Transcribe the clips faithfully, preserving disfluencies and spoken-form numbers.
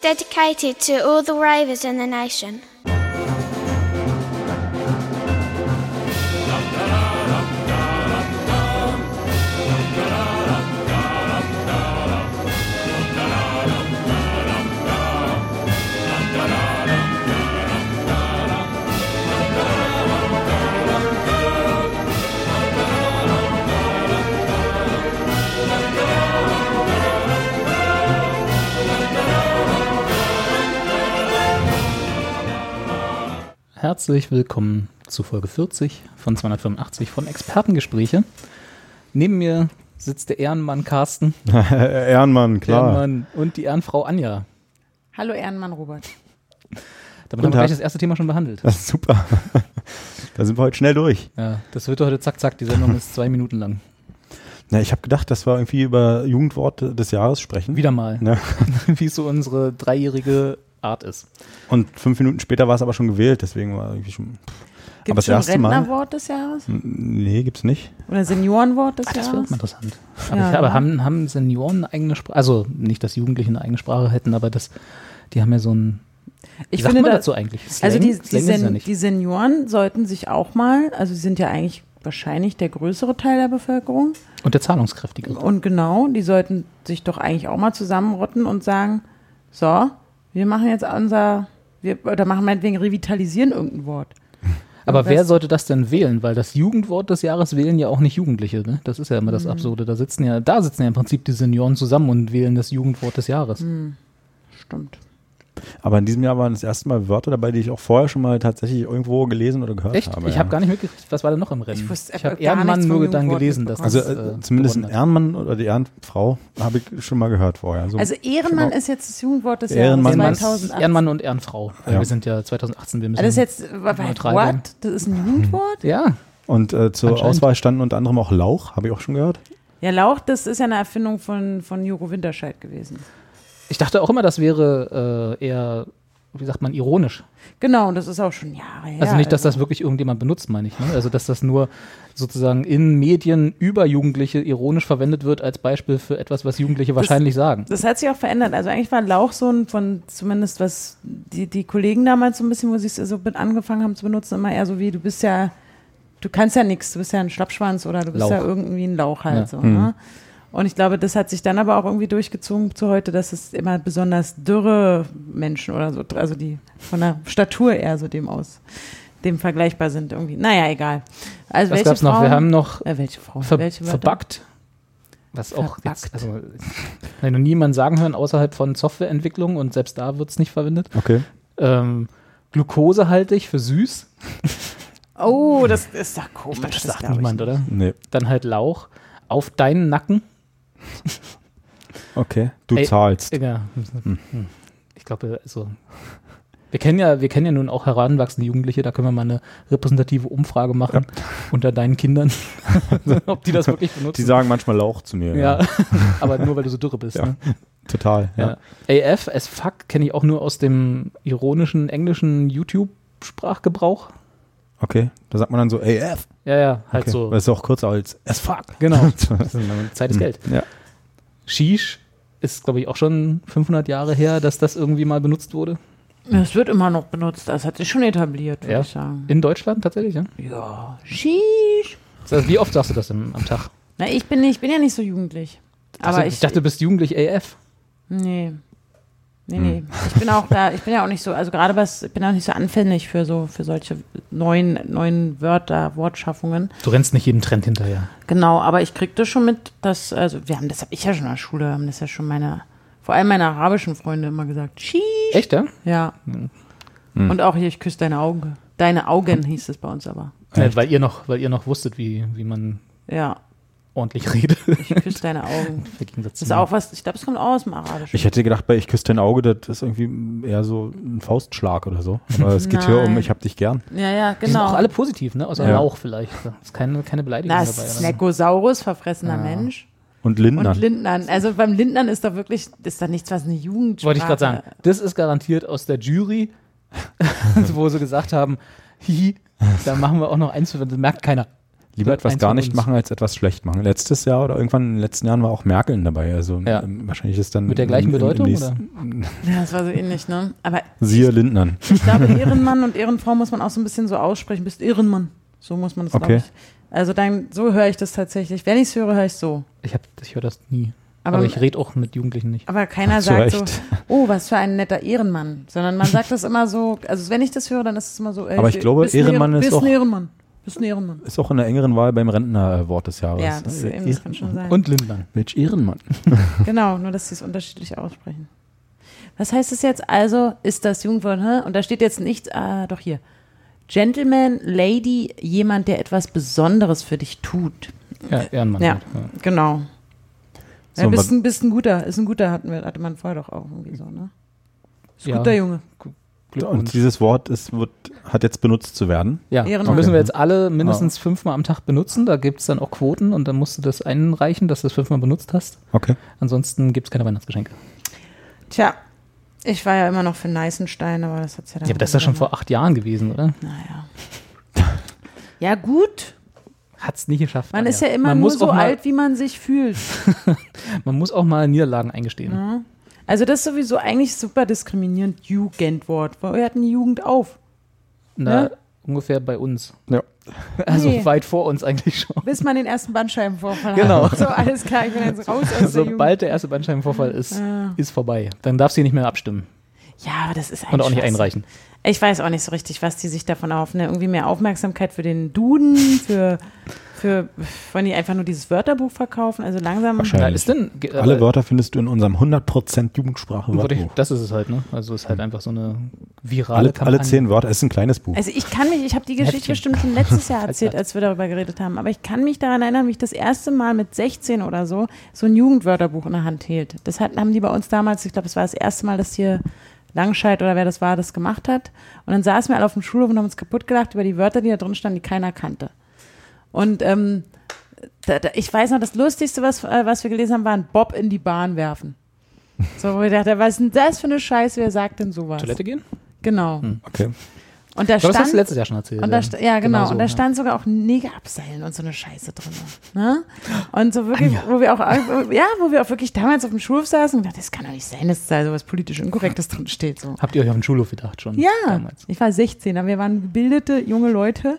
Dedicated to all the ravers in the nation. Herzlich willkommen zu Folge vierzig von zweihundertfünfundachtzig von Expertengespräche. Neben mir sitzt der Ehrenmann Carsten. Ehrenmann, klar. Ehrenmann und die Ehrenfrau Anja. Hallo Ehrenmann Robert. Damit haben wir gleich das erste Thema schon behandelt. Das ist super. Da sind wir heute schnell durch. Ja, das wird heute zack, zack. Die Sendung ist zwei Minuten lang. Na, ich habe gedacht, dass wir irgendwie über Jugendwort des Jahres sprechen. Wieder mal. Ja. Wie es so unsere dreijährige Art ist. Und fünf Minuten später war es aber schon gewählt, deswegen war irgendwie schon. Gibt es schon Rentnerwort des Jahres? Nee, gibt's nicht. Oder Seniorenwort des ah, das Jahres? Das wäre interessant. Aber, Ja, ich, aber ja. haben, haben Senioren eine eigene Sprache? Also nicht, dass Jugendliche eine eigene Sprache hätten, aber das, die haben ja so ein. Wie Ich sagt finde man da, dazu eigentlich? Slang? Also die, die, Slang ist es ja Sen, nicht. die Senioren sollten sich auch mal, also sie sind ja eigentlich wahrscheinlich der größere Teil der Bevölkerung. Und der Zahlungskräftige. Und genau, die sollten sich doch eigentlich auch mal zusammenrotten und sagen, so, wir machen jetzt unser, wir, oder machen meinetwegen revitalisieren irgendein Wort. Aber Irgendwas- wer sollte das denn wählen? Weil das Jugendwort des Jahres wählen ja auch nicht Jugendliche. Ne? Das ist ja immer das Absurde. Da sitzen ja, da sitzen ja im Prinzip die Senioren zusammen und wählen das Jugendwort des Jahres. Hm, stimmt. Aber in diesem Jahr waren das erste Mal Wörter dabei, die ich auch vorher schon mal tatsächlich irgendwo gelesen oder gehört Echt? habe. ich ja. habe gar nicht mitgekriegt, was war denn noch im Rennen? Ich wusste ich habe gar Ehrenmann nichts vom nur dann Jugendwort gelesen, dass Also das äh, äh, zumindest ein gewonnen hat. Ehrenmann oder die Ehrenfrau habe ich schon mal gehört vorher. So, Also Ehrenmann genau. ist jetzt das Jugendwort des Ehrenmann- Jahres Ehrenmann, zweitausendachtzehn. Ehrenmann und Ehrenfrau. Weil Ja. Wir sind ja zweitausendachtzehn. Wir müssen Also das ist jetzt, what? neutral bleiben. Das ist ein Jugendwort? Ja, Und äh, zur Anscheinend. Auswahl standen unter anderem auch Lauch, habe ich auch schon gehört. Ja, Lauch, das ist ja eine Erfindung von, von Juro Winterscheid gewesen. ich dachte auch immer, das wäre äh, eher, wie sagt man, ironisch. Genau, und das ist auch schon Jahre her. Also nicht, dass das wirklich irgendjemand benutzt, meine ich. Ne? Also dass das nur sozusagen in Medien über Jugendliche ironisch verwendet wird als Beispiel für etwas, was Jugendliche wahrscheinlich sagen. Das hat sich auch verändert. Also eigentlich war Lauch so ein von, zumindest was die, die Kollegen damals so ein bisschen, wo sie es so mit angefangen haben zu benutzen, immer eher so wie, du bist ja, du kannst ja nichts, du bist ja ein Schlappschwanz oder du bist Lauch. ja irgendwie ein Lauch halt Ja. so. Mhm. Ne? Und ich glaube, das hat sich dann aber auch irgendwie durchgezogen zu heute, dass es immer besonders dürre Menschen oder so, also die von der Statur eher so dem aus, dem vergleichbar sind irgendwie. Naja, egal. Also Was welche gab's noch? Frauen, Wir haben noch äh, welche Frauen? ver welche Wörter? verbuggt. Was auch Verbuggt. jetzt, also habe ich noch niemanden sagen hören, außerhalb von Softwareentwicklung und selbst da wird es nicht verwendet. Okay. Ähm, glukosehaltig für süß. Oh, das ist doch komisch. Ich glaub, das sagt glaub ich niemand, nicht. oder? Nee. Dann halt Lauch. Auf deinen Nacken. Okay. Du Ey, zahlst. Ja. Hm. Ich glaube, also wir kennen ja, wir kennen ja nun auch heranwachsende Jugendliche, da können wir mal eine repräsentative Umfrage machen unter deinen Kindern, ob die das wirklich benutzen. Die sagen manchmal Lauch zu mir. ja, aber nur weil du so dürre bist. Ja. Ne? Total. Ja. Ja. A F, as fuck, kenne ich auch nur aus dem ironischen englischen YouTube-Sprachgebrauch. Okay. Da sagt man dann so A F. Ja, ja, halt Okay. so. Das ist auch kürzer als as fuck. Genau. Das ist Zeit ist Geld. Ja. Shish ist, glaube ich, auch schon fünfhundert Jahre her, dass das irgendwie mal benutzt wurde. Es wird immer noch benutzt, das hat sich schon etabliert, würde Ja. ich sagen. In Deutschland tatsächlich, ja? Ja, Sheesh. Also, wie oft sagst du das im, am Tag? Na, ich bin, nicht, ich bin ja nicht so jugendlich. Aber also, ich, ich dachte, du bist jugendlich A F. nee. Nee, nee. Ich bin auch da, ich bin ja auch nicht so, also gerade was, ich bin auch nicht so anfällig für so, für solche neuen, neuen Wörter, Wortschaffungen. Du rennst nicht jedem Trend hinterher. Genau, aber ich krieg das schon mit, dass, also wir haben, das habe ich ja schon in der Schule, haben das ja schon meine, vor allem meine arabischen Freunde immer gesagt, Sheesh. Echt, ja? Ja. Hm. Und auch hier, ich küsse deine Augen. Deine Augen hieß es bei uns aber. Ja, weil ihr noch, weil ihr noch wusstet, wie, wie man Ja, ordentlich redet. ich küsse deine Augen. Im Gegensatz Das zu ist mir. auch was, ich glaube, es kommt auch aus dem Arabischen. Ich hätte gedacht, bei Ich küsse dein Auge, das ist irgendwie eher so ein Faustschlag oder so. Aber es geht hier um, Nein. ich hab dich gern. ja, ja, Die sind auch genau. alle positiv, ne? Außer Ja. Lauch vielleicht. Da ist keine, keine Beleidigung Na, dabei. oder so. Snackosaurus, verfressener Ja. Mensch. Und Lindner. Und Lindnern. Also beim Lindnern ist da wirklich, ist da nichts, was eine Jugendsprache. Wollte ich gerade sagen. Das ist garantiert aus der Jury, wo sie gesagt haben, hihi, da machen wir auch noch eins, das merkt keiner. Lieber etwas Eins gar von nicht uns. machen, als etwas schlecht machen. Letztes Jahr oder irgendwann in den letzten Jahren war auch Merkel dabei. Also Ja. ähm, wahrscheinlich ist dann Mit der gleichen im- im- im Bedeutung, nächsten- Ja, das war so ähnlich, ne? Aber Siehe Lindnern. ich glaube, Ehrenmann und Ehrenfrau muss man auch so ein bisschen so aussprechen. Bist Ehrenmann. So muss man das, Okay. glaube ich. Also dann, so höre ich das tatsächlich. Wenn ich es höre, höre ich es so. Ich, hab- ich höre das nie. Aber, Aber, ich rede auch mit Jugendlichen nicht. aber keiner Zu sagt Recht. so, oh, was für ein netter Ehrenmann. Sondern man sagt das immer so, also wenn ich das höre, dann ist es immer so, ey, Aber ich glaube, bist ein Ehrenmann Ehren- ist bist auch- ein Ehrenmann. Bist ein Ehrenmann. Ist auch in der engeren Wahl beim Rentner-Wort des Jahres. Ja, das, Äh, eben, das kann schon sein. Und Lindner. Welch Ehrenmann. Genau, nur dass sie es unterschiedlich aussprechen. Was heißt es jetzt also, ist das Jugendwort, hä? Und da steht jetzt nicht, ah, doch hier. Gentleman, Lady, jemand, der etwas Besonderes für dich tut. Ja, Ehrenmann. Ja, halt, ja. genau. So, ja, was- bist, ein, bist ein guter, ist ein guter, hatten wir, hatte man vorher doch auch irgendwie so, ne? Ist ein Ja. guter Junge. Glückwunsch. Und dieses Wort ist, wird, hat jetzt benutzt zu werden. Ja, Ehrenmann. das müssen wir jetzt alle mindestens fünfmal am Tag benutzen. Da gibt es dann auch Quoten und dann musst du das einreichen, dass du das fünfmal benutzt hast. Okay. Ansonsten gibt es keine Weihnachtsgeschenke. Tja, ich war ja immer noch für Neißenstein, aber das hat's ja dann. Ja, aber das ist ja schon vor acht Jahren gewesen, oder? Naja. Ja, gut. Hat es nicht geschafft. Man Anja. ist ja immer man nur muss so auch mal, alt, wie man sich fühlt. Man muss auch mal Niederlagen eingestehen. Ja. Also das ist sowieso eigentlich super diskriminierend, Jugendwort. Wir hatten die Jugend auf. Na, Ja. ungefähr bei uns. Ja. Also Nee. weit vor uns eigentlich schon. Bis man den ersten Bandscheibenvorfall Genau. hat. So, alles klar, ich bin jetzt raus aus der Jugend. Sobald der erste Bandscheibenvorfall ist, Ja. ist vorbei. Dann darfst du hier nicht mehr abstimmen Ja, aber das ist ein und auch nicht Scheiß. einreichen. Ich weiß auch nicht so richtig, was die sich davon erhoffen. Ne? Irgendwie mehr Aufmerksamkeit für den Duden, für, für, wollen die einfach nur dieses Wörterbuch verkaufen? Also langsam. Wahrscheinlich. Ja, ist denn, ge- Alle aber- Wörter findest du in unserem hundert Prozent Jugendsprache Würde ich- Wörterbuch. Das ist es halt, ne? Also es ist halt einfach so eine virale Alle, Kampagne. alle zehn Wörter, es ist ein kleines Buch. Also ich kann mich, ich habe die Geschichte Heftchen. bestimmt schon letztes Jahr Als erzählt, Blatt. als wir darüber geredet haben, aber ich kann mich daran erinnern, wie ich das erste Mal mit sechzehn oder so so ein Jugendwörterbuch in der Hand hielt. Das hat, haben die bei uns damals, ich glaube, es war das erste Mal, dass hier Langscheid oder wer das war, das gemacht hat. Und dann saßen wir alle auf dem Schulhof und haben uns kaputt gelacht über die Wörter, die da drin standen, die keiner kannte. Und ähm, da, da, ich weiß noch, das Lustigste, was, äh, was wir gelesen haben, war ein Bob in die Bahn werfen. So, wo ich dachte, was ist denn das für eine Scheiße, wer sagt denn sowas? Toilette gehen? Genau. Okay. Und da Ich glaube, das hast du stand, letztes Jahr schon erzählt. und da, st- ja, genau. so, und da ja. stand sogar auch Neger abseilen und so eine Scheiße drin. Ne? Und so wirklich, wo wir auch, ja, wo wir auch wirklich damals auf dem Schulhof saßen und dachten, das kann doch nicht sein, dass da so was politisch Inkorrektes drin steht. So. Habt ihr euch auf den Schulhof gedacht schon? Ja, Damals. ich war sechzehn, aber wir waren gebildete junge Leute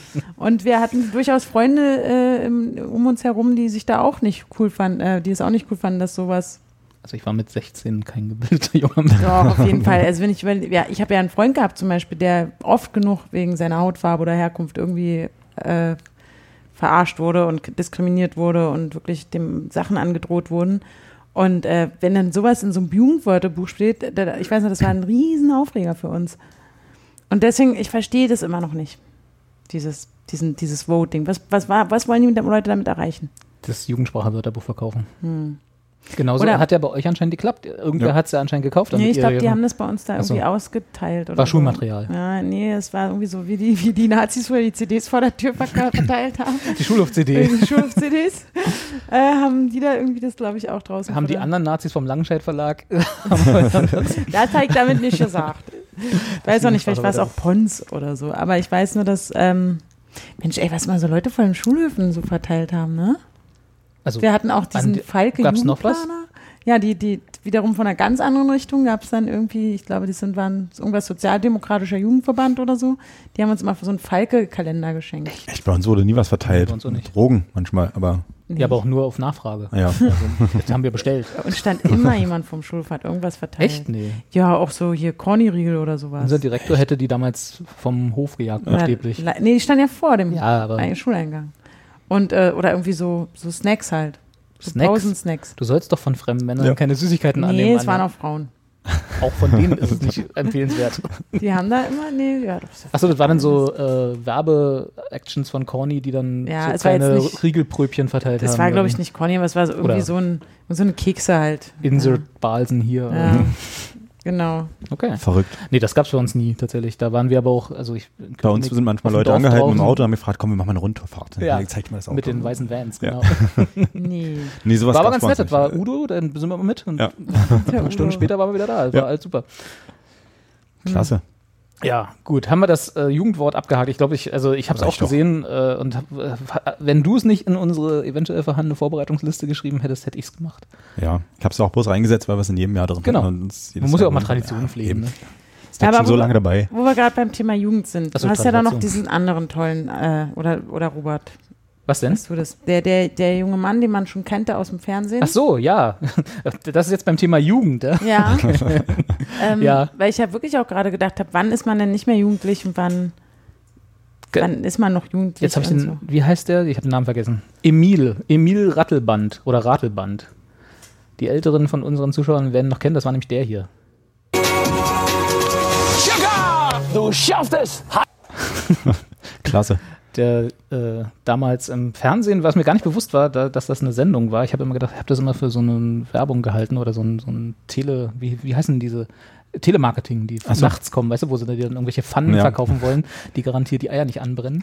und wir hatten durchaus Freunde äh, im, um uns herum, die sich da auch nicht cool fanden, äh, die es auch nicht cool fanden, dass sowas. Also ich war mit sechzehn kein gebildeter junger Mann. Doch, auf jeden Fall. Also wenn ich über, ja, ich habe ja einen Freund gehabt zum Beispiel, der oft genug wegen seiner Hautfarbe oder Herkunft irgendwie äh, verarscht wurde und diskriminiert wurde und wirklich dem Sachen angedroht wurden. Und äh, wenn dann sowas in so einem Jugendwörterbuch steht, da, ich weiß nicht, das war ein riesen Aufreger für uns. Und deswegen, ich verstehe das immer noch nicht, dieses, diesen, dieses Voting. Was, was, war, was wollen die Leute damit erreichen? Das Jugendsprache-Wörterbuch verkaufen. Hm. Genauso Oder- hat ja bei euch anscheinend geklappt. Irgendwer Ja. hat es ja anscheinend gekauft. Nee, damit ich ihr- glaube, die haben das bei uns da Ach so. irgendwie ausgeteilt. Oder War so. Schulmaterial. Ja, nee, es war irgendwie so, wie die, wie die Nazis früher die C Ds vor der Tür verka- verteilt haben. Die Schulhof-C D. Die Schulhof-C Ds. Äh, haben die da irgendwie das, glaube ich, auch draußen. Haben die vor der- anderen Nazis vom Langenscheidt Verlag. Das habe ich damit nicht gesagt. Ich weiß auch nicht, vielleicht war es auch Pons oder so. Aber ich weiß nur, dass, ähm, Mensch, ey, was mal so Leute von den Schulhöfen so verteilt haben, ne? Also, Wir hatten auch diesen die- Falke gab's noch was? Jugendplaner. Ja, die, die wiederum von einer ganz anderen Richtung gab es dann irgendwie, ich glaube, die sind, waren irgendwas sozialdemokratischer Jugendverband oder so. Die haben uns immer so einen Falke-Kalender geschenkt. Echt, bei uns wurde nie was verteilt. Bei uns auch nicht. Drogen manchmal, aber ja, aber auch nur auf Nachfrage. ja. Also, das haben wir bestellt. Und stand immer jemand vom Schulhof, hat irgendwas verteilt. Echt? Nee. Ja, auch so hier Corny-Riegel oder sowas. Unser Direktor hätte die damals vom Hof gejagt, buchstäblich. La- Nee, die stand ja vor dem Ja, aber Ein- Schuleingang. Und, äh, oder irgendwie so, so Snacks halt. So Snacks? Pausensnacks. Du sollst doch von fremden Männern Ja. keine Süßigkeiten Nee, annehmen. es waren Anja. auch Frauen. Auch von denen ist es nicht empfehlenswert. Die haben da immer, nee, ja. Das ist ja Achso, das waren dann so äh, Werbe-Actions von Corny, die dann Ja, so es war jetzt kleine nicht- Riegelpröbchen verteilt Das haben. war, glaube ich, nicht Conny, aber es war so irgendwie Oder- so, ein, so eine Kekse halt. Insert-Balsen hier. Ja, genau. Okay. Verrückt. Nee, das gab's bei uns nie tatsächlich. Da waren wir aber auch, also ich Bei uns sind manchmal auf dem Leute Dorf angehalten im draußen. Auto und haben gefragt, komm, wir machen mal eine Rundtourfahrt. Ja. Ich zeig dir mal das Auto. mit den weißen Vans, Ja. genau. Nee. Nee, sowas War aber gab's ganz bei nett, uns das war nicht. Udo, dann sind wir mal mit und Ja. eine Stunde später waren wir wieder da. Das war Ja. alles super. Klasse. Ja, gut. Haben wir das äh, Jugendwort abgehakt? Ich glaube, ich, also ich habe es auch gesehen äh, und hab, äh, wenn du es nicht in unsere eventuell vorhandene Vorbereitungsliste geschrieben hättest, hätte ich es gemacht. Ja, ich habe es auch bloß reingesetzt, weil wir es in jedem Jahr drin genau. haben. Man muss ja auch mal Traditionen ja, pflegen. Ne? Ist ja, schon so lange dabei. Wo wir gerade beim Thema Jugend sind, so, du hast ja da noch diesen anderen tollen, äh, oder, oder Robert. Was denn? Weißt du das? Der, der, der junge Mann, den man schon kannte aus dem Fernsehen. Ach so, ja. Das ist jetzt beim Thema Jugend. Ja, ja. ähm, ja. Weil ich ja wirklich auch gerade gedacht habe, wann ist man denn nicht mehr jugendlich und wann, Ge- wann ist man noch jugendlich? Jetzt habe ich den, so. Wie heißt der? Ich habe den Namen vergessen. Emil. Emil Rattelband oder Ratelband. Die Älteren von unseren Zuschauern werden noch kennen, das war nämlich der hier. Sugar! Du schaffst es! Klasse. Der äh, damals im Fernsehen, was mir gar nicht bewusst war, da, dass das eine Sendung war. Ich habe immer gedacht, ich habe das immer für so eine Werbung gehalten oder so ein, so ein Tele, wie, wie heißen diese Telemarketing, die so. nachts kommen, weißt du, wo sie dann irgendwelche Pfannen ja. verkaufen wollen, die garantiert die Eier nicht anbrennen.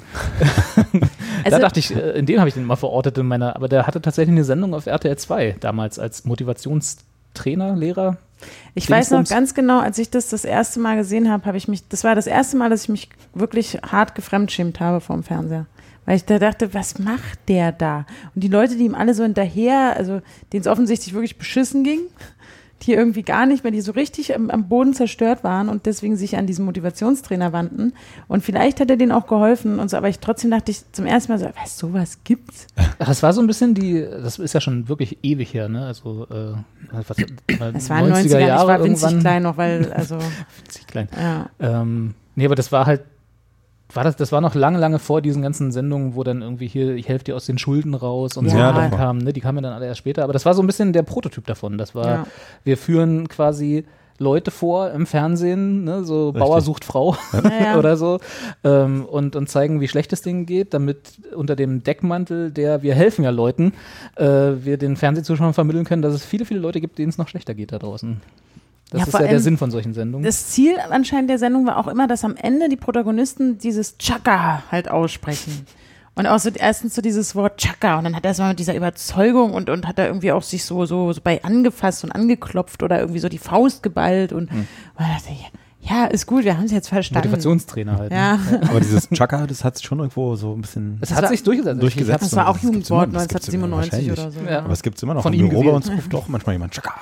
da also, dachte ich, in den habe ich den mal verortet in meiner, aber der hatte tatsächlich eine Sendung auf R T L zwei damals als Motivationstrainer, Lehrer. Ich weiß noch ganz genau, als ich das das erste Mal gesehen habe, habe ich mich, das war das erste Mal, dass ich mich wirklich hart gefremdschämt habe vorm Fernseher. Weil ich da dachte, was macht der da? Und die Leute, die ihm alle so hinterher, also denen es offensichtlich wirklich beschissen ging, die irgendwie gar nicht mehr, die so richtig am, am Boden zerstört waren und deswegen sich an diesen Motivationstrainer wandten. Und vielleicht hat er denen auch geholfen und so, aber ich trotzdem dachte ich zum ersten Mal so, was, sowas gibt's? Das war so ein bisschen die, das ist ja schon wirklich ewig her, ne? Also, äh, was, das war neunziger Jahre, ich war winzig irgendwann. Klein noch, weil, also. winzig klein. Ja. Ähm, nee, aber das war halt, War das, das war noch lange, lange vor diesen ganzen Sendungen, wo dann irgendwie hier, ich helfe dir aus den Schulden raus und ja, so dann kamen, ne? Die kamen ja dann alle erst später. Aber das war so ein bisschen der Prototyp davon. Das war, ja. wir führen quasi Leute vor im Fernsehen, ne? So Richtig. Bauer sucht Frau ja. oder so ähm, und, und zeigen, wie schlecht es denen geht, damit unter dem Deckmantel der wir helfen ja Leuten, äh, wir den Fernsehzuschauern vermitteln können, dass es viele, viele Leute gibt, denen es noch schlechter geht da draußen. Das ja, ist ja der Sinn von solchen Sendungen. Das Ziel anscheinend der Sendung war auch immer, dass am Ende die Protagonisten dieses Chaka halt aussprechen. Und auch so erstens so dieses Wort Chaka und dann hat er erstmal mit dieser Überzeugung und, und hat da irgendwie auch sich so, so, so bei angefasst und angeklopft oder irgendwie so die Faust geballt und hm. man dachte, ja, ist gut, wir haben es jetzt verstanden. Motivationstrainer halt. Ja. Ne? Aber dieses Chaka, das hat sich schon irgendwo so ein bisschen. Es hat sich durchgesetzt. durchgesetzt. Das war auch Jugendwort neunzehnhundertsiebenundneunzig oder so. Ja. Aber es gibt es immer noch. Von im ihm Büro gewählt. bei uns ruft doch manchmal jemand Chaka.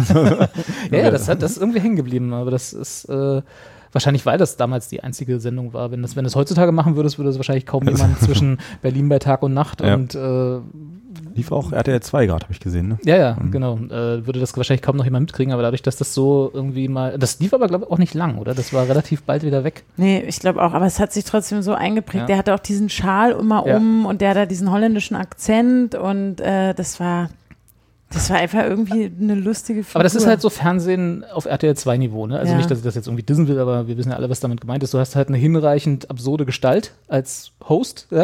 ja, ja, das, hat, das ist irgendwie hängen geblieben. Aber das ist äh, wahrscheinlich, weil das damals die einzige Sendung war. Wenn das, wenn das heutzutage machen würdest, würde es wahrscheinlich kaum jemand zwischen Berlin bei Tag und Nacht ja. und äh, lief auch R T L zwei gerade, habe ich gesehen. Ne? Ja, ja, mhm. genau. Äh, würde das wahrscheinlich kaum noch jemand mitkriegen, aber dadurch, dass das so irgendwie mal, das lief aber, glaube ich, auch nicht lang, oder? Das war relativ bald wieder weg. Nee, ich glaube auch, aber es hat sich trotzdem so eingeprägt. Ja. Der hatte auch diesen Schal immer ja. um und der hat da diesen holländischen Akzent und äh, das war, das war einfach irgendwie eine lustige Figur. Aber das ist halt so Fernsehen auf R T L zwei Niveau, ne? Also ja. nicht, dass ich das jetzt irgendwie dissen will, aber wir wissen ja alle, was damit gemeint ist. Du hast halt eine hinreichend absurde Gestalt als Host, ja?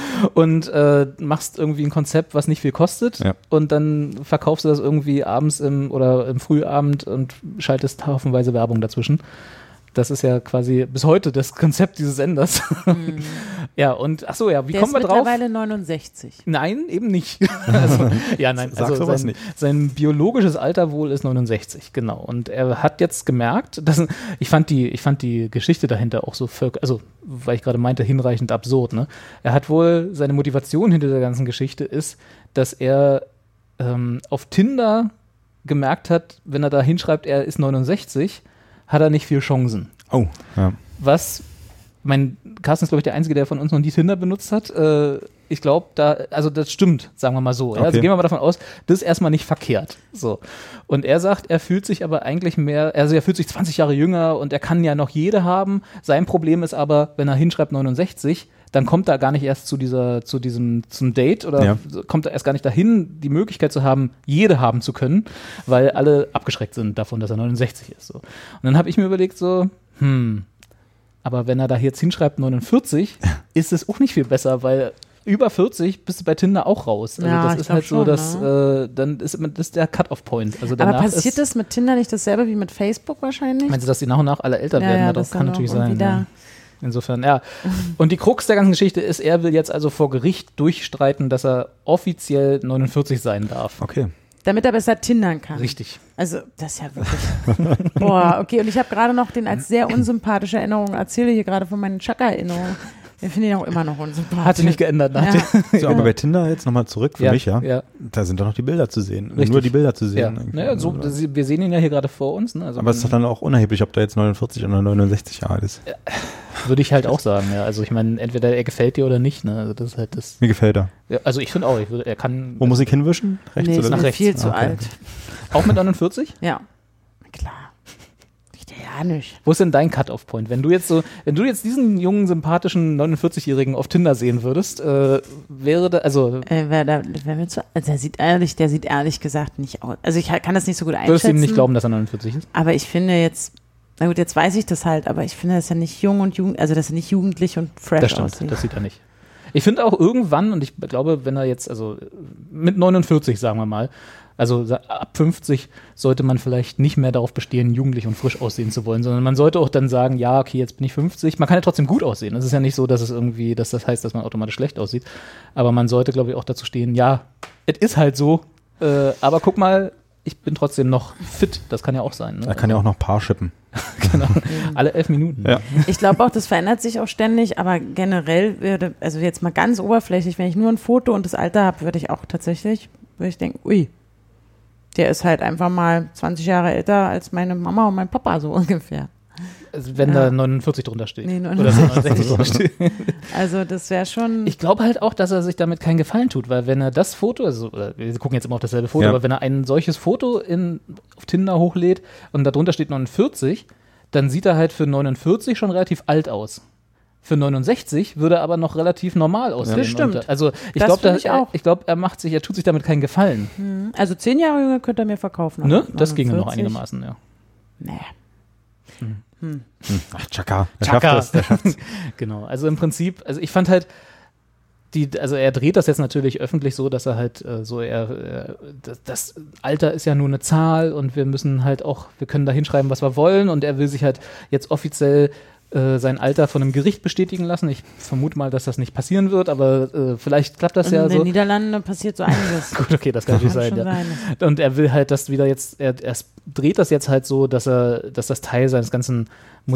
Und äh, machst irgendwie ein Konzept, was nicht viel kostet ja. und dann verkaufst du das irgendwie abends im oder im Frühabend und schaltest haufenweise Werbung dazwischen. Das ist ja quasi bis heute das Konzept dieses Senders. Mhm. Ja, und ach so, ja, wie Der kommen wir drauf? drauf? Der ist mittlerweile neunundsechzig. Nein, eben nicht. also, ja, nein, Sag also sowas sein, nicht. sein biologisches Alter wohl ist neunundsechzig, genau. Und er hat jetzt gemerkt, dass ich fand die, ich fand die Geschichte dahinter auch so, völk- also weil ich gerade meinte, hinreichend absurd. Ne? Er hat wohl, seine Motivation hinter der ganzen Geschichte ist, dass er ähm, auf Tinder gemerkt hat, wenn er da hinschreibt, er ist neunundsechzig, hat er nicht viel Chancen. Oh, ja. Was, mein Carsten ist, glaube ich, der Einzige, der von uns noch nie Tinder benutzt hat. Äh, ich glaube, da, also das stimmt, sagen wir mal so. Okay. Ja? Also gehen wir mal davon aus, das ist erstmal nicht verkehrt. So. Und er sagt, er fühlt sich aber eigentlich mehr, also er fühlt sich zwanzig Jahre jünger und er kann ja noch jede haben. Sein Problem ist aber, wenn er hinschreibt neunundsechzig, dann kommt er gar nicht erst zu dieser, zu diesem, zum Date oder ja. kommt er erst gar nicht dahin, die Möglichkeit zu haben, jede haben zu können, weil alle abgeschreckt sind davon, dass er neunundsechzig ist. So. Und dann habe ich mir überlegt so, hm, aber wenn er da jetzt hinschreibt neunundvierzig, ist es auch nicht viel besser, weil über vierzig bist du bei Tinder auch raus. Also ja, das ist halt so, schon, dass ne? äh, dann ist das ist der Cut-off-Point. Also aber passiert das mit Tinder nicht dasselbe wie mit Facebook wahrscheinlich? Meinst du, dass die nach und nach alle älter ja, werden? Ja, das, das kann natürlich sein. Ja. Insofern, ja. Und die Krux der ganzen Geschichte ist, er will jetzt also vor Gericht durchstreiten, dass er offiziell neunundvierzig sein darf. Okay. Damit er besser tindern kann. Richtig. Also, das ist ja wirklich. Boah, okay. Und ich habe gerade noch den als sehr unsympathische Erinnerung, erzähle hier gerade von meinen Chaka-Erinnerungen. Den finde ich auch immer noch unsympathisch. Hat sich nicht geändert. Nach Ja. So, aber bei Tinder jetzt nochmal zurück für Ja, mich, ja? ja. Da sind doch noch die Bilder zu sehen. Richtig. Nur die Bilder zu Ja. sehen. eigentlich. Naja, so, das, wir sehen ihn ja hier gerade vor uns. Ne? Also aber es ist doch dann auch unerheblich, ob der jetzt neunundvierzig oder neunundsechzig Jahre alt ist. würde ich halt auch sagen. Ja. Also ich meine, entweder er gefällt dir oder nicht. Ne? Also das ist halt das. Mir gefällt er. Ja, also ich finde auch, ich würde, er kann. Wo muss ich hinwischen? Rechts Nee, oder ist nach mir rechts? viel zu Okay. alt. Auch mit neunundvierzig? Ja, klar. Ich ja nicht. Wo ist denn dein Cut-Off-Point? Wenn du jetzt so, wenn du jetzt diesen jungen, sympathischen neunundvierzig-Jährigen auf Tinder sehen würdest, äh, wäre da, also Äh, wer da, wer mir zu, also der sieht ehrlich, der sieht ehrlich gesagt nicht aus. Also ich kann das nicht so gut einschätzen. würdest du ihm nicht glauben, dass er neunundvierzig ist? Aber ich finde jetzt, na gut, jetzt weiß ich das halt, aber ich finde, dass er nicht jung und jugend, also dass er nicht jugendlich und fresh Das stimmt, aussieht. das sieht er nicht. Ich finde auch irgendwann, und ich glaube, wenn er jetzt, also mit neunundvierzig, sagen wir mal, also ab fünfzig sollte man vielleicht nicht mehr darauf bestehen, jugendlich und frisch aussehen zu wollen, sondern man sollte auch dann sagen, ja, okay, jetzt bin ich fünfzig. Man kann ja trotzdem gut aussehen. Es ist ja nicht so, dass es irgendwie, dass das heißt, dass man automatisch schlecht aussieht. Aber man sollte, glaube ich, auch dazu stehen, ja, es ist halt so, äh, aber guck mal, ich bin trotzdem noch fit. Das kann ja auch sein. Ne? Er kann ja auch noch Paar schippen. Genau. Alle elf Minuten. Ja. Ich glaube auch, das verändert sich auch ständig, aber generell würde, also jetzt mal ganz oberflächlich, wenn ich nur ein Foto und das Alter habe, würde ich auch tatsächlich, würde ich denken, ui, der ist halt einfach mal zwanzig Jahre älter als meine Mama und mein Papa, so ungefähr. Also wenn Ja. da neunundvierzig drunter steht. Nee, Oder so neunundsechzig drunter steht. Also das wäre schon, Ich glaube halt auch, dass er sich damit keinen Gefallen tut, weil wenn er das Foto, also oder wir gucken jetzt immer auf dasselbe Foto, Ja. aber wenn er ein solches Foto in, auf Tinder hochlädt und darunter steht neunundvierzig, dann sieht er halt für neunundvierzig schon relativ alt aus. Für neunundsechzig würde er aber noch relativ normal aussehen. Das stimmt. Und, also ich Das glaube, finde ich auch. ich glaube, er macht sich, er tut sich damit keinen Gefallen. also zehn Jahre jünger könnte er mir verkaufen. Ne? aber Das ginge noch neunundvierzig? einigermaßen, ja. Nee. Ach, Chaka. Der Chaka. schafft das. Der schafft Genau, also im Prinzip, also ich fand halt, die, also er dreht das jetzt natürlich öffentlich so, dass er halt äh, so, er, äh, das, das Alter ist ja nur eine Zahl und wir müssen halt auch, wir können da hinschreiben, was wir wollen und er will sich halt jetzt offiziell äh, sein Alter von einem Gericht bestätigen lassen. Ich vermute mal, dass das nicht passieren wird, aber äh, vielleicht klappt das In ja den so. Niederlanden passiert so einiges. Gut, okay, das kann natürlich Kann sein, schon ja. sein. Und er will halt das wieder jetzt, er, er dreht das jetzt halt so, dass er, dass das Teil seines ganzen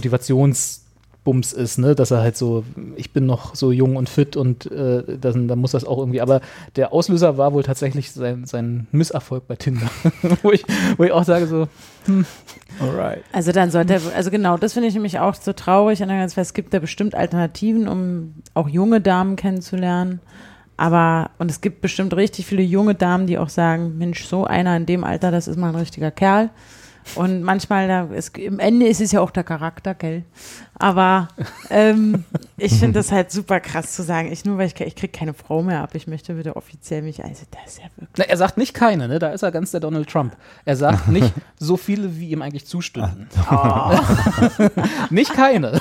Motivationsbums ist, ne, dass er halt so, ich bin noch so jung und fit und äh, dann, dann muss das auch irgendwie, aber der Auslöser war wohl tatsächlich sein, sein Misserfolg bei Tinder, wo, ich, wo ich auch sage so, hm, alright. Also dann sollte er, also genau, das finde ich nämlich auch so traurig. Und dann ganz, weil es gibt da bestimmt Alternativen, um auch junge Damen kennenzulernen. Aber, und es gibt bestimmt richtig viele junge Damen, die auch sagen, Mensch, so einer in dem Alter, das ist mal ein richtiger Kerl. Und manchmal, da ist, im Ende ist es ja auch der Charakter, gell? Aber ähm, ich finde das halt super krass zu sagen, ich nur, weil ich, ich kriege keine Frau mehr ab, ich möchte bitte offiziell mich, also das ist ja wirklich. Na, er sagt nicht keine, ne? Da ist er ganz der Donald Trump. Er sagt nicht so viele, wie ihm eigentlich zustünden. Oh. Nicht keine.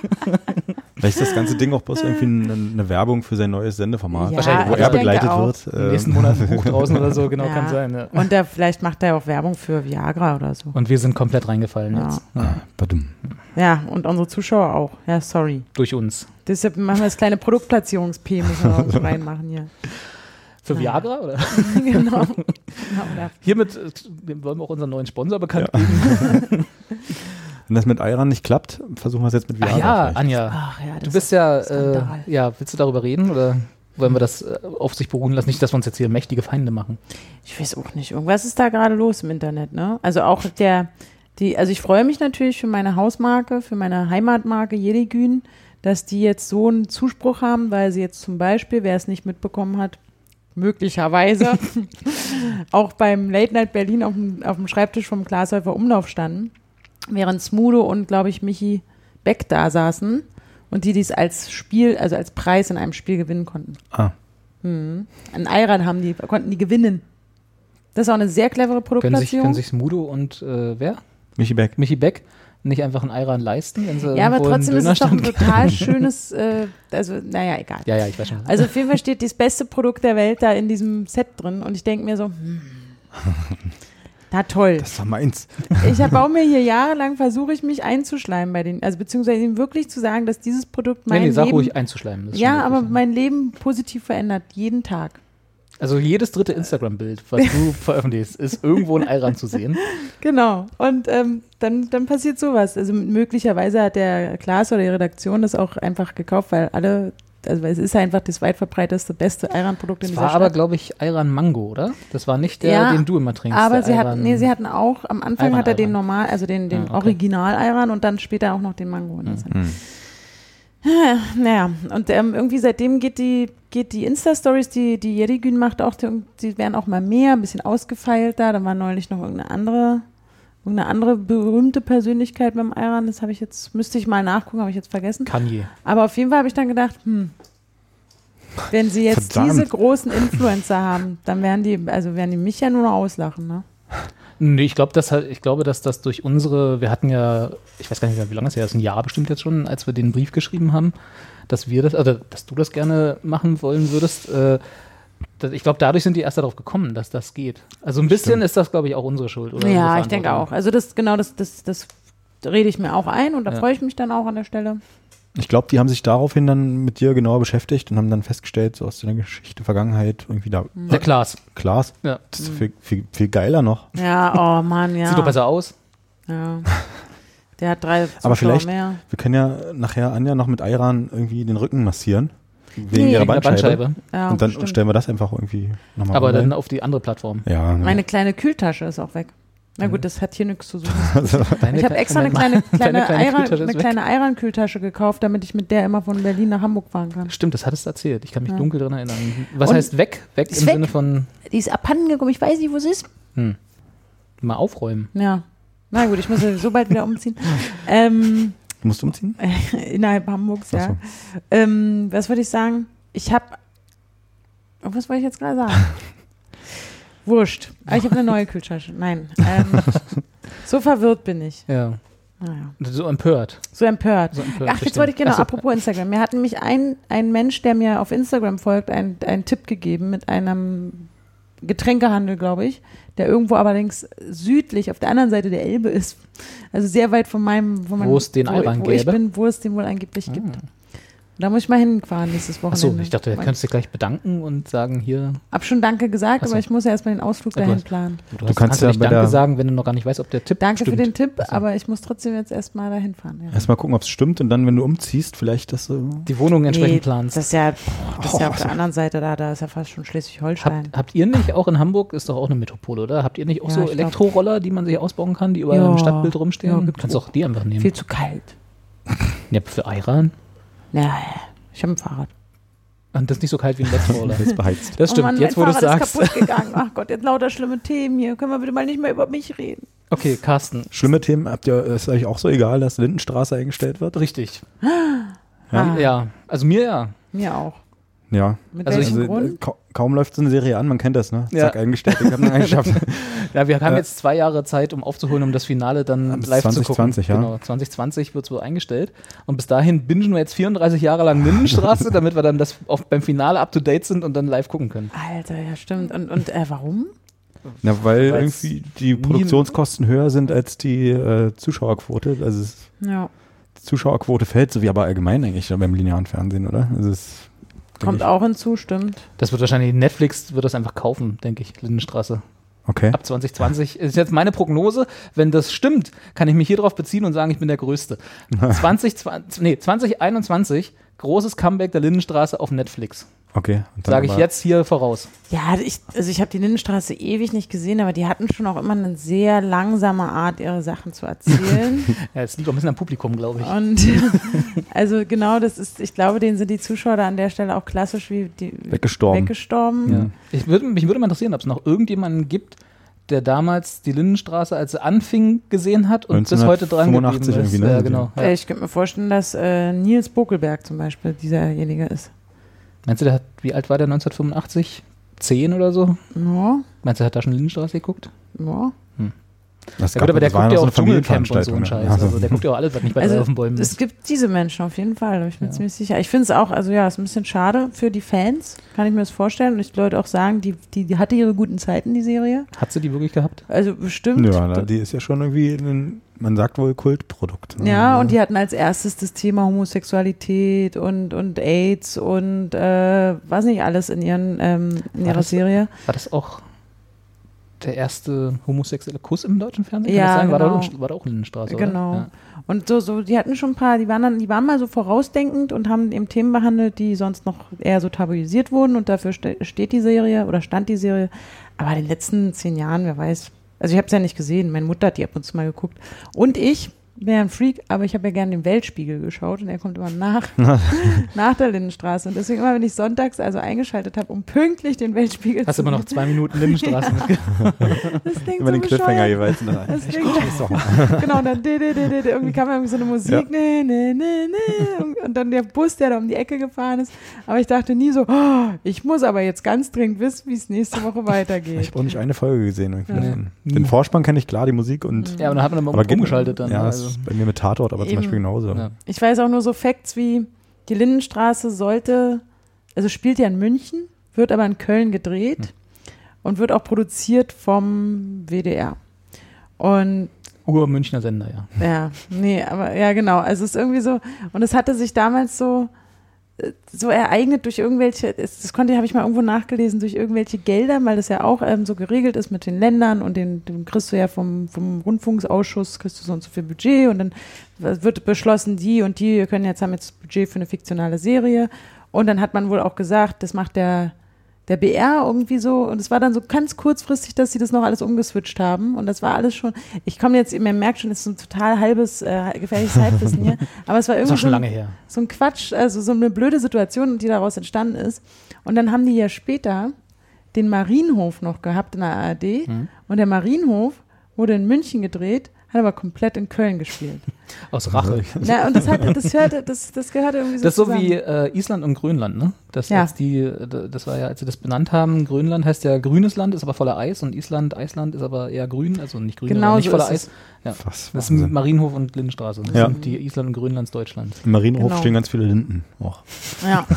Vielleicht ist das ganze Ding auch bloß irgendwie eine, eine Werbung für sein neues Sendeformat, Ja, Wahrscheinlich, wo ich er denke begleitet auch. wird. Im nächsten Monat ein Buch draußen oder so, genau, Ja. kann sein. Ja. Und der, vielleicht macht er auch Werbung für Viagra oder so. Und wir sind komplett reingefallen Ja. jetzt. Ja. Badum. Ja, und unsere Zuschauer auch. Ja, sorry. Durch uns. Deshalb machen wir das kleine Produktplatzierungs-P, müssen wir auch so reinmachen hier. Für Naja. Viagra, oder? genau. genau ja. Hiermit äh, wollen wir auch unseren neuen Sponsor bekannt geben. Wenn das mit Ayran nicht klappt, versuchen wir es jetzt mit Ach Viagra. ja, vielleicht. Anja, Ach ja, das du bist ja, äh, Skandal. ja, willst du darüber reden oder wollen wir das äh, auf sich beruhen lassen? Nicht, dass wir uns jetzt hier mächtige Feinde machen. Ich weiß auch nicht. Irgendwas ist da gerade los im Internet, ne? Also auch der, die, also ich freue mich natürlich für meine Hausmarke, für meine Heimatmarke Jedegün, dass die jetzt so einen Zuspruch haben, weil sie jetzt zum Beispiel, wer es nicht mitbekommen hat, möglicherweise auch beim Late Night Berlin auf dem, auf dem Schreibtisch vom Glashäufer Umlauf standen, während Smudo und, glaube ich, Michi Beck da saßen und die dies als Spiel, also als Preis in einem Spiel gewinnen konnten. Ah. Hm. Ein Ayran haben die, konnten die gewinnen. Das ist auch eine sehr clevere Können sich, Produktplatzierung. können sich Smudo und äh, wer? Michi Beck. Michi Beck nicht einfach einen Ayran leisten, wenn sie ja, aber irgendwo in trotzdem den ist es doch ein Dönerstand gehen? total schönes, äh, also naja, egal. Ja, ja, ich weiß schon. Also auf jeden Fall steht das beste Produkt der Welt da in diesem Set drin und ich denke mir so, hm, na toll. Das ist doch meins. Ich habe auch mir hier jahrelang versuche ich mich einzuschleimen bei den, also beziehungsweise ihnen wirklich zu sagen, dass dieses Produkt mein nee, nee, sag Leben, ruhig einzuschleimen. Das ist ja, schon aber wirklich, mein Leben positiv verändert, jeden Tag. Also jedes dritte Instagram-Bild, was du veröffentlichst, ist irgendwo ein Ayran zu sehen. Genau. Und ähm, dann, dann passiert sowas. Also möglicherweise hat der Klaas oder die Redaktion das auch einfach gekauft, weil alle, also weil es ist einfach das weit verbreiteste, beste Ayran-Produkt in Das dieser war Stadt. aber, glaube ich, Ayran Mango, oder? Das war nicht der, Ja, den du immer trinkst. Aber der sie Ayran- hatten, nee, sie hatten auch, am Anfang Ayran, hat er den Ayran. normal, also den, den Ah, okay. Original-Ayran und dann später auch noch den Mango. Und das hat- Mhm. Naja, und ähm, irgendwie seitdem geht die, geht die Insta-Stories, die, die Yerigün macht, auch, die, die werden auch mal mehr, ein bisschen ausgefeilter. Da war neulich noch irgendeine andere, irgendeine andere berühmte Persönlichkeit beim Ayran. Das habe ich jetzt, müsste ich mal nachgucken, habe ich jetzt vergessen. Kanye. Aber auf jeden Fall habe ich dann gedacht, hm, wenn sie jetzt Verdammt. diese großen Influencer haben, dann werden die, also werden die mich ja nur noch auslachen, ne? Nee, ich glaube, dass halt, ich glaube, dass das durch unsere, wir hatten ja, ich weiß gar nicht mehr, wie lange es her ist, ein Jahr bestimmt jetzt schon, als wir den Brief geschrieben haben, dass wir das, also dass du das gerne machen wollen würdest. Äh, das, ich glaube, dadurch sind die erst darauf gekommen, dass das geht. Also ein bisschen Stimmt. ist das, glaube ich, auch unsere Schuld, oder? Ja, unsere ich denke Verantwortung. auch. Also das, genau, das, das, das rede ich mir auch ein und da Ja. freue ich mich dann auch an der Stelle. Ich glaube, die haben sich daraufhin dann mit dir genauer beschäftigt und haben dann festgestellt, so aus deiner Geschichte, Vergangenheit, irgendwie da. Der Klaas. Klaas, Ja. das ist viel, viel, viel geiler noch. Ja, oh Mann, ja. Sieht doch besser aus. Ja. Der hat drei Zuschauer Aber vielleicht, mehr. wir können ja nachher Anja noch mit Ayran irgendwie den Rücken massieren. Wegen Nee. ihrer Wegen der Bandscheibe. Ja, Und dann stimmt. stellen wir das einfach irgendwie nochmal Aber dann online. auf die andere Plattform. Ja, ne. Meine kleine Kühltasche ist auch weg. Na gut, das hat hier nichts zu suchen. Deine Ich habe Kle- extra eine Moment mal. kleine, kleine, Deine kleine Ayran, Kühltasche ist eine weg. kleine Ayran-Kühltasche gekauft, damit ich mit der immer von Berlin nach Hamburg fahren kann. Stimmt, das hattest du erzählt. Ich kann mich Ja. dunkel daran erinnern. Was Und- heißt weg? Weg im Ist weg. Sinne von Die ist abhanden gekommen, ich weiß nicht, wo sie ist. hm, mal aufräumen. Ja. Na gut, ich muss so bald wieder umziehen. ähm, Du musst umziehen? innerhalb Hamburgs, ja. Ach so. Ähm, was wollte ich sagen? Ich habe. Oh, was wollte ich jetzt gerade sagen? Wurscht. Aber ich habe eine neue Kühltasche. Nein. Ähm, so verwirrt bin ich. Ja. Naja. So empört. So empört. So empört Ach, jetzt bestimmt. wollte ich genau, Ach so. apropos Instagram. Mir hat nämlich ein, ein Mensch, der mir auf Instagram folgt, ein- einen Tipp gegeben mit einem Getränkehandel, glaube ich, der irgendwo allerdings südlich auf der anderen Seite der Elbe ist. Also sehr weit von meinem, von meinem Wo es den wo, Ayran wo ich gäbe? bin, wo es den wohl angeblich gibt. Da muss ich mal hinfahren nächstes Wochenende. Achso, ich dachte, du könntest dich gleich bedanken und sagen, hier, Hab schon Danke gesagt, Ach so. aber ich muss ja erstmal den Ausflug Ja, du dahin hast- planen. du, Du kannst ja nicht bei Danke der- sagen, wenn du noch gar nicht weißt, ob der Tipp Danke stimmt. für den Tipp, Ach so. aber ich muss trotzdem jetzt erstmal dahin fahren. Ja. Erstmal gucken, ob es stimmt und dann, wenn du umziehst, vielleicht das so. Die Wohnung entsprechend Nee, planst. Das ist ja, das ist ja auf Oh, der anderen Seite da, da ist ja fast schon Schleswig-Holstein. Habt, habt ihr nicht auch in Hamburg, ist doch auch eine Metropole, oder? Habt ihr nicht auch Ja, so ich glaub- Elektroroller, die man sich ausbauen kann, die überall Ja. im Stadtbild rumstehen? Ja, du gibt's kannst auch die einfach nehmen. Viel zu kalt. Ja, für Ayran. Ja, ich habe ein Fahrrad. Und das ist nicht so kalt wie ein Elektroroller. Das ist beheizt. Das stimmt, oh Mann, jetzt wo mein du es Fahrrad sagst. ist kaputt gegangen. Ach Gott, jetzt lauter schlimme Themen hier. Können wir bitte mal nicht mehr über mich reden? Okay, Carsten. Schlimme Themen, habt ihr, ist euch auch so egal, dass Lindenstraße eingestellt wird? Richtig. Ah. Ja, also mir ja. Mir auch. Ja. Mit Also welchem Also, äh, Grund? ka kaum läuft so eine Serie an, man kennt das, ne? Ja. Zack, eingestellt, ich hab ihn eingeschafft. Ja, wir haben Ja. jetzt zwei Jahre Zeit, um aufzuholen, um das Finale dann Bis live zwanzig zu gucken. zwanzig, ja. Genau, zwanzig zwanzig wird es wohl eingestellt. Und bis dahin bingen wir jetzt vierunddreißig Jahre lang Lindenstraße, damit wir dann das auf, beim Finale up to date sind und dann live gucken können. Alter, ja stimmt. Und, und äh, warum? Na, weil Weil's irgendwie die nie- Produktionskosten höher sind als die äh, Zuschauerquote. Also es, Ja. die Zuschauerquote fällt, so wie aber allgemein eigentlich beim linearen Fernsehen, oder? Also es Kommt auch hinzu, stimmt. Das wird wahrscheinlich, Netflix wird das einfach kaufen, denke ich, Lindenstraße. Okay. Ab zwanzig zwanzig ist jetzt meine Prognose. Wenn das stimmt, kann ich mich hier drauf beziehen und sagen, ich bin der Größte. zwanzig zwanzig, nee, zwanzig einundzwanzig, großes Comeback der Lindenstraße auf Netflix. Okay. Und dann Sage ich aber- jetzt hier voraus. Ja, ich, also ich habe die Lindenstraße ewig nicht gesehen, aber die hatten schon auch immer eine sehr langsame Art, ihre Sachen zu erzählen. Ja, es liegt auch ein bisschen am Publikum, glaube ich. Und also genau, das ist, ich glaube, denen sind die Zuschauer da an der Stelle auch klassisch wie die Weggestorben. weggestorben. Ja. Ich würd, mich würde mal interessieren, ob es noch irgendjemanden gibt, der damals die Lindenstraße, als sie anfing, gesehen hat und bis heute dran geblieben neunzehnhundertfünfundachtzig ist. irgendwie, ne? Ja, genau. Ja. Äh, Ich könnte mir vorstellen, dass äh, Nils Bokelberg zum Beispiel dieserjenige ist. Meinst du, der hat, wie alt war der neunzehnhundertfünfundachtzig? Zehn oder so? Ja, Meinst du, der hat da schon Lindenstraße geguckt? ja. Das Ja gab- gut, aber der das war guckt ja noch so auch eine Dschungelcamp und so Familienveranstaltung, einen ne? Scheiß. Also- Also der guckt ja auch alles, was nicht bei drei Also auf den Bäumen es ist. gibt diese Menschen auf jeden Fall, da bin ich mir Ja. ziemlich sicher. Ich finde es auch, also ja, ist ein bisschen schade für die Fans, kann ich mir das vorstellen. Und ich wollte auch sagen, die, die, die hatte ihre guten Zeiten, die Serie. Hat sie die wirklich gehabt? Also bestimmt. Ja, na, die ist ja schon irgendwie in den man sagt wohl Kultprodukt. Ne? Ja, und die hatten als erstes das Thema Homosexualität und, und AIDS und äh, was nicht alles in, ihren, ähm, in War ihrer das- Serie. War das auch der erste homosexuelle Kuss im deutschen Fernsehen? Ja, Kann das sein? War, genau. da, war da auch Lindenstraße, oder? Genau. Ja. Und so, so, die hatten schon ein paar, die waren dann, die waren mal so vorausdenkend und haben eben Themen behandelt, die sonst noch eher so tabuisiert wurden und dafür ste steht die Serie oder stand die Serie. Aber in den letzten zehn Jahren, wer weiß, also ich habe es ja nicht gesehen, meine Mutter hat die ab und zu mal geguckt. Und ich bin ja ein Freak, aber ich habe ja gerne den Weltspiegel geschaut und er kommt immer nach, nach der Lindenstraße. Und deswegen immer, wenn ich sonntags also eingeschaltet habe, um pünktlich den Weltspiegel Hast zu immer noch zwei Minuten Lindenstraße. Das klingt Über so den Cliffhanger bescheuert. jeweils. Ne? Das klingt, genau, und dann de, de, de, de, de, irgendwie kam irgendwie so eine Musik, Ja. ne, ne, ne, ne, und, und dann der Bus, der da um die Ecke gefahren ist. Aber ich dachte nie so, oh, ich muss aber jetzt ganz dringend wissen, wie es nächste Woche weitergeht. Ich habe auch nicht eine Folge gesehen. Irgendwie Ja. davon. Den Vorspann kenne ich klar, die Musik und Ja, und dann hat man immer aber geht- umgeschaltet dann. Ja, ne? das ist bei mir mit Tatort, aber zum Eben. Beispiel genauso. Ja. Ich weiß auch nur so Facts wie, die Lindenstraße sollte, also spielt ja in München, wird aber in Köln gedreht Hm. und wird auch produziert vom W D R. Und Ur-Münchner Sender, ja. ja, nee, aber ja, genau. Also es ist irgendwie so, und es hatte sich damals so, äh, so ereignet durch irgendwelche, es- das konnte, habe ich mal irgendwo nachgelesen, durch irgendwelche Gelder, weil das ja auch ähm, so geregelt ist mit den Ländern und den, den kriegst du ja vom, vom Rundfunksausschuss, kriegst du so und so viel Budget und dann wird beschlossen, die und die können jetzt, haben jetzt Budget für eine fiktionale Serie und dann hat man wohl auch gesagt, das macht der der B R irgendwie so und es war dann so ganz kurzfristig, dass sie das noch alles umgeswitcht haben und das war alles schon, ich komme jetzt, ihr merkt schon, es ist so ein total halbes, äh, gefährliches Halbwissen hier, aber es war Das irgendwie war schon so, lange ein, her. so ein Quatsch, also so eine blöde Situation, die daraus entstanden ist und dann haben die ja später den Marienhof noch gehabt in der A R D Mhm. und der Marienhof wurde in München gedreht, hat aber komplett in Köln gespielt. Aus Rache. Na, und das hat, das hörte, das, das gehörte irgendwie so Das ist so zusammen. wie äh, Island und Grönland, ne? Das, Ja. als die, äh, das war ja, als sie das benannt haben, Grönland heißt ja grünes Land, ist aber voller Eis und Island, Eisland ist aber eher grün, also nicht grün, Genau aber nicht so voller ist Eis. Ja. Was, Das ist Wahnsinn. Marienhof und Lindenstraße. Das Ja. sind die Island und Grönlands Deutschland. Im Marienhof Genau. stehen ganz viele Linden. Auch. Ja.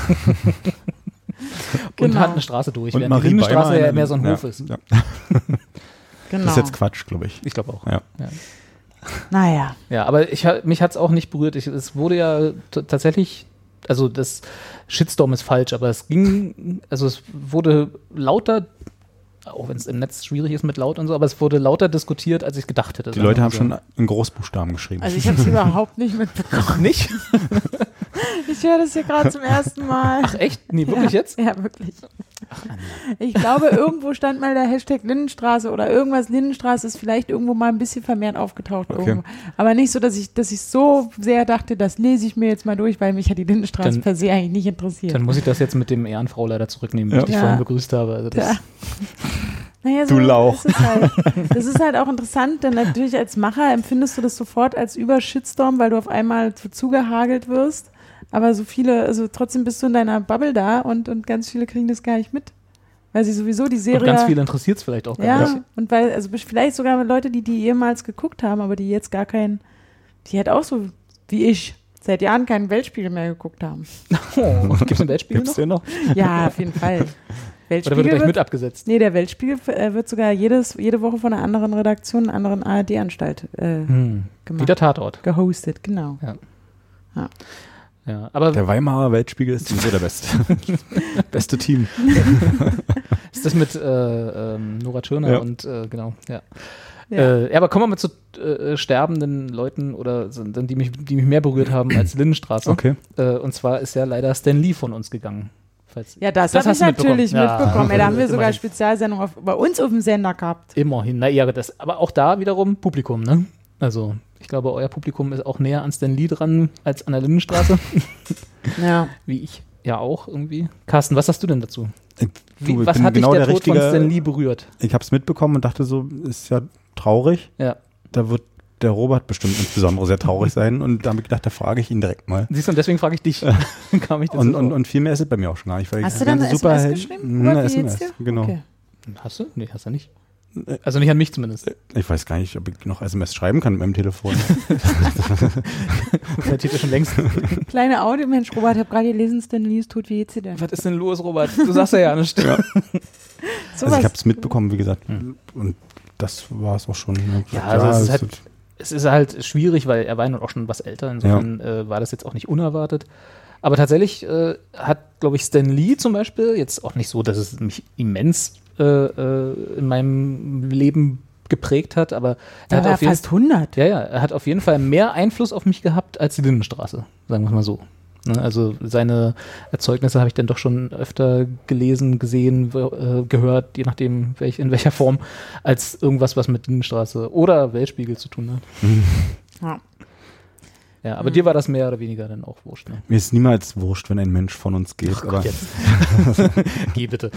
Und Genau. hat eine Straße durch, Und während die Marie Lindenstraße Beimer ja in- mehr so ein ja, Hof ist. Ja. Genau. Das ist jetzt Quatsch, glaube ich. Ich glaube auch. Ja. Ja. Naja. Ja, aber ich, ha- mich hat es auch nicht berührt. Ich, es wurde ja t- tatsächlich, also das Shitstorm ist falsch, aber es ging, also es wurde lauter, auch wenn es im Netz schwierig ist mit laut und so, aber es wurde lauter diskutiert, als ich gedacht hätte. Die sagen wir Leute mal haben so. schon in Großbuchstaben geschrieben. Also ich habe es überhaupt nicht mitbekommen. Nicht? Ich höre das hier gerade zum ersten Mal. Ach echt? Nee, wirklich ja, jetzt? Ja, wirklich. Ich glaube, irgendwo stand mal der Hashtag Lindenstraße oder irgendwas. Lindenstraße ist vielleicht irgendwo mal ein bisschen vermehrt aufgetaucht. Okay. Irgendwo. Aber nicht so, dass ich, dass ich so sehr dachte, das lese ich mir jetzt mal durch, weil mich hat die Lindenstraße Dann- per se eigentlich nicht interessiert. Dann muss ich das jetzt mit dem Ehrenfrau leider zurücknehmen, wie Ja. ich dich Ja. vorhin begrüßt habe. Also das, Ja. Naja, so Du Lauch. Ist es, halt, das ist halt auch interessant, denn natürlich als Macher empfindest du das sofort als Übershitstorm, weil du auf einmal zu- zugehagelt wirst. Aber so viele, also trotzdem bist du in deiner Bubble da und, und ganz viele kriegen das gar nicht mit. Weil sie sowieso die Serie. Und ganz viele interessiert es vielleicht auch gar Ja, nicht. und weil, also vielleicht sogar Leute, die die ehemals geguckt haben, aber die jetzt gar keinen, die halt auch so wie ich seit Jahren keinen Weltspiegel mehr geguckt haben. Oh, gibt es einen Weltspiegel Gibt's noch? den noch? Ja, auf jeden Fall. Oder wird er Weltspiegel gleich wird, mit abgesetzt? nee, der Weltspiegel äh, wird sogar jedes, jede Woche von einer anderen Redaktion, einer anderen A R D-Anstalt äh, Hm. gemacht. Wieder Tatort. Gehostet, genau. Ja, aber Der Weimarer Weltspiegel ist sowieso der beste. Beste Team. ist das mit äh, ähm, Nora Tschirner Ja. und äh, genau, ja. Ja. Äh, ja, aber kommen wir mal zu äh, sterbenden Leuten oder so, die mich, die mich mehr berührt haben als Lindenstraße. Okay. Äh, und zwar ist ja leider Stan Lee von uns gegangen. Falls, Ja, das, Das habe hast ich du mitbekommen. natürlich Ja. mitbekommen. Ey, da haben wir sogar Immerhin. Spezialsendungen auf, bei uns auf dem Sender gehabt. Immerhin, na ja, das, aber auch da wiederum Publikum, ne? Also, ich glaube, euer Publikum ist auch näher an Stan Lee dran als an der Lindenstraße, Ja. wie ich ja auch irgendwie. Carsten, was hast du denn dazu? Ich, Wie, du, ich was bin hat genau dich der, der Tod von richtige. Stan Lee berührt? Ich habe es mitbekommen und dachte so, ist ja traurig. Ja. Da wird der Robert bestimmt insbesondere sehr traurig sein. Und da habe ich gedacht, da frage ich ihn direkt mal. Siehst du, und deswegen frage ich dich. Kam ich dazu Und, und, auch. und viel mehr ist es bei mir auch schon gar nicht. Weil Hast ich du dann eine super S M S Superheld- geschrieben? Na, Robert, wie S M S, geht's dir? genau. Okay. Hast du? Nee, hast du nicht. Also nicht an mich zumindest. Ich weiß gar nicht, ob ich noch S M S schreiben kann mit meinem Telefon. Der Titel schon längst. Kleine Audio, Mensch, Robert, ich habe gerade gelesen, Stan Lee ist tot, wie geht's dir denn? Was ist denn los, Robert? Du sagst ja ja nicht. Ja. So Also ich was- habe es mitbekommen, wie gesagt. Und das war es auch schon. Ne? Ja, also es ist halt- wird- es ist halt schwierig, weil er war nun auch schon was älter, insofern ja. äh, war das jetzt auch nicht unerwartet. Aber tatsächlich äh, hat, glaube ich, Stan Lee zum Beispiel, jetzt auch nicht so, dass es mich immens äh, äh, in meinem Leben geprägt hat, aber er er hat war auf jeden, fast hundert. Ja, ja, er hat auf jeden Fall mehr Einfluss auf mich gehabt als die Lindenstraße, sagen wir es mal so. Ne, also seine Erzeugnisse habe ich dann doch schon öfter gelesen, gesehen, äh, gehört, je nachdem welch, in welcher Form, als irgendwas, was mit Lindenstraße oder Weltspiegel zu tun hat. Ja. Ja, aber mhm. dir war das mehr oder weniger dann auch wurscht. Ne? Mir ist niemals wurscht, wenn ein Mensch von uns geht. Ach, aber jetzt. Geh bitte.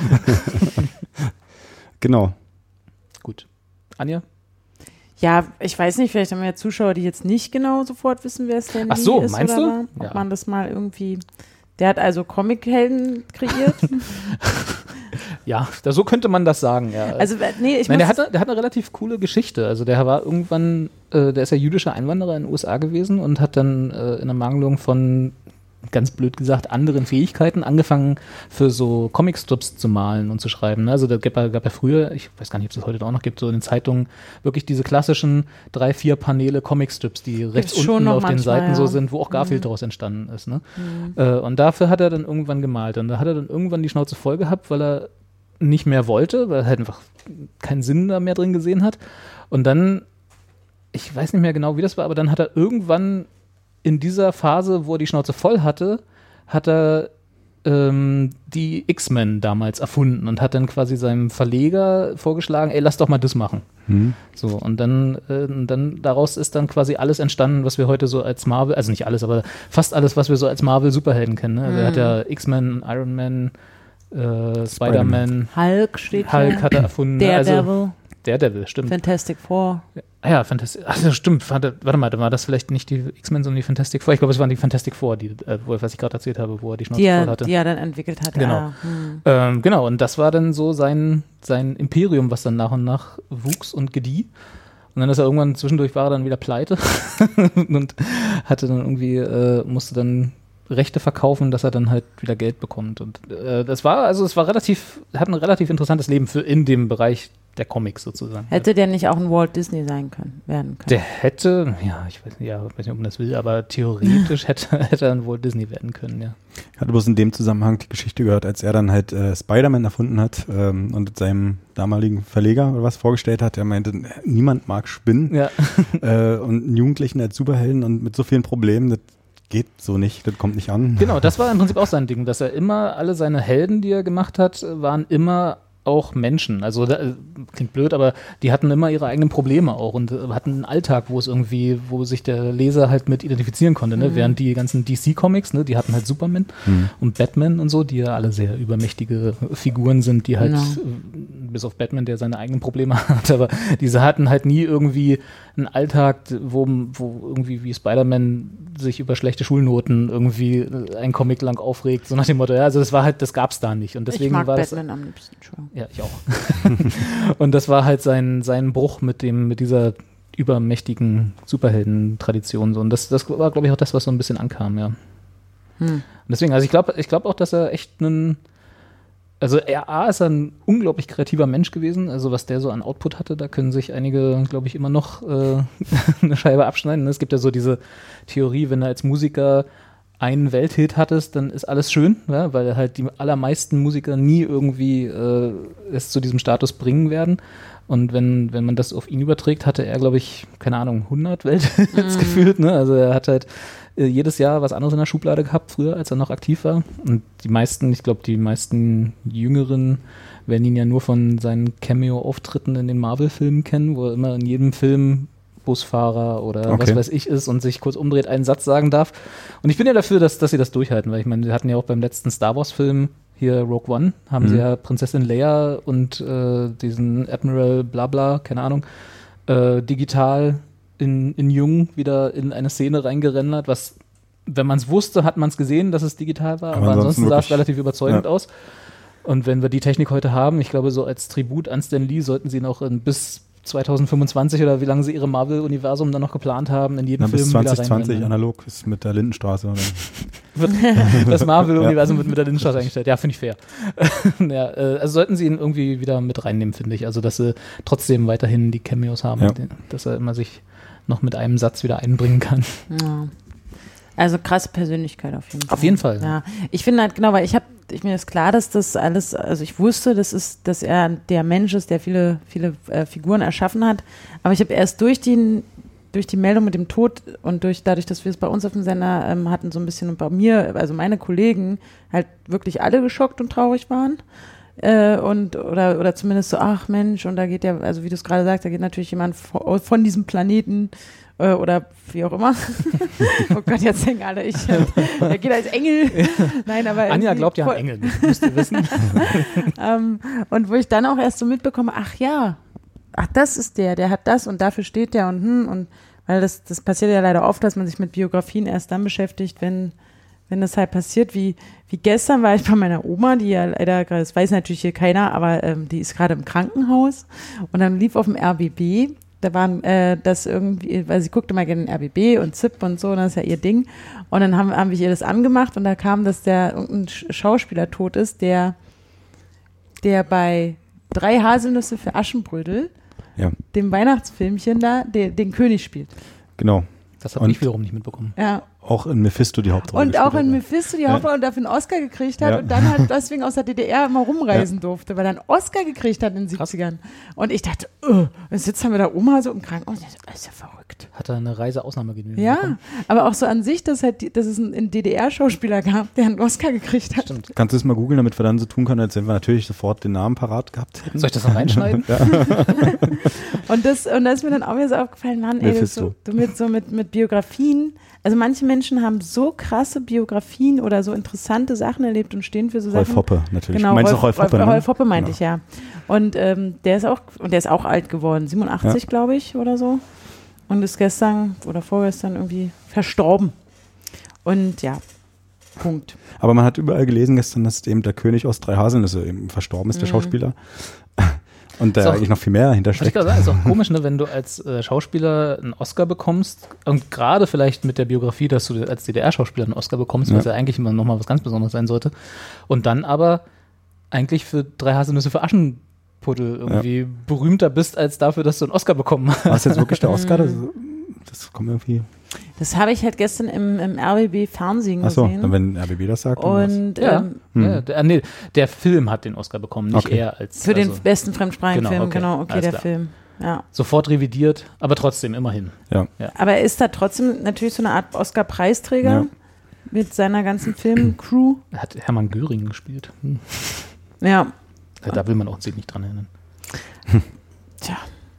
Genau. Gut. Anja? Ja, ich weiß nicht, vielleicht haben wir ja Zuschauer, die jetzt nicht genau sofort wissen, wer Stan Lee Ach so, ist meinst oder du? war. Ob Ja. man das mal irgendwie... Der hat also Comichelden kreiert. Ja, da, so könnte man das sagen, ja. Also, äh, nee, ich Nein, der muss hat, der hat eine relativ coole Geschichte. Also der war irgendwann, äh, der ist ja jüdischer Einwanderer in den U S A gewesen und hat dann äh, in Ermangelung von, ganz blöd gesagt, anderen Fähigkeiten angefangen, für so Comicstrips zu malen und zu schreiben. Also da gab, gab ja früher, ich weiß gar nicht, ob es das heute auch noch gibt, so in den Zeitungen wirklich diese klassischen drei, vier Paneele Comicstrips, die rechts schon unten noch auf den manchmal, Seiten ja. so sind, wo auch Garfield Mhm. daraus entstanden ist. Ne? Mhm. Äh, und dafür hat er dann irgendwann gemalt. Und da hat er dann irgendwann die Schnauze voll gehabt, weil er nicht mehr wollte, weil er halt einfach keinen Sinn da mehr drin gesehen hat. Und dann, ich weiß nicht mehr genau, wie das war, aber dann hat er irgendwann in dieser Phase, wo er die Schnauze voll hatte, hat er ähm, die X-Men damals erfunden und hat dann quasi seinem Verleger vorgeschlagen, ey, lass doch mal das machen. Hm. So, und dann, äh, dann daraus ist dann quasi alles entstanden, was wir heute so als Marvel, also nicht alles, aber fast alles, was wir so als Marvel-Superhelden kennen. Ne? Also er hat ja X-Men, Iron Man, äh, Spider-Man, Hulk steht Hulk hier. hat er erfunden. Daredevil, Also, Daredevil, stimmt. Fantastic Four. Ah ja, Fantastic. Ach, das stimmt. Warte, warte mal, da war das vielleicht nicht die X-Men, sondern die Fantastic Four. Ich glaube, es waren die Fantastic Four, die, äh, wo, was ich gerade erzählt habe, wo er die Schnauze Die voll er, hatte. die er dann entwickelt hat. Genau. Ah, hm. Ähm, genau, und das war dann so sein, sein Imperium, was dann nach und nach wuchs und gedieh. Und dann ist er irgendwann, zwischendurch war er dann wieder pleite und hatte dann irgendwie, äh, musste dann Rechte verkaufen, dass er dann halt wieder Geld bekommt. Und äh, das war, also es war relativ, hat ein relativ interessantes Leben für in dem Bereich der Comics sozusagen. Hätte der nicht auch ein Walt Disney sein können, werden können? Der hätte, ja, ich weiß nicht, ja, weiß nicht, ob man das will, aber theoretisch hätte, hätte er ein Walt Disney werden können, ja. Ich hatte bloß in dem Zusammenhang die Geschichte gehört, als er dann halt äh, Spider-Man erfunden hat ähm, und seinem damaligen Verleger oder was vorgestellt hat. Er meinte, niemand mag Spinnen Ja. äh, und einen Jugendlichen als Superhelden und mit so vielen Problemen, das geht so nicht, das kommt nicht an. Genau, das war im Prinzip auch sein Ding, dass er immer, alle seine Helden, die er gemacht hat, waren immer auch Menschen. Also da, klingt blöd, aber die hatten immer ihre eigenen Probleme auch und äh, hatten einen Alltag, wo es irgendwie, wo sich der Leser halt mit identifizieren konnte. Ne? Mhm. Während die ganzen D C-Comics, ne, die hatten halt Superman Mhm. und Batman und so, die ja alle sehr übermächtige Figuren sind, die halt, Genau. äh, bis auf Batman, der seine eigenen Probleme hat, aber diese hatten halt nie irgendwie einen Alltag, wo, wo irgendwie wie Spider-Man sich über schlechte Schulnoten irgendwie äh, ein Comic lang aufregt, so nach dem Motto, ja, also das war halt, das gab's da nicht und deswegen ich mag war Batman das, am liebsten schon. ja, ich auch. Und das war halt sein, sein Bruch mit dem, mit dieser übermächtigen Superhelden-Tradition. So. Und das, das war, glaube ich, auch das, was so ein bisschen ankam, ja. Hm. Und deswegen, also ich glaube ich glaub auch, dass er echt einen, also er, A, ist er ein unglaublich kreativer Mensch gewesen, also was der so an Output hatte, da können sich einige, glaube ich, immer noch äh, eine Scheibe abschneiden. Es gibt ja so diese Theorie, wenn er als Musiker einen Welthit hattest, dann ist alles schön, ja, weil halt die allermeisten Musiker nie irgendwie äh, es zu diesem Status bringen werden. Und wenn, wenn man das auf ihn überträgt, hatte er, glaube ich, keine Ahnung, hundert Welthits mm. gefühlt. Ne? Also er hat halt äh, jedes Jahr was anderes in der Schublade gehabt, früher, als er noch aktiv war. Und die meisten, ich glaube, die meisten Jüngeren werden ihn ja nur von seinen Cameo-Auftritten in den Marvel-Filmen kennen, wo er immer in jedem Film Busfahrer oder okay. was weiß ich ist und sich kurz umdreht, einen Satz sagen darf. Und ich bin ja dafür, dass, dass sie das durchhalten, weil ich meine, wir hatten ja auch beim letzten Star Wars-Film hier Rogue One, haben mhm. sie ja Prinzessin Leia und äh, diesen Admiral Blabla, keine Ahnung, äh, digital in, in Jung wieder in eine Szene reingerendert, was, wenn man es wusste, hat man es gesehen, dass es digital war, aber, aber ansonsten sah es relativ überzeugend ja. aus. Und wenn wir die Technik heute haben, ich glaube, so als Tribut an Stan Lee sollten sie noch in bis zwanzig fünfundzwanzig oder wie lange sie ihre Marvel-Universum dann noch geplant haben, in jedem Na, Film bis wieder zwanzig zwanzig rein. analog ist mit der Lindenstraße. Wird das Marvel-Universum wird mit der Lindenstraße eingestellt. Ja, finde ich fair. ja, also sollten sie ihn irgendwie wieder mit reinnehmen, finde ich. Also, dass sie trotzdem weiterhin die Cameos haben, ja. dass er immer sich noch mit einem Satz wieder einbringen kann. Ja. Also krasse Persönlichkeit auf jeden Fall. Auf jeden Fall. Ja, ich finde halt genau, weil ich habe, ich mir ist klar, dass das alles, also ich wusste, das ist, dass er der Mensch ist, der viele, viele äh, Figuren erschaffen hat. Aber ich habe erst durch die, durch die Meldung mit dem Tod und durch dadurch, dass wir es bei uns auf dem Sender ähm, hatten, so ein bisschen und bei mir, also meine Kollegen halt wirklich alle geschockt und traurig waren. Äh, und oder oder zumindest so, ach Mensch, und da geht ja, also wie du es gerade sagst, da geht natürlich jemand von, von diesem Planeten äh, oder wie auch immer. Oh Gott, jetzt denken alle, ich, äh, der geht als Engel. Nein, aber Anja glaubt ja an Engel, müsst ihr wissen. ähm, und wo ich dann auch erst so mitbekomme, ach ja, ach das ist der, der hat das und dafür steht der und hm und weil das das passiert ja leider oft, dass man sich mit Biografien erst dann beschäftigt, wenn wenn das halt passiert, wie, wie gestern war ich bei meiner Oma, die ja leider, das weiß natürlich hier keiner, aber ähm, die ist gerade im Krankenhaus und dann lief auf dem R B B, da waren äh, das irgendwie, weil sie guckte mal gerne den R B B und Z I P und so, und das ist ja ihr Ding und dann haben, haben wir ihr das angemacht und da kam, dass der irgendein Schauspieler tot ist, der, der bei Drei Haselnüsse für Aschenbrödel, Ja, dem Weihnachtsfilmchen da, der, den König spielt. genau. Das habe Und- ich wiederum nicht mitbekommen. Ja. Auch in Mephisto die Hauptrolle. Und auch gespielt in hat. Mephisto die Hauptrolle und dafür einen Oscar gekriegt hat Ja. und dann halt deswegen aus der D D R immer rumreisen durfte, weil er einen Oscar gekriegt hat in den siebzigern. Und ich dachte, oh, jetzt sitzt er mit der Oma so im Krankenhaus. Das ist ja verrückt. Hat er eine Reiseausnahmegenehmigung Ja, bekommen? aber auch so an sich, dass, halt, die- dass es einen, einen D D R-Schauspieler gab, der einen Oscar gekriegt hat. Stimmt. Kannst du es mal googeln, damit wir dann so tun können, als wenn wir natürlich sofort den Namen parat gehabt hätten? Soll ich das noch reinschneiden? Und das, und da ist mir dann auch wieder so aufgefallen, Mann, ey, das Mephisto. so, du mit so mit, mit Biografien, also manche Menschen haben so krasse Biografien oder so interessante Sachen erlebt und stehen für so Rolf Sachen. Hoppe natürlich. Genau, Meinst Rolf, du Rolf Hoppe? Rolf, ne? Rolf Hoppe meinte Genau. ich, ja. Und ähm, der ist auch, und der ist auch alt geworden, siebenundachtzig, Ja. glaube ich, oder so. Und ist gestern oder vorgestern irgendwie verstorben. Und ja, Punkt. Aber man hat überall gelesen gestern, dass eben der König aus Drei Haselnüsse eben verstorben ist, der Mhm. Schauspieler. Und da Ist auch- eigentlich noch viel mehr Was ich hintersteckt. gerade sagen, ist auch komisch, ne, wenn du als äh, Schauspieler einen Oscar bekommst und gerade vielleicht mit der Biografie, dass du als D D R-Schauspieler einen Oscar bekommst, Ja. was ja eigentlich immer nochmal was ganz Besonderes sein sollte, und dann aber eigentlich für Drei Haselnüsse für Aschenputtel irgendwie berühmter bist, als dafür, dass du einen Oscar bekommen hast. War es jetzt wirklich der Oscar? Das, das kommt irgendwie. Das habe ich halt gestern im, im R B B Fernsehen Achso, gesehen. dann wenn R B B das sagt. dann war's. Und Ja, ähm, Hm. ja der, nee, der Film hat den Oscar bekommen, nicht Okay. er als für den also, besten fremdsprachigen Genau, Film, okay. genau, okay, Alles der klar. Film. Ja. sofort revidiert, aber trotzdem immerhin. Ja. Aber er ist da trotzdem natürlich so eine Art Oscar-Preisträger Ja. mit seiner ganzen Filmcrew. Er hat Hermann Göring gespielt. Hm. Ja, Da will man auch sich nicht dran erinnern. tja.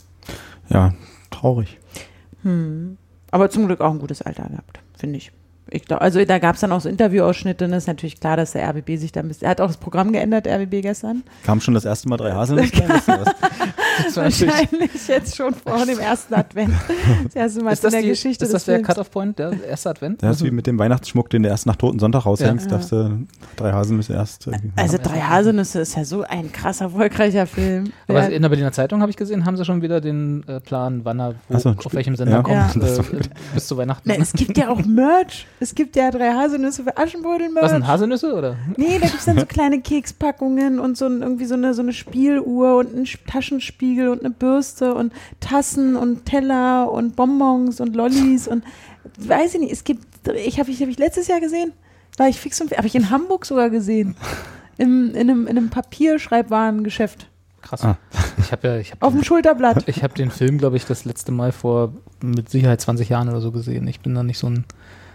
ja, traurig. Hm. Aber zum Glück auch ein gutes Alter gehabt, finde ich. Ich glaub, also da gab es dann auch so Interviewausschnitte, und es ist natürlich klar, dass der R B B sich da ein bisschen, er hat auch das Programm geändert, R B B gestern. Kam schon das erste Mal Drei Haselnüsse? Weißt du was? Das war natürlich- Wahrscheinlich jetzt schon vor dem ersten Advent. Das erste Mal ist das, in der die, Geschichte ist das des der Films. Cut-Off-Point, der erste Advent? Das ist wie mit dem Weihnachtsschmuck, den du erst nach Toten Sonntag raushängst, Ja. darfst du Drei Haselnüsse erst. irgendwie- Also Drei Haselnüsse ist ja so ein krass erfolgreicher Film. Aber Ja. in der Berliner Zeitung habe ich gesehen, haben sie schon wieder den äh, Plan, wann er wo, Ach so, auf welchem Sender ja. kommt, Ja. Das ist äh, doch gut. bis zu Weihnachten. Na, es gibt ja auch Merch. Es gibt ja Drei Haselnüsse für Aschenbrödel-Merch. Was sind Haselnüsse oder? Nee, da gibt es dann so kleine Kekspackungen und so ein, irgendwie so eine, so eine Spieluhr und einen Sch- Taschenspiegel und eine Bürste und Tassen und Teller und Bonbons und Lollis und weiß ich nicht, es gibt, ich habe ich, hab ich letztes Jahr gesehen, war ich fix und habe ich in Hamburg sogar gesehen, Im, in, einem, in einem Papierschreibwarengeschäft, Krass. Ah. Ich habe ja, ich auf habe dem Schulterblatt. ich hab den Film, glaube ich, das letzte Mal vor mit Sicherheit zwanzig Jahren oder so gesehen. Ich bin da nicht so ein,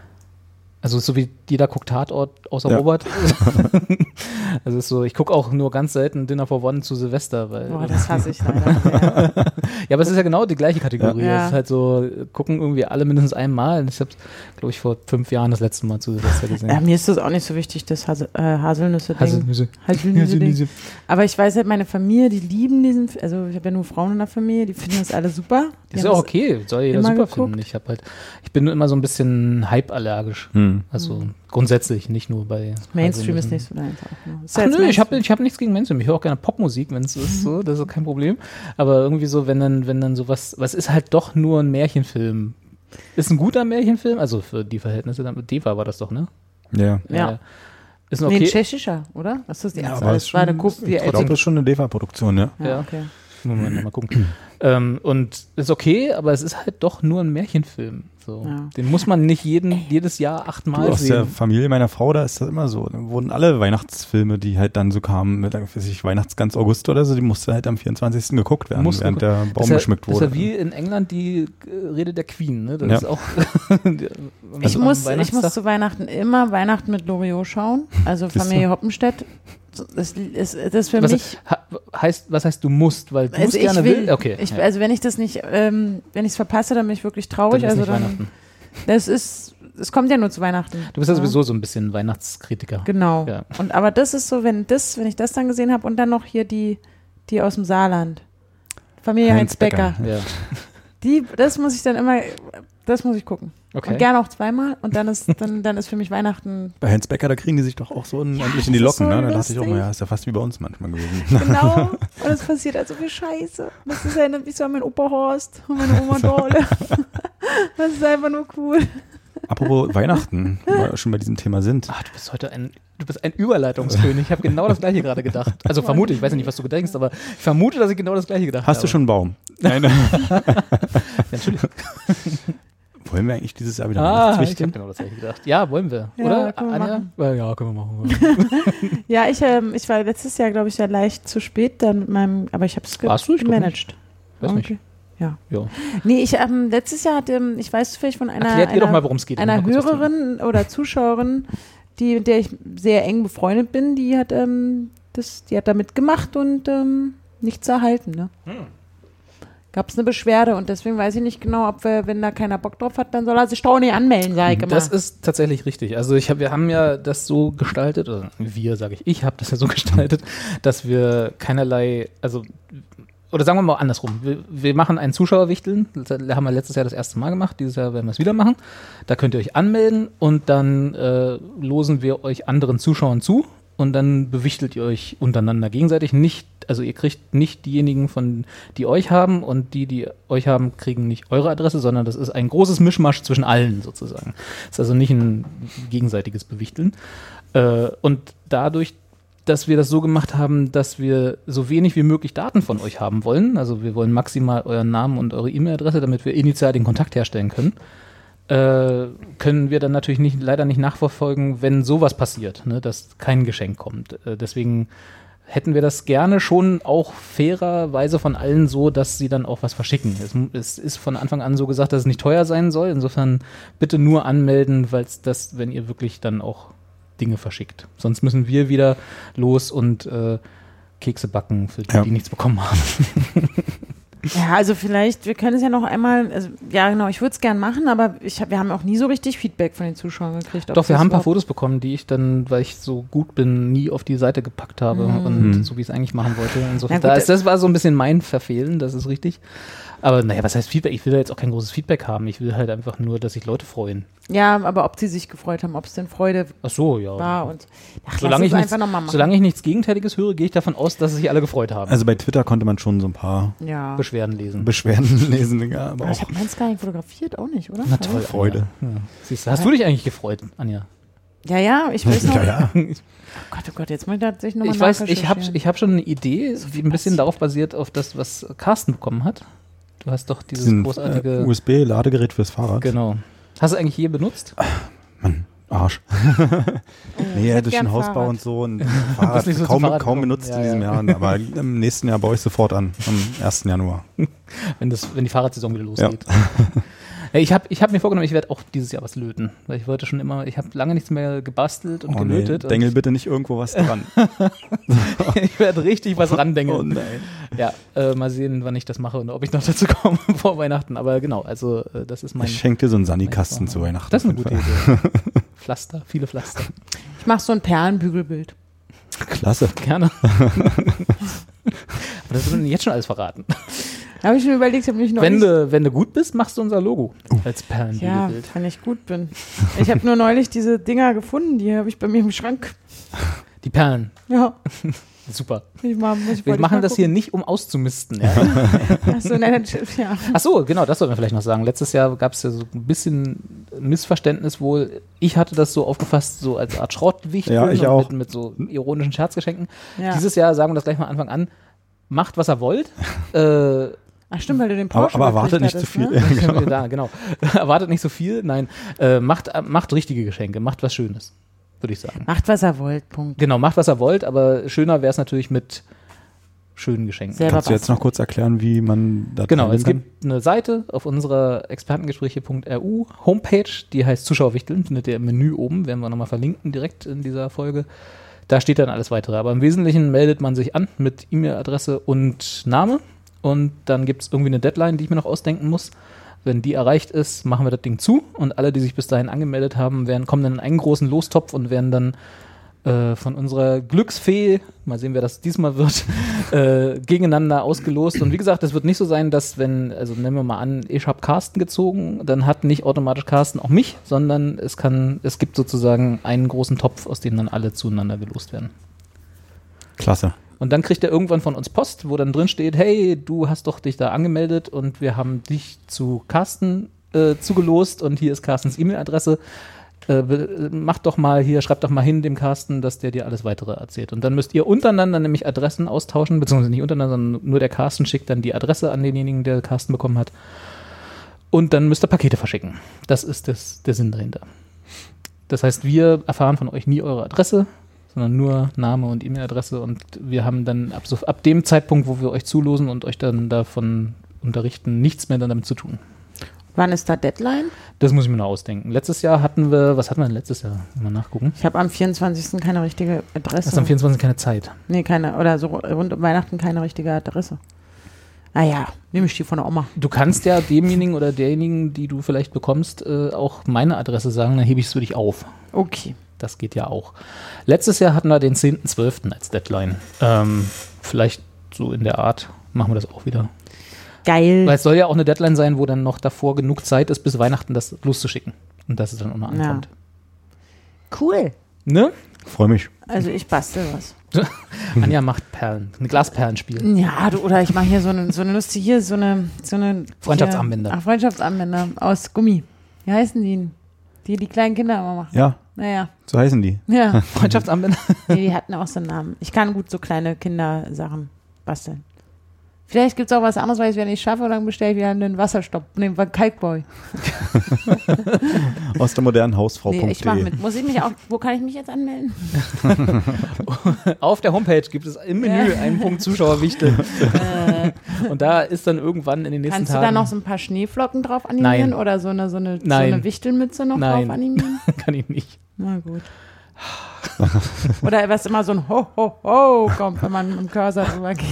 also so wie jeder guckt Tatort außer Ja. Robert. Also es ist so, ich gucke auch nur ganz selten Dinner for One zu Silvester, weil Boah, das hasse ich leider. ja, aber es ist ja genau die gleiche Kategorie. Ja. Es ist halt so, äh, gucken irgendwie alle mindestens einmal. Ich habe glaube ich, vor fünf Jahren das letzte Mal zu Silvester gesehen. Ja, mir ist das auch nicht so wichtig, das Hase, äh, Haselnüsse-Ding. Haselnüsse. Haselnüsse-Ding. Aber ich weiß halt, meine Familie, die lieben diesen, F- also ich habe ja nur Frauen in der Familie, die finden das alle super. Die Ist haben ja auch das- okay, soll jeder immer super geguckt. finden. Ich habe halt, ich bin immer so ein bisschen Hype-allergisch. Hm. Also grundsätzlich, nicht nur bei Mainstream ist Haselnüssen. nicht so deins auch. Ne? Ist Ach ja jetzt nö, ich habe Mainstream. ich hab nichts gegen Mainstream. Ich höre auch gerne Popmusik, wenn es so ist, so, das ist kein Problem. Aber irgendwie so, wenn dann, wenn dann sowas, was ist halt doch nur ein Märchenfilm. Ist ein guter Märchenfilm, also für die Verhältnisse, damit Deva war das doch, ne? Ja. Ja. Äh, Ist ein Nee, okay. ein tschechischer, oder? Was ist das? Die Ja, erste? aber das ist war schon- eine Kopie. Ich glaube, das ist schon eine D E V A-Produktion, ja. Ja, Ja. okay. Moment, mal gucken. Ähm, und ist okay, aber es ist halt doch nur ein Märchenfilm. So. Ja. Den muss man nicht jeden, jedes Jahr achtmal aus sehen. Aus der Familie meiner Frau, da ist das immer so. Da wurden alle Weihnachtsfilme, die halt dann so kamen, mit weiß ich, Weihnachtsgans August oder so, die mussten halt am vierundzwanzigsten geguckt werden, Musst während der Baum ist ja, geschmückt wurde. Das ist ja wie in England die äh, Rede der Queen. Ne? Das ja. ist auch ich, muss, ich muss zu Weihnachten immer Weihnachten mit Loriot schauen, also Familie Hoppenstedt. Das ist, das ist für was mich. Heißt, was heißt, du musst, weil du also es gerne will, will? Okay. Ich, ja. Also wenn ich das nicht, ähm, wenn ich es verpasse, dann bin ich wirklich traurig. Dann ist also nicht dann, Weihnachten. Das ist, es kommt ja nur zu Weihnachten. Du bist ja ja sowieso so ein bisschen Weihnachtskritiker. Genau. Ja. Und aber das ist so, wenn das, wenn ich das dann gesehen habe und dann noch hier die, die aus dem Saarland, Familie Heinz, Heinz Becker. Becker. Ja. Die, das muss ich dann immer, das muss ich gucken. Okay. Und gerne auch zweimal und dann ist, dann, dann ist für mich Weihnachten. Bei Heinz Becker, da kriegen die sich doch auch so ja, endlich in die Locken, so ne? Da dachte ich auch lustig. mal, ja, ist ja fast wie bei uns manchmal gewesen. Genau. Und es passiert also viel Scheiße. Das ist erinnert mich so an meinen Opa Horst und meine Oma Dorle. Das ist einfach nur cool. Apropos Weihnachten, wo wir schon bei diesem Thema sind. Ach, du bist heute ein, du bist ein Überleitungskönig. Ich habe genau das Gleiche gerade gedacht. Also vermute, ich weiß nicht, was du gedenkst, aber ich vermute, dass ich genau das Gleiche gedacht Hast habe. Hast du schon einen Baum? Nein. Ja, Entschuldigung. Wollen wir eigentlich dieses Jahr wieder Ah, ich Weihnachtswichteln? habe genau das Gleiche gedacht. Ja, wollen wir. Ja, Oder, können wir Anja? machen. Ja, können wir machen. Ja, ich, ähm, ich war letztes Jahr, glaube ich, ja leicht zu spät dann mit meinem, aber ich habe es ge Warst du? Ich glaub gemanagt. Weiß okay. nicht. Ja. Jo. Nee, ich ähm, letztes Jahr hatte, ich weiß vielleicht von einer, Erklärt ihr einer, doch mal, worum es geht. einer Mal kurz was Hörerin oder Zuschauerin, die, mit der ich sehr eng befreundet bin, die hat ähm, das, die hat da mitgemacht und ähm, nichts erhalten. Ne? Hm. Gab es eine Beschwerde und deswegen weiß ich nicht genau, ob wir, wenn da keiner Bock drauf hat, dann soll er sich doch nicht anmelden, sage ich immer. Das ist tatsächlich richtig. Also ich hab, wir haben ja das so gestaltet, oder wir, sage ich, ich habe das ja so gestaltet, dass wir keinerlei, also oder sagen wir mal andersrum, wir, wir machen ein Zuschauerwichteln, das haben wir letztes Jahr das erste Mal gemacht, dieses Jahr werden wir es wieder machen. Da könnt ihr euch anmelden und dann äh, losen wir euch anderen Zuschauern zu und dann bewichtelt ihr euch untereinander gegenseitig. Nicht, also ihr kriegt nicht diejenigen, von die euch haben und die, die euch haben, kriegen nicht eure Adresse, sondern das ist ein großes Mischmasch zwischen allen sozusagen. Das ist also nicht ein gegenseitiges Bewichteln. Äh, und dadurch, dass wir das so gemacht haben, dass wir so wenig wie möglich Daten von euch haben wollen. Also wir wollen maximal euren Namen und eure E-Mail-Adresse, damit wir initial den Kontakt herstellen können. Äh, können wir dann natürlich nicht, leider nicht nachverfolgen, wenn sowas passiert, ne, dass kein Geschenk kommt. Äh, deswegen hätten wir das gerne schon auch fairerweise von allen so, dass sie dann auch was verschicken. Es, es ist von Anfang an so gesagt, dass es nicht teuer sein soll. Insofern bitte nur anmelden, weil es das, wenn ihr wirklich dann auch Dinge verschickt. Sonst müssen wir wieder los und äh, Kekse backen, für die, ja. die nichts bekommen haben. Ja, also vielleicht, wir können es ja noch einmal, also, ja genau, ich würde es gern machen, aber ich hab, wir haben auch nie so richtig Feedback von den Zuschauern gekriegt. Doch, wir haben ein paar Fotos bekommen, die ich dann, weil ich so gut bin, nie auf die Seite gepackt habe mhm. und so wie ich es eigentlich machen wollte. Insofern, da ist, das war so ein bisschen mein Verfehlen, das ist richtig. Aber naja, was heißt Feedback? Ich will da jetzt auch kein großes Feedback haben. Ich will halt einfach nur, dass sich Leute freuen. Ja, aber ob sie sich gefreut haben, ob es denn Freude ach so, ja. war. Und, ach, solange, ich nichts, noch mal machen. solange ich nichts Gegenteiliges höre, gehe ich davon aus, dass sich alle gefreut haben. Also bei Twitter konnte man schon so ein paar ja. Beschwerden lesen. Beschwerden lesen, ja, aber aber auch. Ich habe meins gar nicht fotografiert, auch nicht, oder? Na toll, Freude. Ja. Siehst du, hast du dich eigentlich gefreut, Anja? Ja, ja, ich weiß noch. ja, ja. Oh Gott, oh Gott, jetzt muss ich tatsächlich nochmal Ich weiß, ich habe ich hab schon eine Idee, so die ein bisschen passiert. Darauf basiert, auf das, was Carsten bekommen hat. Du hast doch dieses Diesen, großartige äh, U S B-Ladegerät fürs Fahrrad. Genau. Hast du eigentlich je benutzt? Mann, Arsch. Oh, nee, ja, durch den Fahrrad. Hausbau und so. Und Fahrrad so kaum, Fahrrad kaum benutzt ja, in diesem ja. Jahr. Aber im nächsten Jahr baue ich sofort an. Am ersten Januar. Wenn, das, wenn die Fahrradsaison wieder losgeht. Ja. Ich habe ich hab mir vorgenommen, ich werde auch dieses Jahr was löten. Weil ich wollte schon immer, ich habe lange nichts mehr gebastelt und oh, gelötet. Nee. Dengel bitte nicht irgendwo was dran. Ich werde richtig was randengeln. Oh nein. Ja, äh, mal sehen, wann ich das mache und ob ich noch dazu komme vor Weihnachten. Aber genau, also äh, das ist mein... Ich schenke dir so einen Sani-Kasten zu Weihnachten. Das ist eine gute Idee. Pflaster, viele Pflaster. Ich mache so ein Perlenbügelbild. Klasse. Gerne. Aber das wird mir jetzt schon alles verraten. Da habe ich mir überlegt, ich habe mich noch wenn nicht... Du, wenn du gut bist, machst du unser Logo uh. als Perlenbügelbild. Ja, wenn ich gut bin. Ich habe nur neulich diese Dinger gefunden, die habe ich bei mir im Schrank. Die Perlen? Ja. Super. Ich mal, ich Wir machen das hier nicht, um auszumisten. Ja. Achso, nein, ja. Ach so, genau, das sollten wir vielleicht noch sagen. Letztes Jahr gab es ja so ein bisschen Missverständnis wohl. Ich hatte das so aufgefasst, so als Art Schrottwichteln ja, ich auch. Mit, mit so ironischen Scherzgeschenken. Ja. Dieses Jahr sagen wir das gleich mal Anfang an. Macht, was ihr wollt. äh, Ach stimmt, weil du den Aber, Porsche aber erwartet nicht gekriegt zu viel. hattest, ne? Ja, genau. Da, genau. Erwartet nicht so viel, nein. Äh, macht, macht richtige Geschenke, macht was Schönes, würde ich sagen. Macht, was er wollt, Punkt. Genau, macht, was ihr wollt, aber schöner wäre es natürlich mit schönen Geschenken. Selber Kannst du jetzt basteln. noch kurz erklären, wie man da Genau, teilnehmen es kann? gibt eine Seite auf unserer expertengespräche punkt r u Homepage, die heißt Zuschauerwichteln, findet ihr im Menü oben, werden wir nochmal verlinken direkt in dieser Folge. Da steht dann alles weitere. Aber im Wesentlichen meldet man sich an mit E-Mail-Adresse und Name und dann gibt es irgendwie eine Deadline, die ich mir noch ausdenken muss. Wenn die erreicht ist, machen wir das Ding zu und alle, die sich bis dahin angemeldet haben, werden, kommen dann in einen großen Lostopf und werden dann äh, von unserer Glücksfee, mal sehen, wer das diesmal wird, äh, gegeneinander ausgelost. Und wie gesagt, es wird nicht so sein, dass wenn, also nehmen wir mal an, ich habe Carsten gezogen, dann hat nicht automatisch Carsten auch mich, sondern es kann, es gibt sozusagen einen großen Topf, aus dem dann alle zueinander gelost werden. Klasse. Und dann kriegt er irgendwann von uns Post, wo dann drin steht, hey, du hast doch dich da angemeldet und wir haben dich zu Carsten äh, zugelost und hier ist Carstens E-Mail-Adresse. Äh, mach doch mal hier, schreib doch mal hin dem Carsten, dass der dir alles weitere erzählt. Und dann müsst ihr untereinander nämlich Adressen austauschen, beziehungsweise nicht untereinander, sondern nur der Carsten schickt dann die Adresse an denjenigen, der Carsten bekommen hat. Und dann müsst ihr Pakete verschicken. Das ist das, der Sinn dahinter. Das heißt, wir erfahren von euch nie eure Adresse, sondern nur Name und E-Mail-Adresse und wir haben dann ab, so, ab dem Zeitpunkt, wo wir euch zulosen und euch dann davon unterrichten, nichts mehr dann damit zu tun. Wann ist da Deadline? Das muss ich mir noch ausdenken. Letztes Jahr hatten wir, was hatten wir denn letztes Jahr? Mal nachgucken. Ich habe am vierundzwanzigsten keine richtige Adresse. Hast am vierundzwanzigsten keine Zeit. Nee, keine. Oder so rund um Weihnachten keine richtige Adresse. Naja, nehme ich die von der Oma. Du kannst ja demjenigen oder derjenigen, die du vielleicht bekommst, äh, auch meine Adresse sagen, dann hebe ich es für dich auf. Okay. Das geht ja auch. Letztes Jahr hatten wir den zehnten zwölften als Deadline. Ähm, vielleicht so in der Art machen wir das auch wieder. Geil. Weil es soll ja auch eine Deadline sein, wo dann noch davor genug Zeit ist, bis Weihnachten das loszuschicken. Und dass es dann auch noch ankommt. Cool. Ne? Freue mich. Also ich bastel was. Anja macht Perlen. Ein Glasperlenspiel. Ja, du, oder ich mache hier so eine, so eine lustige, hier so eine, so eine Freundschaftsarmbänder. Hier, ach, Freundschaftsarmbänder aus Gummi. Wie heißen die? Die die kleinen Kinder immer machen. Ja, Naja, so heißen die. ja. Freundschaftsarmbänder. Nee, die hatten auch so einen Namen. Ich kann gut so kleine Kindersachen basteln. Vielleicht gibt es auch was anderes, weil ich es wieder nicht schaffe, dann bestelle ich wieder einen Wasserstopp, nee, Kalkboy. Aus der modernen Hausfrau punkt de. Nee, ich mache mit. Muss ich mich auch, wo kann ich mich jetzt anmelden? Auf der Homepage gibt es im Menü Ja. einen Punkt Zuschauerwichtel. Und da ist dann irgendwann in den nächsten Kannst du Tagen... da noch so ein paar Schneeflocken drauf animieren? Nein. Oder so eine, so eine, so Nein. eine Wichtelmütze noch Nein. drauf animieren? Kann ich nicht. Na gut. Oder was immer so ein Ho, Ho, Ho kommt, wenn man mit dem Cursor drüber geht.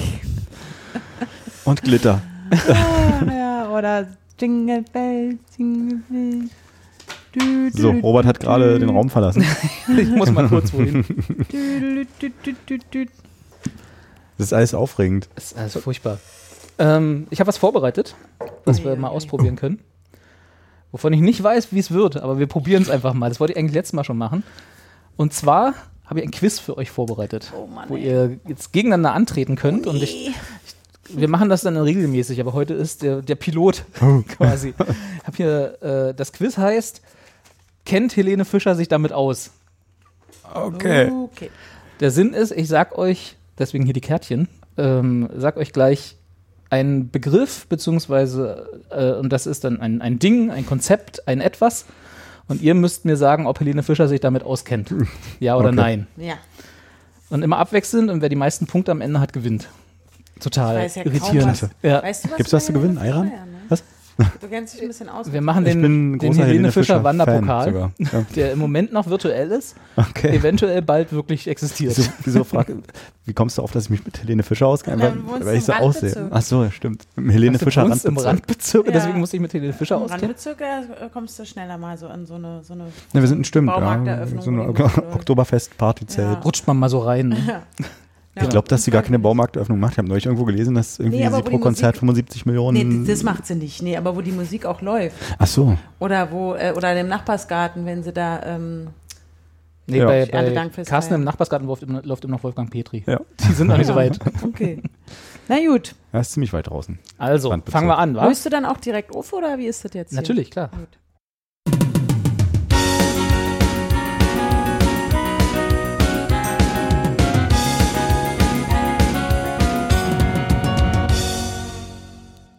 Und Glitter. Ah, ja, oder Jingle Bell, Jingle Bell. Du, du, So, Robert hat gerade den Raum verlassen. Ich muss mal kurz wohin. du, du, du, du, du. Das ist alles aufregend. Das ist alles furchtbar. Ähm, ich habe was vorbereitet, was wir Ui, mal ui. ausprobieren können. Wovon ich nicht weiß, wie es wird, aber wir probieren es einfach mal. Das wollte ich eigentlich letztes Mal schon machen. Und zwar habe ich ein Quiz für euch vorbereitet, Oh Mann, wo ey. ihr jetzt gegeneinander antreten könnt. Und ich, ich, wir machen das dann regelmäßig, aber heute ist der, der Pilot quasi. Ich habe hier, äh, das Quiz heißt, kennt Helene Fischer sich damit aus? Okay. Okay. Der Sinn ist, ich sag euch, deswegen hier die Kärtchen, ähm, sag euch gleich einen Begriff, beziehungsweise, äh, und das ist dann ein, ein Ding, ein Konzept, ein Etwas. Und ihr müsst mir sagen, ob Helene Fischer sich damit auskennt. Ja oder Okay. nein. Ja. Und immer abwechselnd und wer die meisten Punkte am Ende hat, gewinnt. Total Ich weiß ja kaum irritierend. was. Ja. Weißt du, was Gibt's was zu bei gewinnen? Helene Ayran? Fischer, ne? Was? Du kennst dich ein bisschen aus. Wir machen Ich den, bin ein den großer Helene Fischer Fan Wanderpokal, sogar. Ja. der im Moment noch virtuell ist, Okay. eventuell bald wirklich existiert. Wieso, wieso frag, wie kommst du auf, dass ich mich mit Helene Fischer auskenne? Na, Weil, du wohnst weil ich im so aussehe. Randbezirk. Ach so, ja, stimmt. Im Helene Du Fischer wohnst im Randbezirk. Randbezirk, Ja. deswegen muss ich mit Helene Fischer Im auskennen. Randbezirk äh, kommst du schneller mal so an so eine, so eine Ja, wir sind bestimmt. Ja, Baumarkteröffnung, so eine wo die Leute- Oktoberfest-Partyzelt. Ja. Rutscht man mal so rein. Ne? Ja. Ich glaube, dass sie gar keine Baumarkteröffnung macht. Ich habe neulich irgendwo gelesen, dass irgendwie Nee, aber sie wo pro die Konzert Musik- fünfundsiebzig Millionen. Nee, das macht sie nicht. Nee, aber wo die Musik auch läuft. Ach so. Oder wo, äh, oder im Nachbarsgarten, wenn sie da, ähm, Nee, Ja. bei, Ernte bei Dankfest Carsten feiern. im Nachbarsgarten läuft immer, läuft immer noch Wolfgang Petri. Ja. Die sind noch nicht so weit. okay. Na gut. Er ist ziemlich weit draußen. Also, Randbezirk. fangen wir an, wa? Löst du dann auch direkt auf oder wie ist das jetzt hier? Natürlich, klar. Gut.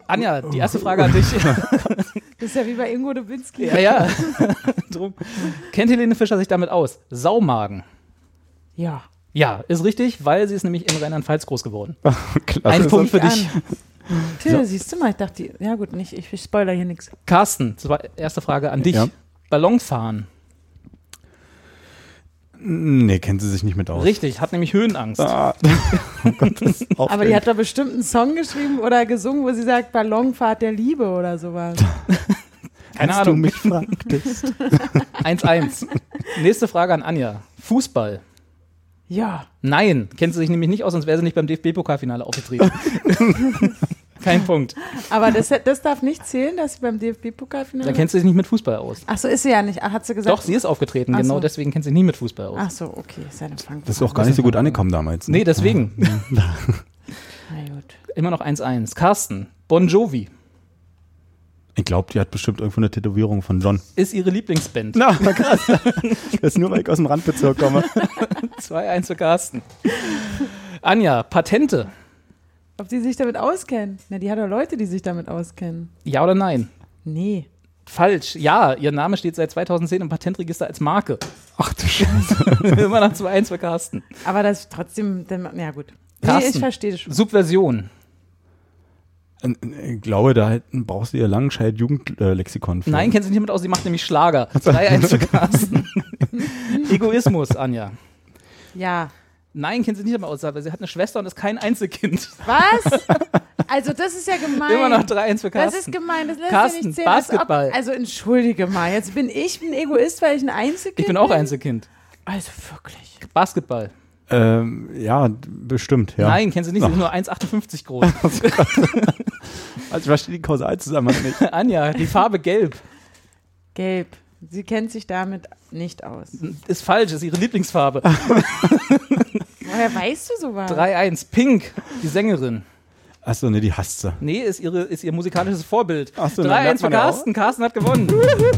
Anja, die erste Frage an dich. Das ist ja wie bei Ingo Dubinski. Ja, ja. Drum. Kennt Helene Fischer sich damit aus? Saumagen. Ja. Ja, ist richtig, weil sie ist nämlich in Rheinland-Pfalz groß geworden. Klasse. Ein Punkt für dich. Tja, siehst du mal, ich dachte, die- ja gut, nicht, ich, ich spoiler hier nichts. Carsten, zwei- erste Frage an dich. Ja. Ballonfahren. Nee, kennt sie sich nicht mit aus. Richtig, hat nämlich Höhenangst. Ah. Oh Gott, das ist Aber die hat doch bestimmt einen Song geschrieben oder gesungen, wo sie sagt, Ballonfahrt der Liebe oder sowas. Keine Als Ahnung. du mich fragtest. eins eins. Nächste Frage an Anja. Fußball. Ja. Nein, kennt sie sich nämlich nicht aus, sonst wäre sie nicht beim D F B-Pokalfinale aufgetreten. Kein Punkt. Aber das, das darf nicht zählen, dass sie beim D F B-Pokalfinale... Da kennt sie sich nicht mit Fußball aus. Ach so, ist sie ja nicht. Ach, hat sie gesagt? Doch, sie ist aufgetreten, Ach genau so. deswegen kennt sie nie mit Fußball aus. Ach so, okay. Ist ja eine Frankfurt. Das ist auch gar nicht so gut angekommen damals. Ne? Nee, deswegen. Na gut. Immer noch eins eins. Carsten, Bon Jovi Ich glaube, die hat bestimmt irgendwo eine Tätowierung von John. ist ihre Lieblingsband. Na, krass. Das ist nur, weil ich aus dem Randbezirk komme. zwei eins für Carsten. Anja, Patente. Ob die sich damit auskennen? Na, die hat doch Leute, die sich damit auskennen. Ja oder nein? Nee. Falsch. Ja, ihr Name steht seit zweitausendzehn im Patentregister als Marke. Ach du Scheiße. Immer noch zwei eins für Carsten. Aber das ist trotzdem, dann- ja gut. Nee, Carsten. ich verstehe das schon. Subversion. Ich glaube, da halt brauchst du ihr Langenscheid-Jugendlexikon für. Nein, kennt sie nicht mit aus, sie macht nämlich Schlager. drei eins für Carsten. Egoismus, Anja. Ja. Nein, kennt sie nicht damit aus, weil sie hat eine Schwester und ist kein Einzelkind. Was? Also das ist ja gemein. Immer noch drei eins für Das Carsten. ist gemein, das lässt Carsten, ja nicht zählen. Basketball. Als ob, also entschuldige mal, jetzt bin ich ein Egoist, weil ich ein Einzelkind Ich bin auch bin? Einzelkind. Also wirklich. Basketball. Ähm, ja, bestimmt, ja. Nein, kennen sie nicht, sie sind nur eins achtundfünfzig groß. Also ich verstehe die Kausalzusammenhang nicht. Anja, die Farbe Gelb. Gelb. Sie kennt sich damit nicht aus. Ist falsch, ist ihre Lieblingsfarbe. Woher weißt du sowas? drei eins. Pink, die Sängerin. Achso, ne, die hasst sie. Nee, ist, ihre, ist ihr musikalisches Vorbild. Ach so, dann drei eins merkt für man ja auch. Carsten. Carsten hat gewonnen.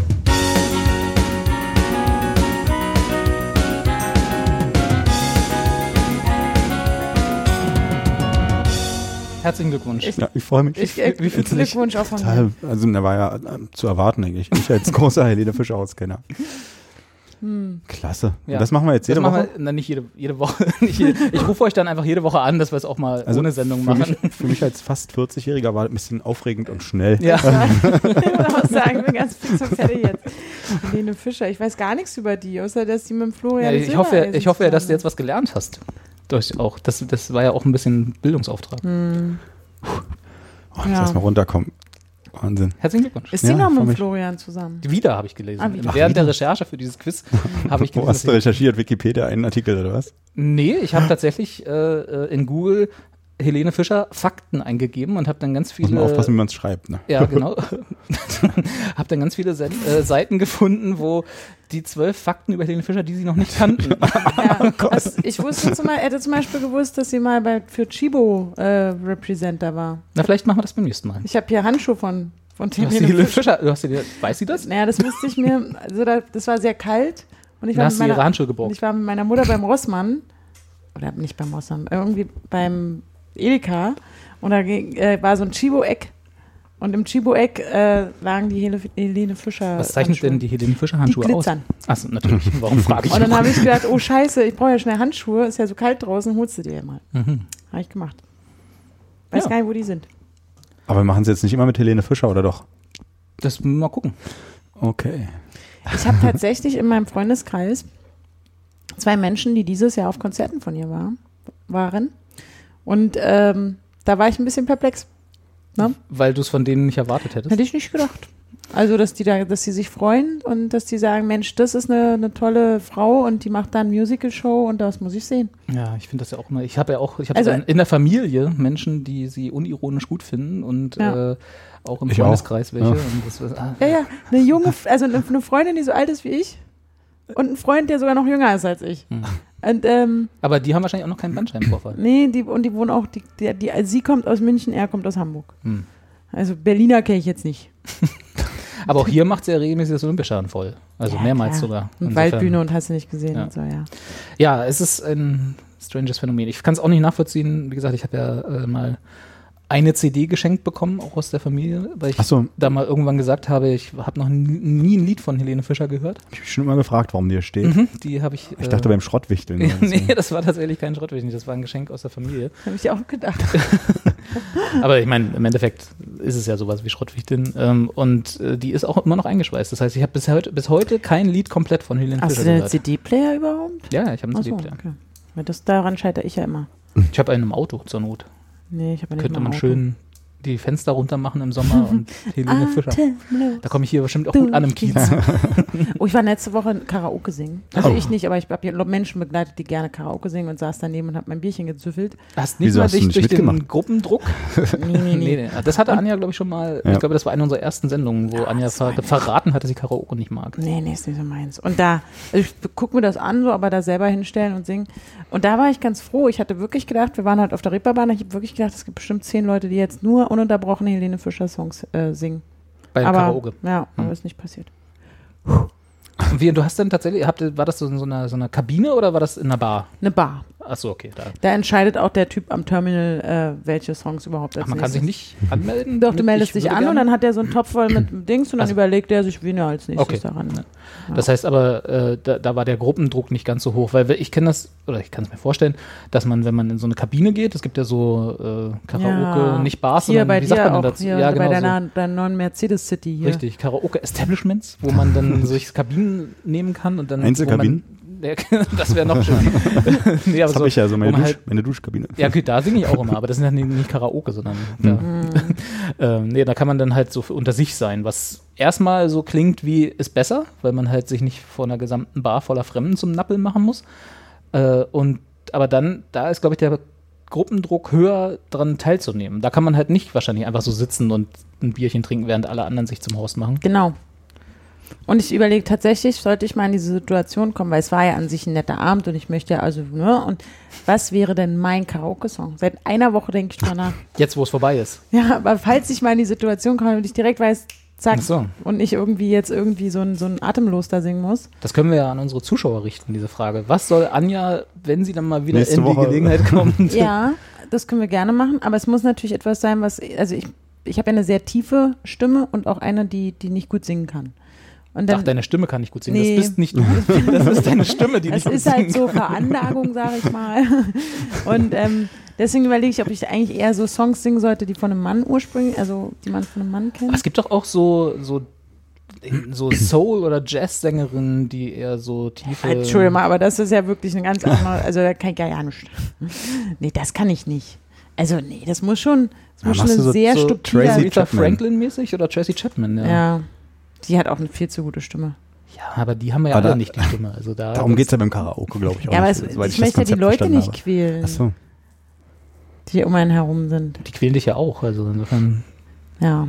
Herzlichen Glückwunsch. Ich- Ja, ich freue mich. Ich, äh, Wie fühlst du dich? Glückwunsch auch von mir. Total, also da war ja äh, zu erwarten eigentlich. Ich als großer Helene Fischer Auskenner. Klasse. Ja. Und das machen wir jetzt jede das machen Woche. wir, na, nicht jede, jede Woche. Nicht jede, ich rufe euch dann einfach jede Woche an, dass wir es auch mal Also ohne Sendung für machen. Mich, für mich als fast vierzigjähriger war das ein bisschen aufregend und schnell. Ja. Ich würde auch sagen, ich bin ganz fix und fertig jetzt. Helene Fischer, ich weiß gar nichts über die, außer dass die mit dem Ja, Florian ich hoffe, Silbereisen ich hoffe ja, dass du zusammen jetzt was gelernt hast. Durch auch. Das, das war ja auch ein bisschen Bildungsauftrag. Oh, jetzt Ja. lass mal runterkommen. Wahnsinn. Herzlichen Glückwunsch. ist sie Ja, noch mit freu dem mich. Florian zusammen? Wieder habe ich gelesen. Ah, wieder. Während der Recherche für dieses Quiz habe ich Wo hast du gelesen. recherchiert? Wikipedia, einen Artikel oder was? Nee, ich habe tatsächlich äh, äh, in Google Helene Fischer Fakten eingegeben und habe dann ganz Muss viele. man aufpassen, wie man es schreibt. Ne? Ja, genau. Habe dann ganz viele Sen äh, Seiten gefunden, wo die zwölf Fakten über Helene Fischer, die sie noch nicht kannten. Ja, das, ich wusste zum Beispiel, hätte zum Beispiel gewusst, dass sie mal bei, für Chibo äh, Representer war. Na, vielleicht machen wir das beim nächsten Mal. Ich habe hier Handschuhe von, von Du hast die Helene Helene Fischer. Fischer, du hast die, weiß sie das? Naja, das musste ich mir, also da, das war sehr kalt und ich Da war, hast mit du ihre meiner, Handschuhe und geborgt. ich war mit meiner Mutter beim Rossmann, oder nicht beim Rossmann, irgendwie beim Edeka und da ging, äh, war so ein Chibo-Eck und im Chibo-Eck äh, lagen die Hele, Helene Fischer Was zeichnet Handschuhe. denn die Helene Fischer Handschuhe Die aus? glitzern. Achso, natürlich. Warum frage ich? Und dann habe ich gedacht, oh scheiße, ich brauche ja schnell Handschuhe, ist ja so kalt draußen, holst du dir ja mal. Mhm. Habe ich gemacht. Weiß Ja. gar nicht, wo die sind. Aber wir machen es jetzt nicht immer mit Helene Fischer, oder doch? Das mal gucken. Okay. Ich habe tatsächlich in meinem Freundeskreis zwei Menschen, die dieses Jahr auf Konzerten von ihr war, waren. Und ähm, da war ich ein bisschen perplex. Ne? Weil du es von denen nicht erwartet hättest. Hätte ich nicht gedacht. Also, dass die da, dass die sich freuen und dass die sagen, Mensch, das ist eine, eine tolle Frau und die macht da eine Musical-Show und das muss ich sehen. Ja, ich finde das ja auch immer. Ich habe ja auch, ich habe Also- in der Familie Menschen, die sie unironisch gut finden und Ja. äh, auch im Ich Freundeskreis auch. welche. Ja. Und das, ah, Ja, ja, eine junge, also eine, eine Freundin, die so alt ist wie ich und ein Freund, der sogar noch jünger ist als ich. Hm. Und ähm, Aber die haben wahrscheinlich auch noch keinen Bandscheibenvorfall. nee, die, und die wohnen auch, die, die, die, sie kommt aus München, er kommt aus Hamburg. Hm. Also Berliner kenne ich jetzt nicht. Aber auch hier macht sie ja regelmäßig das Olympiastadion voll. Also Ja, mehrmals klar. sogar. Und Insofern- Waldbühne und hast du nicht gesehen Ja. und so, ja. Ja, es ist ein stranges Phänomen. Ich kann es auch nicht nachvollziehen. Wie gesagt, ich habe ja äh, mal eine C D geschenkt bekommen, auch aus der Familie, weil ich Ach so. da mal irgendwann gesagt habe, ich habe noch nie, nie ein Lied von Helene Fischer gehört. Hab ich mich schon immer gefragt, warum die hier steht. Mhm, die habe ich. Ich dachte äh, beim Schrottwichteln. oder so. nee, das war tatsächlich kein Schrottwichteln, das war ein Geschenk aus der Familie. Habe ich auch gedacht. Aber ich meine, im Endeffekt ist es ja sowas wie Schrottwichteln. Ähm, und äh, die ist auch immer noch eingeschweißt. Das heißt, ich habe bis heute, bis heute kein Lied komplett von Helene Hast Fischer du einen gehört. C D-Player überhaupt? Ja, ich habe einen Ach C so, D-Player. okay. Weil das, daran scheitere ich ja immer. Ich habe einen im Auto zur Not. Nee, ich habe nicht Könnte mal man Auto. schön die Fenster runter machen im Sommer und Helene Fischer. Atemlos Da komme ich hier bestimmt auch gut an im Kiez. Oh, ich war letzte Woche Karaoke singen. Also Oh. ich nicht, aber ich habe hier Menschen begleitet, die gerne Karaoke singen und saß daneben und habe mein Bierchen gezüffelt. Hast nicht Wieso mal hast du dich nicht durch den mitgemacht? Gruppendruck? Nee, nee, nee, nee. nee. Das hatte Anja, glaube ich, schon mal. Ja. Ich glaube, das war eine unserer ersten Sendungen, wo Ja, Anja das war ver eine- verraten hat, dass sie Karaoke nicht mag. Nee, nee, ist nicht so meins. Und da, also ich gucke mir das an, so, aber da selber hinstellen und singen. Und da war ich ganz froh. Ich hatte wirklich gedacht, wir waren halt auf der Reeperbahn, ich habe wirklich gedacht, es gibt bestimmt zehn Leute, die jetzt nur ununterbrochen Helene Fischer Songs äh, singen. Bei aber, Karaoke. Ja, aber Hm. ist nicht passiert. Und wie, du hast dann tatsächlich, habt ihr, war das so in so einer, so einer Kabine oder war das in einer Bar? Eine Bar. Achso, okay. Da. Da entscheidet auch der Typ am Terminal, äh, welche Songs überhaupt als Ach, man kann sich nächstes- nicht anmelden? Doch, du mit meldest ich dich würde an und gerne? dann hat er so einen Topf voll mit Dings und dann Also- überlegt er sich, wen er als nächstes Okay. daran nimmt. Das heißt aber, äh, da, da war der Gruppendruck nicht ganz so hoch, weil ich kenne das, oder ich kann es mir vorstellen, dass man, wenn man in so eine Kabine geht, es gibt ja so äh, Karaoke, Ja. nicht Bars, Hier sondern bei wie sagt dir man auch, denn dazu? hier Ja, bei genau deiner, so. deiner neuen Mercedes City hier. Richtig, Karaoke-Establishments, wo man dann solche Kabinen nehmen kann und dann. Einzelkabinen? wo man- Ja, das wäre noch schön. nee, aber Das habe ich ja so, meine, wo man Dusch, halt, meine Duschkabine. ja, okay, da singe ich auch immer, aber das sind ja nicht, nicht Karaoke, sondern da, ähm, nee, da kann man dann halt so für unter sich sein, was erstmal so klingt wie ist besser, weil man halt sich nicht vor einer gesamten Bar voller Fremden zum Nappeln machen muss. Äh, und aber dann, da ist, glaube ich, der Gruppendruck höher dran teilzunehmen. Da kann man halt nicht wahrscheinlich einfach so sitzen und ein Bierchen trinken, während alle anderen sich zum Horst machen. Genau. Und ich überlege tatsächlich, sollte ich mal in diese Situation kommen, weil es war ja an sich ein netter Abend und ich möchte ja also, ne, und was wäre denn mein Karaoke-Song? Seit einer Woche denke ich drüber nach. Jetzt, wo es vorbei ist. Ja, aber falls ich mal in die Situation komme und ich direkt weiß, zack, Ach so. und nicht irgendwie jetzt irgendwie so ein, so ein Atemlos da singen muss. Das können wir ja an unsere Zuschauer richten, diese Frage. Was soll Anja, wenn sie dann mal wieder Nächste in die Woche. Gelegenheit kommt? Ja, das können wir gerne machen, aber es muss natürlich etwas sein, was, also ich, ich habe ja eine sehr tiefe Stimme und auch eine, die, die nicht gut singen kann. Und dann, Ach, deine Stimme kann nicht gut singen. Nee. Das bist nicht du. Das ist deine Stimme, die das nicht gut ist halt singen so kann. Veranlagung, sage ich mal. Und ähm, deswegen überlege ich, ob ich eigentlich eher so Songs singen sollte, die von einem Mann ursprünglich, also die man von einem Mann kennt. Aber es gibt doch auch so, so, so Soul- oder Jazz-Sängerinnen, die eher so tiefe... Halt, Entschuldigung mal, aber das ist ja wirklich eine ganz andere, also da kann ich ja nicht. Nee, das kann ich nicht. Also nee, das muss schon, das Ja, muss schon machst eine du so- sehr so stupide, Tracy Aretha Chapman. Franklin-mäßig oder Tracy Chapman, ja. ja, die hat auch eine viel zu gute Stimme. Ja, aber die haben ja Aber alle da- nicht die Stimme. Also da Darum geht es ja beim Karaoke, glaube ich. Auch Ja, aber nicht, es, soweit ich das möchte ja die Konzept Leute verstanden nicht habe. quälen, Ach so. die um einen herum sind. Die quälen dich ja auch. Also insofern... Ja.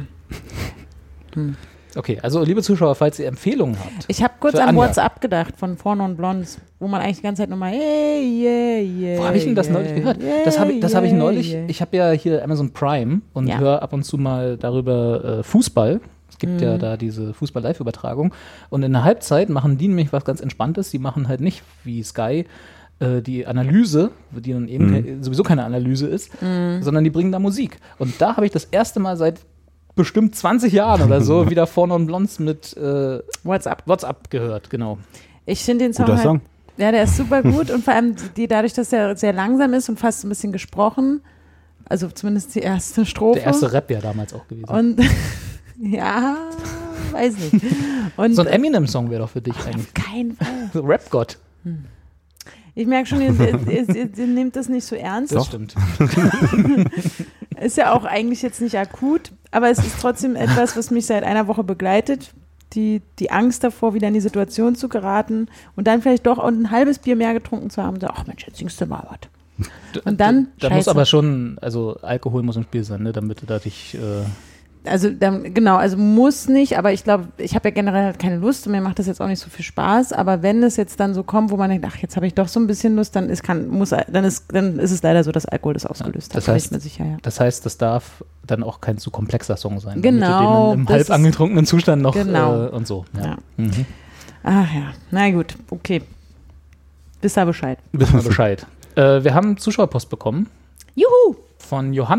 Okay, also liebe Zuschauer, falls ihr Empfehlungen habt. Ich habe kurz Für an Anja. WhatsApp gedacht von Four Non Blondes, wo man eigentlich die ganze Zeit nochmal yeah, yeah, yeah, Wo habe ich denn das yeah, neulich gehört? yeah, Das habe ich, das hab ich yeah, neulich, yeah. ich habe ja hier Amazon Prime und Ja. höre ab und zu mal darüber äh, Fußball. Es gibt Mhm. ja da diese Fußball-Live-Übertragung. Und in der Halbzeit machen die nämlich was ganz Entspanntes. Die machen halt nicht wie Sky äh, die Analyse, die dann eben Mhm. ke- sowieso keine Analyse ist, Mhm. sondern die bringen da Musik. Und da habe ich das erste Mal seit bestimmt zwanzig Jahren oder so wieder Four Non Blondes mit äh, WhatsApp. WhatsApp gehört, genau. Ich finde den Song Guter halt, Song. ja, der ist super gut und vor allem die, dadurch, dass er sehr langsam ist und fast ein bisschen gesprochen, also zumindest die erste Strophe. Der erste Rap ja damals auch gewesen. Und ja, weiß nicht. Und so ein Eminem-Song wäre doch für dich eigentlich. auf keinen Fall. So Rap-Gott. Ich merke schon, ihr, ihr, ihr, ihr nehmt das nicht so ernst. Das stimmt. Ist ja auch eigentlich jetzt nicht akut, aber es ist trotzdem etwas, was mich seit einer Woche begleitet. Die, die Angst davor, wieder in die Situation zu geraten und dann vielleicht doch ein halbes Bier mehr getrunken zu haben und so, ach Mensch, jetzt singst du mal was. Und dann, Da muss scheiße. aber schon, also Alkohol muss im Spiel sein, ne, damit du da dich. Äh, Also dann, genau, also muss nicht, aber ich glaube, ich habe ja generell halt keine Lust und mir macht das jetzt auch nicht so viel Spaß, aber wenn es jetzt dann so kommt, wo man denkt, ach, jetzt habe ich doch so ein bisschen Lust, dann ist, kann, muss, dann ist, dann ist es leider so, dass Alkohol das ausgelöst das hat, heißt- bin ich mir sicher, ja. das heißt, das darf dann auch kein zu komplexer Song sein. Genau, Damit du den im das halb ist- angetrunkenen Zustand noch Genau. äh, und so. Ja. Ja. Mhm. Ach ja, na gut, okay. Wisst ihr Bescheid. Wissen wir Bescheid. äh, wir haben Zuschauerpost bekommen Juhu! von Johanna.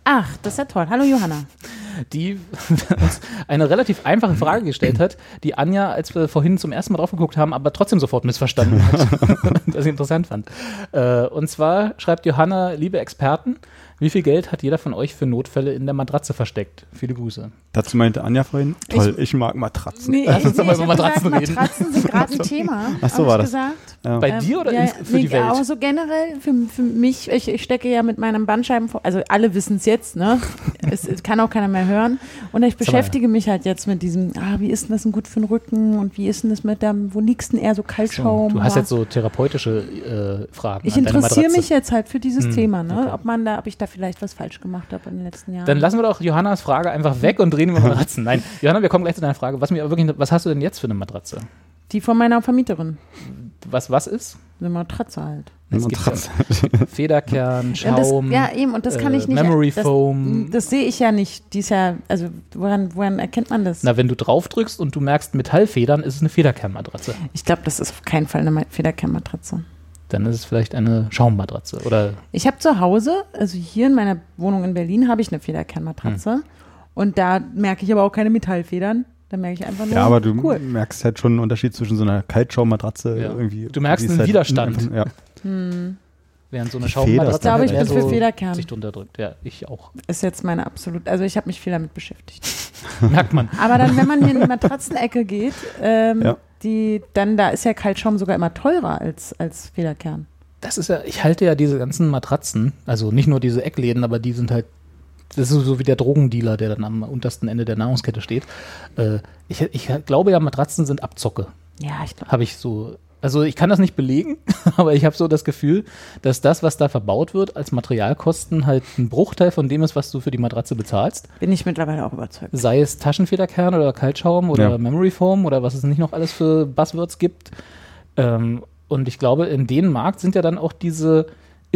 Ach, das ist ja toll. Hallo Johanna. Die uns eine relativ einfache Frage gestellt hat, die Anja, als wir vorhin zum ersten Mal drauf geguckt haben, aber trotzdem sofort missverstanden hat, was ich interessant fand. Äh, und zwar schreibt Johanna, liebe Experten, wie viel Geld hat jeder von euch für Notfälle in der Matratze versteckt? Viele Grüße. Dazu meinte Anja vorhin, toll, ich, ich mag Matratzen. Nee, Lass uns nee, doch mal ich über hab Matratzen gesagt, reden. Matratzen sind gerade ein Thema. Ach so hab war ich das. gesagt. Ja. Bei dir oder ja, ins, für nee, die Welt? Auch so generell für, für mich, ich, ich stecke ja mit meinem Bandscheiben, also alle wissen es jetzt, ne? es, es kann auch keiner mehr hören. Und ich beschäftige mich halt jetzt mit diesem, ah, wie ist denn das denn gut für den Rücken und wie ist denn das mit dem, wo liegst denn eher so Kaltschaum? So, du hast jetzt so therapeutische äh, Fragen. Ich an deine interessiere Matratze. mich jetzt halt für dieses Hm, Thema, ne? okay. Ob man da, ob ich da vielleicht was falsch gemacht habe in den letzten Jahren. Dann lassen wir doch Johannas Frage einfach weg und reden über Matratzen. Nein, Johanna, wir kommen gleich zu deiner Frage. Was, mir aber wirklich, was hast du denn jetzt für eine Matratze? Die von meiner Vermieterin. Was, was ist? Eine Matratze halt. Eine Es gibt Matratze. Federkern, Ja, das, Schaum, ja, eben, und das kann äh, ich nicht. Memory das, Foam. Das sehe ich ja nicht. Die ist ja, also woran, woran erkennt man das? Na, wenn du drauf drückst und du merkst Metallfedern, ist es eine Federkernmatratze. Ich glaube, das ist auf keinen Fall eine Federkernmatratze. Dann ist es vielleicht eine Schaummatratze. Oder Ich habe zu Hause, also hier in meiner Wohnung in Berlin, habe ich eine Federkernmatratze. Hm. Und da merke ich aber auch keine Metallfedern. Da merke ich einfach nur, Ja, aber du cool. merkst halt schon einen Unterschied zwischen so einer Kaltschaummatratze Ja. irgendwie. Du merkst die ist einen halt Widerstand. einfach- Ja. Hm, während so eine Die Schaummatratze Feder- Ich glaube, halt ich mehr bin für so Federkern. sich drunter drückt. Ja, ich auch. ist jetzt meine absolut, also ich habe mich viel damit beschäftigt. Merkt man. Aber dann, wenn man hier in die Matratzenecke geht, ähm, Ja. die, dann da ist ja Kaltschaum sogar immer teurer als, als Federkern. Das ist ja, ich halte ja diese ganzen Matratzen, also nicht nur diese Eckläden, aber die sind halt, das ist so wie der Drogendealer, der dann am untersten Ende der Nahrungskette steht. Äh, ich, ich glaube ja, Matratzen sind Abzocke. Ja, ich glaube. Habe ich so, also ich kann das nicht belegen, aber ich habe so das Gefühl, dass das, was da verbaut wird, als Materialkosten halt ein Bruchteil von dem ist, was du für die Matratze bezahlst. Bin ich mittlerweile auch überzeugt. Sei es Taschenfederkern oder Kaltschaum oder Ja. Memory Foam oder was es nicht noch alles für Buzzwords gibt. Ähm, und ich glaube, in den Markt sind ja dann auch diese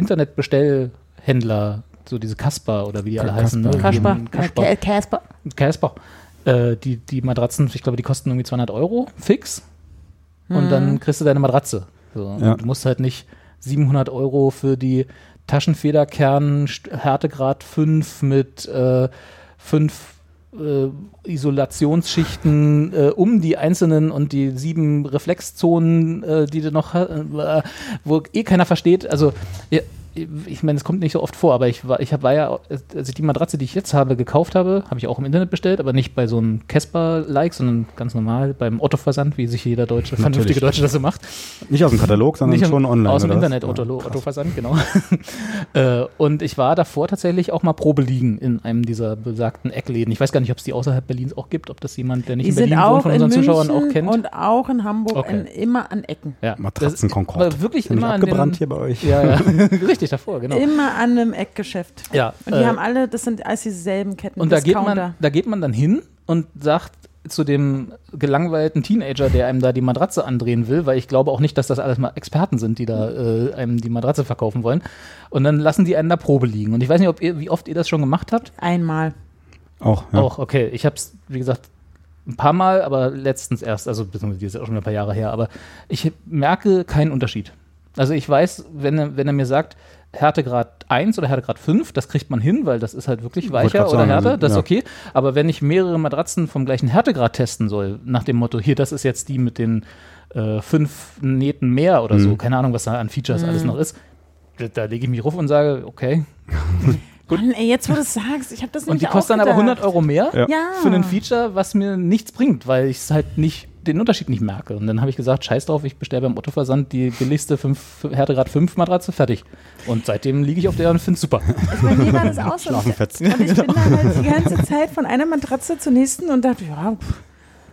Internetbestellhändler, so diese Casper oder wie die alle Ka- heißen. Ne? Kasper. Die- Kasper. Äh, Casper. Casper. Äh, die, die Matratzen, ich glaube, die kosten irgendwie zweihundert Euro fix. Und Mhm. dann kriegst du deine Matratze. So. Ja. Du musst halt nicht siebenhundert Euro für die Taschenfederkern St- Härtegrad fünf mit äh, fünf äh, Isolationsschichten äh, um die einzelnen und die sieben Reflexzonen, äh, die du noch hast, äh, wo eh keiner versteht. Also ja, ich meine, es kommt nicht so oft vor, aber ich war, ich hab, war ja, als ich die Matratze, die ich jetzt habe, gekauft habe, habe ich auch im Internet bestellt, aber nicht bei so einem Casper-like, sondern ganz normal beim Otto-Versand, wie sich jeder Deutsche, vernünftige Deutsche das so macht. Nicht aus dem Katalog, sondern Nicht schon im- online. Aus dem oder was? Internet, Ja, Otto, krass. Otto-Versand, genau. äh, und ich war davor tatsächlich auch mal Probe liegen in einem dieser besagten Eckläden. Ich weiß gar nicht, ob es die außerhalb Berlins auch gibt, ob das jemand, der nicht Die in sind Berlin wohnt, auch von in unseren München Zuschauern auch kennt. und auch in Hamburg Okay. in, immer an Ecken. Ja. Matratzen-Concord. Das ist- Aber wirklich Ist ja nicht immer an abgebrannt den, hier bei euch. Ja, ja. Richtig davor, genau. Immer an einem Eckgeschäft. Ja, Und die äh, haben alle, das sind alles dieselben Ketten. Und da geht, Discounter. man, da geht man dann hin und sagt zu dem gelangweilten Teenager, der einem da die Matratze andrehen will, weil ich glaube auch nicht, dass das alles mal Experten sind, die da äh, einem die Matratze verkaufen wollen. Und dann lassen die einen da Probe liegen. Und ich weiß nicht, ob ihr, wie oft ihr das schon gemacht habt. Einmal. Auch, ja. Auch, okay. Ich habe es, wie gesagt, ein paar Mal, aber letztens erst, also beziehungsweise die ist auch schon ein paar Jahre her, aber ich merke keinen Unterschied. Also ich weiß, wenn er, wenn er mir sagt, Härtegrad eins oder Härtegrad fünf, das kriegt man hin, weil das ist halt wirklich Wollte weicher grad oder sagen, härter, also, das ist ja. okay. Aber wenn ich mehrere Matratzen vom gleichen Härtegrad testen soll, nach dem Motto, hier, das ist jetzt die mit den äh, fünf Nähten mehr oder so, Mhm. keine Ahnung, was da an Features alles noch ist, da, da lege ich mich ruf und sage, okay. Mann, ey, jetzt wo du es sagst, ich habe das Und nämlich die auch kostet dann aber gedacht. hundert Euro mehr Ja. Ja. für ein Feature, was mir nichts bringt, weil ich es halt nicht, den Unterschied nicht merke. Und dann habe ich gesagt, scheiß drauf, ich bestelle beim Otto-Versand die billigste fünf, Härtegrad fünf Matratze, fertig. Und seitdem liege ich auf der und finde es super. Bei mir war das auch so. Schlafen Und fetzt. ich bin dann halt die ganze Zeit von einer Matratze zur nächsten und dachte, ja, pff,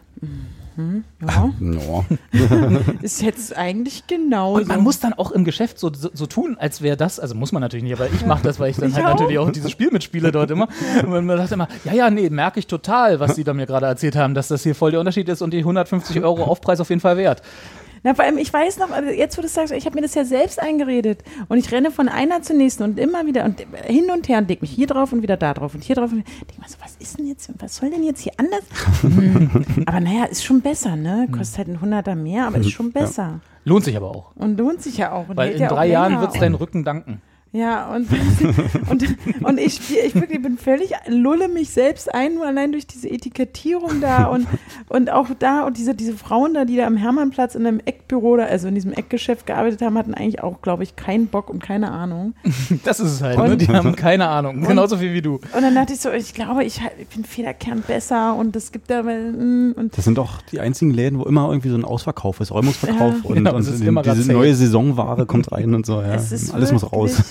mhm, ja, No. ist jetzt eigentlich genau Und man muss dann auch im Geschäft so, so, so tun, als wäre das, also muss man natürlich nicht, aber ich mache das, weil ich dann Ich halt auch. natürlich auch dieses Spiel mitspiele dort immer. Und man sagt immer, ja, ja, nee, merke ich total, was sie da mir gerade erzählt haben, dass das hier voll der Unterschied ist und die hundertfünfzig Euro Aufpreis auf jeden Fall wert. Na, vor allem, ich weiß noch, also jetzt wo du das sagst, ich habe mir das ja selbst eingeredet und ich renne von einer zur nächsten und immer wieder und hin und her und leg mich hier drauf und wieder da drauf und hier drauf und denk mal so, was ist denn jetzt, was soll denn jetzt hier anders? Hm. Aber naja, ist schon besser, ne? Kostet halt ein Hunderter mehr, aber ist schon besser. Lohnt sich aber auch. Und lohnt sich ja auch. Und Weil hält in ja auch drei Jahren länger. wird es deinen Rücken danken. Ja, und, und, und ich, ich wirklich bin völlig, lulle mich selbst ein, nur allein durch diese Etikettierung da und, und auch da und diese, diese Frauen da, die da am Hermannplatz in einem Eckbüro, da, also in diesem Eckgeschäft gearbeitet haben, hatten eigentlich auch, glaube ich, keinen Bock und keine Ahnung. Das ist es halt, und, ne? Die haben keine Ahnung, und, genauso viel wie du. Und dann dachte ich so, ich glaube, ich, ich bin Federkern besser und es gibt da, und das sind doch die einzigen Läden, wo immer irgendwie so ein Ausverkauf ist, Räumungsverkauf ja. und, Genau, und ist die, immer diese neue Saisonware kommt rein und so. Ja. Es ist Alles muss wirklich- raus.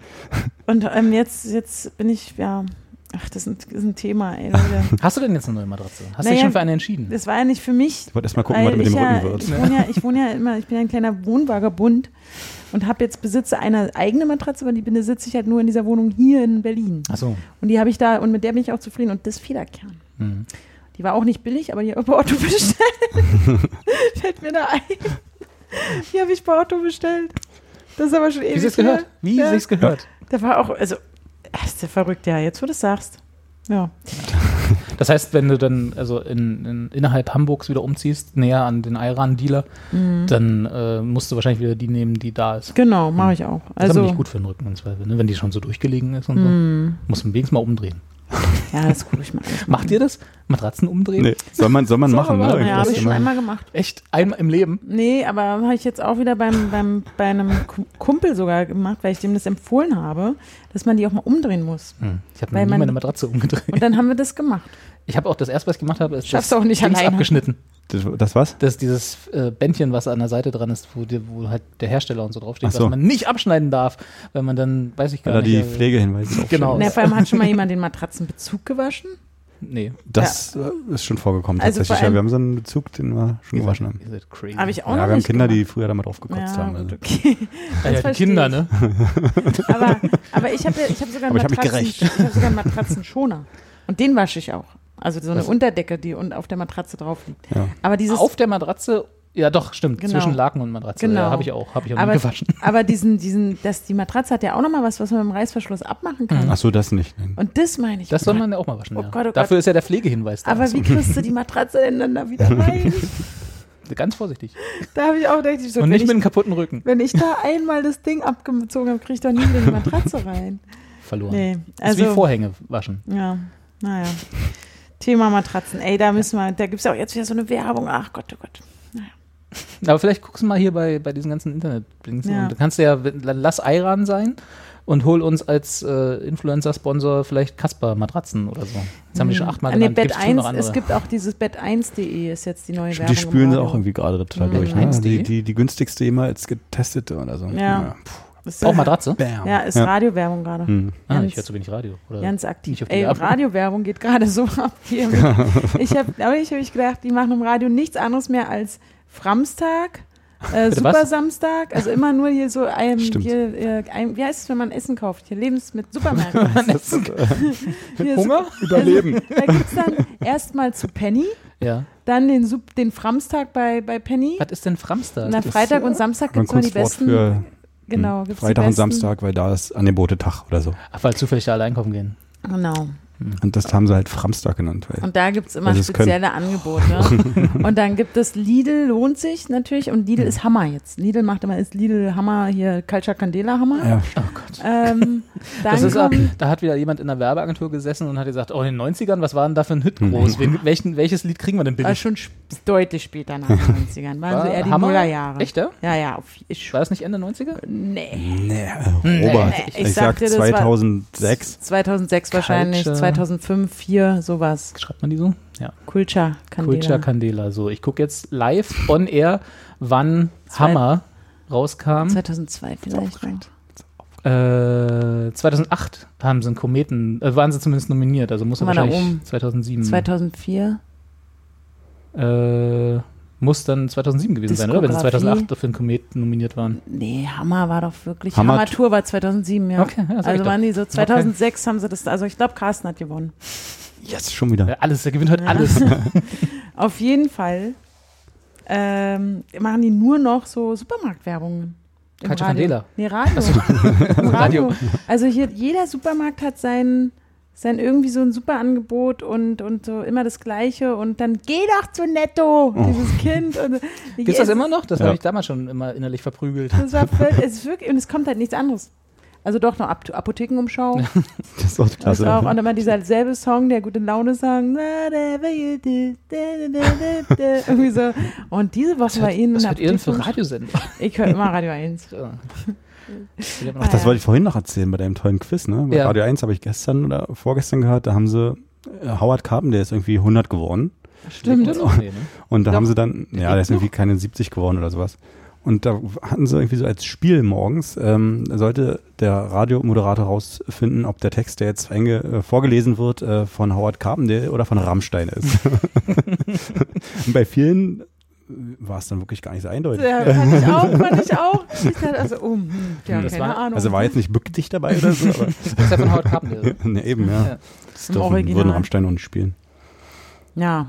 Und ähm, jetzt, jetzt bin ich, ja, ach, das ist ein, das ist ein Thema, ey, Leute. Hast du denn jetzt eine neue Matratze? Hast du Naja, dich schon für eine entschieden? Das war ja nicht für mich. Ich wollte erst mal gucken, weil was mit dem ich ja, Rücken wird. Ich wohne ja, ich wohne ja immer, ich bin ja ein kleiner Wohnvagabund und habe jetzt besitze eine eigene Matratze, aber die besitze ich halt nur in dieser Wohnung hier in Berlin. Ach so. Und die habe ich da, und mit der bin ich auch zufrieden. Und das Federkern. Mhm. Die war auch nicht billig, aber die habe ich bei Otto bestellt. Fällt mir da ein. Die habe ich bei Otto bestellt. Das ist aber schon ewig. Wie sie es her. gehört? Wie Ja. sie es gehört? Da war auch, also, das ist ja verrückt, ja, jetzt wo du es sagst. Ja. Das heißt, wenn du dann also in, in, innerhalb Hamburgs wieder umziehst, näher an den Ayran-Dealer, Mhm. dann äh, musst du wahrscheinlich wieder die nehmen, die da ist. Genau, mache ich auch. Das ist aber Also, nicht gut für den Rücken im Zweifel, ne? Wenn die schon so durchgelegen ist und Mhm. so. Muss man wenigstens mal umdrehen. ja, das gucke ich mal an. Macht ihr das? Matratzen umdrehen? Nee, soll man, soll man Soll machen, man ne? machen, Ja, habe ich schon Immer- einmal gemacht. Echt? Einmal im Leben? Nee, aber habe ich jetzt auch wieder beim, beim, bei einem Ku- Kumpel sogar gemacht, weil ich dem das empfohlen habe, dass man die auch mal umdrehen muss. Hm. Ich habe Weil noch nie man- meine Matratze umgedreht. Und dann haben wir das gemacht. Ich habe auch das erste, was ich gemacht habe, ist Schaffst das du auch nicht Dings alleine. abgeschnitten. Das, das was? Das ist dieses äh, Bändchen, was an der Seite dran ist, wo, die, wo halt der Hersteller und so draufsteht, Ach so. was man nicht abschneiden darf, wenn man dann, weiß ich gar Weil da nicht. die äh, Pflegehinweise draufstehen. Genau. Na, vor allem hat schon mal jemand den Matratzenbezug gewaschen. Nee. Das äh, ist schon vorgekommen Also tatsächlich. vor allem- Ja, wir haben so einen Bezug, den wir schon Ihr gewaschen seid, haben. ihr seid crazy. Habe ich auch Ja, noch wir haben nicht Kinder, die gemacht. früher damit draufgekotzt Ja, haben. gut, Also. okay. ja, Das ja, die verstehe Kinder, ich. ne? Aber, aber ich habe ich hab sogar einen Aber ich hab mich Matratzen, gerecht. ich hab sogar einen Matratzenschoner. Und den wasche ich auch. Also so eine Was? Unterdecke, die und auf der Matratze drauf liegt. Ja. Aber dieses Auf der Matratze, ja doch, stimmt, Genau. zwischen Laken und Matratze. Genau. Ja, habe ich auch, habe ich auch aber, nie gewaschen. aber diesen, diesen, dass die Matratze hat ja auch nochmal was, was man mit dem Reißverschluss abmachen kann. Ach so, das nicht. Nein. Und das meine ich. Das soll man ja auch mal waschen, Oh ja. Gott, oh Gott. Dafür ist ja der Pflegehinweis da. Aber So. wie kriegst du die Matratze denn dann da wieder rein? Ganz vorsichtig. Da habe ich auch gedacht, ich so, Und wenn, nicht ich, mit einem kaputten Rücken. wenn ich da einmal das Ding abgezogen habe, kriege ich doch nie wieder die Matratze rein. Verloren. Nee, Das ist wie also, Vorhänge waschen. ja, naja. Thema Matratzen. Ey, da müssen wir, da gibt es ja auch jetzt wieder so eine Werbung. Ach Gott, oh Gott. Aber vielleicht guckst du mal hier bei, bei diesen ganzen Internet-Links. Ja. Und da kannst du ja, lass Ayran sein und hol uns als äh, Influencer-Sponsor vielleicht Kasper-Matratzen oder so. Jetzt haben wir schon achtmal Ah, nee, genannt. Bett Gibt's bestimmt noch eins, andere. es gibt auch dieses Bett eins punkt de ist jetzt die neue Stimmt, Werbung. die spülen im sie Radio. auch irgendwie gerade total Mhm. durch. Ne? eins punkt de? Die, die, die günstigste jemals getestete oder so. Ja. Ist, Auch Matratze? Bam. Ja, ist Ja. Radiowerbung gerade. Hm. Ah, Ganz- ich höre zu wenig Radio. Oder Ganz aktiv. nicht auf die Ey, Werbung. Radiowerbung geht gerade so ab hier. Mit, ich habe aber ich habe ich gedacht, die machen im Radio nichts anderes mehr als Framstag, äh, Bitte Super was? Samstag, also immer nur hier so ein, Stimmt. hier, äh, ein, wie heißt es, wenn man Essen kauft? Hier Lebens mit Supermärkten. Hier Hunger? Überleben. Super, da gibt es dann erstmal zu Penny, Ja. dann den, Sup- den Framstag bei, bei Penny. Was ist denn Framstag? Na, Freitag und Samstag Ein gibt es immer die Kunstwort besten. für genau, hm, gibt's die Freitag und besten, Samstag, weil da ist Angebote-Tag oder so. Ach, weil zufällig da alle einkaufen gehen. Genau. Und das haben sie halt Framstag genannt. Weil Und da gibt es immer Weil sie es spezielle Angebote. Und dann gibt es Lidl, lohnt sich natürlich. Und Lidl ist Hammer jetzt. Lidl macht immer, ist Lidl Hammer, hier Culture Candela Hammer. ja, Oh Gott. Ähm, dann Das ist, äh, kommen, da hat wieder jemand in der Werbeagentur gesessen und hat gesagt, oh, in den neunzigern, was war denn da für ein Hit groß? Wen, welchen, welches Lied kriegen wir denn war billig? schon sp- deutlich später nach den neunzigern. Waren War so eher die Hammer? Nullerjahre. Echt, ja? Ja, ja. Auf, ich, War das nicht Ende neunziger? nee. nee, äh, Robert, Nee, ich, ich sag sagte, das war- zweitausendsechs. zweitausendsechs wahrscheinlich, Culture. zweitausendfünf, vier, sowas. Schreibt man die so? Ja. Culture Candela. Culture Candela. So, ich gucke jetzt live on air, wann Zwei- Hammer rauskam. zweitausendzwei vielleicht. noch. Äh, zweitausendacht haben sie einen Kometen, äh, waren sie zumindest nominiert, also muss er Guck mal da wahrscheinlich oben. zweitausendsieben. zweitausendvier. Äh, muss dann zweitausendsieben gewesen sein, oder? Wenn sie Diskografie. zweitausendacht für einen Kometen nominiert waren. Nee, Hammer war doch wirklich. Hammer- Hammer Tour war zweitausendsieben, ja. Okay, ja, sag ich also doch. waren die so zweitausendsechs haben sie das, also ich glaube, Carsten hat gewonnen. Yes, schon wieder. Ja, alles, der gewinnt heute Ja. alles. Auf jeden Fall ähm, machen die nur noch so Supermarktwerbungen. Im Culture Radio. Candela. Nee, Radio. Im Radio. Also hier, jeder Supermarkt hat sein, sein irgendwie so ein super Angebot und, und so immer das Gleiche und dann geh doch zu Netto, dieses Kind. Und, Gibt's das immer noch? Das Ja. habe ich damals schon immer innerlich verprügelt. Das war voll, es ist wirklich, und es kommt halt nichts anderes. Also doch noch Ap- Apothekenumschau. Das ist auch Das klasse. ist auch und immer dieser selbe Song, der gute Laune Song. Whatever you do. Da, da, da, da, da. Irgendwie so. Und diese Woche bei Ihnen. Was hört ihr denn für Radiosender? Ich höre immer Radio eins. Ja. Ach, das wollte ich vorhin noch erzählen bei deinem tollen Quiz, ne? Bei Ja. Radio eins habe ich gestern oder vorgestern gehört, da haben sie äh, Howard Carpenter, der ist irgendwie hundert geworden. Stimmt. Nee, ne? Und da Doch. haben sie dann, ja, der ist irgendwie keine siebzig geworden oder sowas. Und da hatten sie irgendwie so als Spiel morgens, ähm, sollte der Radiomoderator rausfinden, ob der Text, der jetzt einge äh, vorgelesen wird, äh, von Howard Carpenter oder von Rammstein ist. Und bei vielen war es dann wirklich gar nicht so eindeutig. Ja, fand ich auch, fand ich auch. Ich dachte also, oh, hm, ja, Das keine war- Ahnung. Also war jetzt nicht bück dich dabei oder so, aber Das ist ja von Howard Carpenter. ne, eben, ja. Ja. Das Im dürfen, Original. würden Rammstein noch nicht spielen. Ja.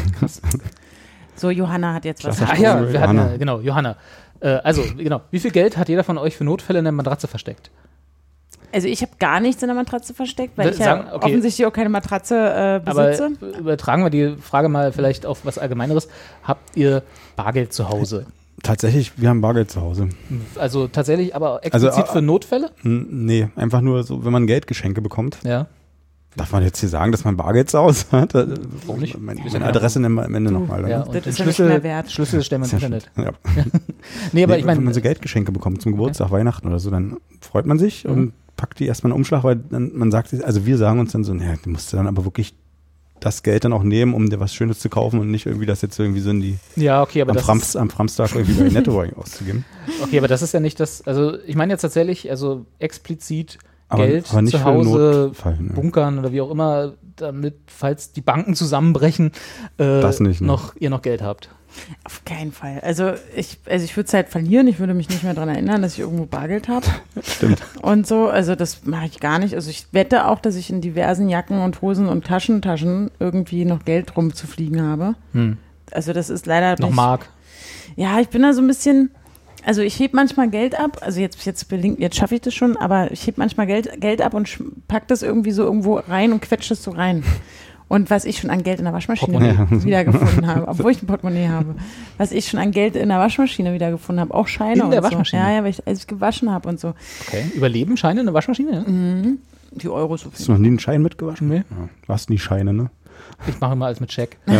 So, Johanna hat jetzt was. Klasse. Ach ja, wir hatten, Johanna. äh, genau, Johanna. Äh, also, genau, wie viel Geld hat jeder von euch für Notfälle in der Matratze versteckt? Also ich habe gar nichts in der Matratze versteckt, weil Wir ich ja sagen, okay. offensichtlich auch keine Matratze äh, Aber besitze. äh, übertragen wir die Frage mal vielleicht auf was Allgemeineres. Habt ihr Bargeld zu Hause? Tatsächlich, wir haben Bargeld zu Hause. Also tatsächlich, aber explizit Also, äh, für Notfälle? N nee, einfach nur so, wenn man Geldgeschenke bekommt. Ja. Darf man jetzt hier sagen, dass man Bargeld zu Hause hat? Warum nicht? Meine, meine Adresse nennen wir am Ende nochmal. Ja, Ne? und Das den ist ja nicht Schlüssel, mehr wert. Schlüssel stellen wir ins Ist ja Internet. schon- ja. Nee, aber Nee, ich meine, wenn man so Geldgeschenke bekommt zum Geburtstag, Weihnachten oder so, dann freut man sich Mhm. und packt die erstmal in einen Umschlag, weil dann, man sagt, sich- also wir sagen uns dann so, naja, du musst dann aber wirklich das Geld dann auch nehmen, um dir was Schönes zu kaufen und nicht irgendwie das jetzt irgendwie so in die ja, okay, aber am, das Frams, ist, am Framstag irgendwie bei Netto auszugeben. okay, aber das ist ja nicht das, also ich meine jetzt tatsächlich, also explizit Aber, Geld aber nicht zu für einen Hause Notfall. Ne? bunkern oder wie auch immer, damit, falls die Banken zusammenbrechen, äh, Das nicht, ne? noch, ihr noch Geld habt. Auf keinen Fall. Also ich, also ich würde es halt verlieren. Ich würde mich nicht mehr daran erinnern, dass ich irgendwo Bargeld habe. Stimmt. Und so, also das mache ich gar nicht. Also ich wette auch, dass ich in diversen Jacken und Hosen und Taschentaschen irgendwie noch Geld rumzufliegen habe. Hm. Also das ist leider Noch nicht, Mark. Ja, ich bin da so ein bisschen, also ich heb manchmal Geld ab, also jetzt, jetzt, belingt- jetzt schaffe ich das schon, aber ich heb manchmal Geld, Geld ab und sch- pack das irgendwie so irgendwo rein und quetsche das so rein. Und was ich schon an Geld in der Waschmaschine Portemonnaie. wiedergefunden habe, obwohl ich ein Portemonnaie habe, was ich schon an Geld in der Waschmaschine wiedergefunden habe, auch Scheine In und der so. Waschmaschine? Ja, ja, weil ich, als ich gewaschen habe und so. Okay. Überleben Scheine in der Waschmaschine? Ja? Mhm. Die Euros. Hast du noch nie einen Schein mitgewaschen? Nee. Ja. Du hast nie Scheine, ne? Ich mache immer alles mit Scheck. Ja.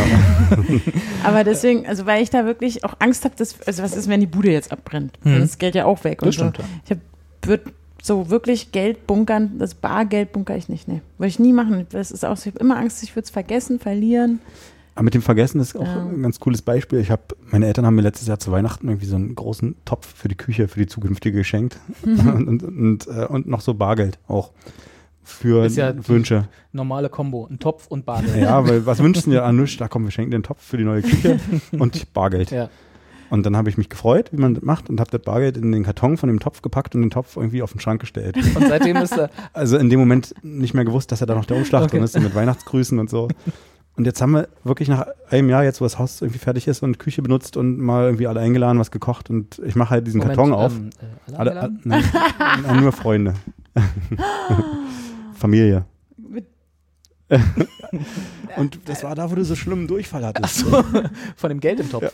Aber deswegen, also weil ich da wirklich auch Angst habe, dass, also was ist, wenn die Bude jetzt abbrennt? Mhm. Dann ist das Geld ja auch weg. Das und stimmt, so. ja. Ich hab, würde so wirklich Geld bunkern, das Bargeld bunkere ich nicht, nee. Würde ich nie machen. Das ist auch so, ich habe immer Angst, ich würde es vergessen, verlieren. Aber mit dem Vergessen ist auch Ja. ein ganz cooles Beispiel. Ich habe, meine Eltern haben mir letztes Jahr zu Weihnachten irgendwie so einen großen Topf für die Küche, für die zukünftige geschenkt. und, und, und, äh, und noch so Bargeld auch für Ist ja die- Wünsche. Normale Kombo. Ein Topf und Bargeld. Ja, weil was wünschen ja an nichts? Da komm, wir schenken den Topf für die neue Küche und Bargeld. Ja. Und dann habe ich mich gefreut, wie man das macht und habe das Bargeld in den Karton von dem Topf gepackt und den Topf irgendwie auf den Schrank gestellt. Und seitdem ist er. Also in dem Moment nicht mehr gewusst, dass ja da noch der Umschlag Okay. drin ist und mit Weihnachtsgrüßen und so. Und jetzt haben wir wirklich nach einem Jahr, jetzt wo das Haus irgendwie fertig ist und Küche benutzt und mal irgendwie alle eingeladen, was gekocht und ich mache halt diesen Moment, Karton auf. ähm, äh, alle alle, eingeladen? nein, nein, nur Freunde. Familie. Mit- Und das war da, wo du so schlimmen Durchfall hattest. Von dem Geld im Topf.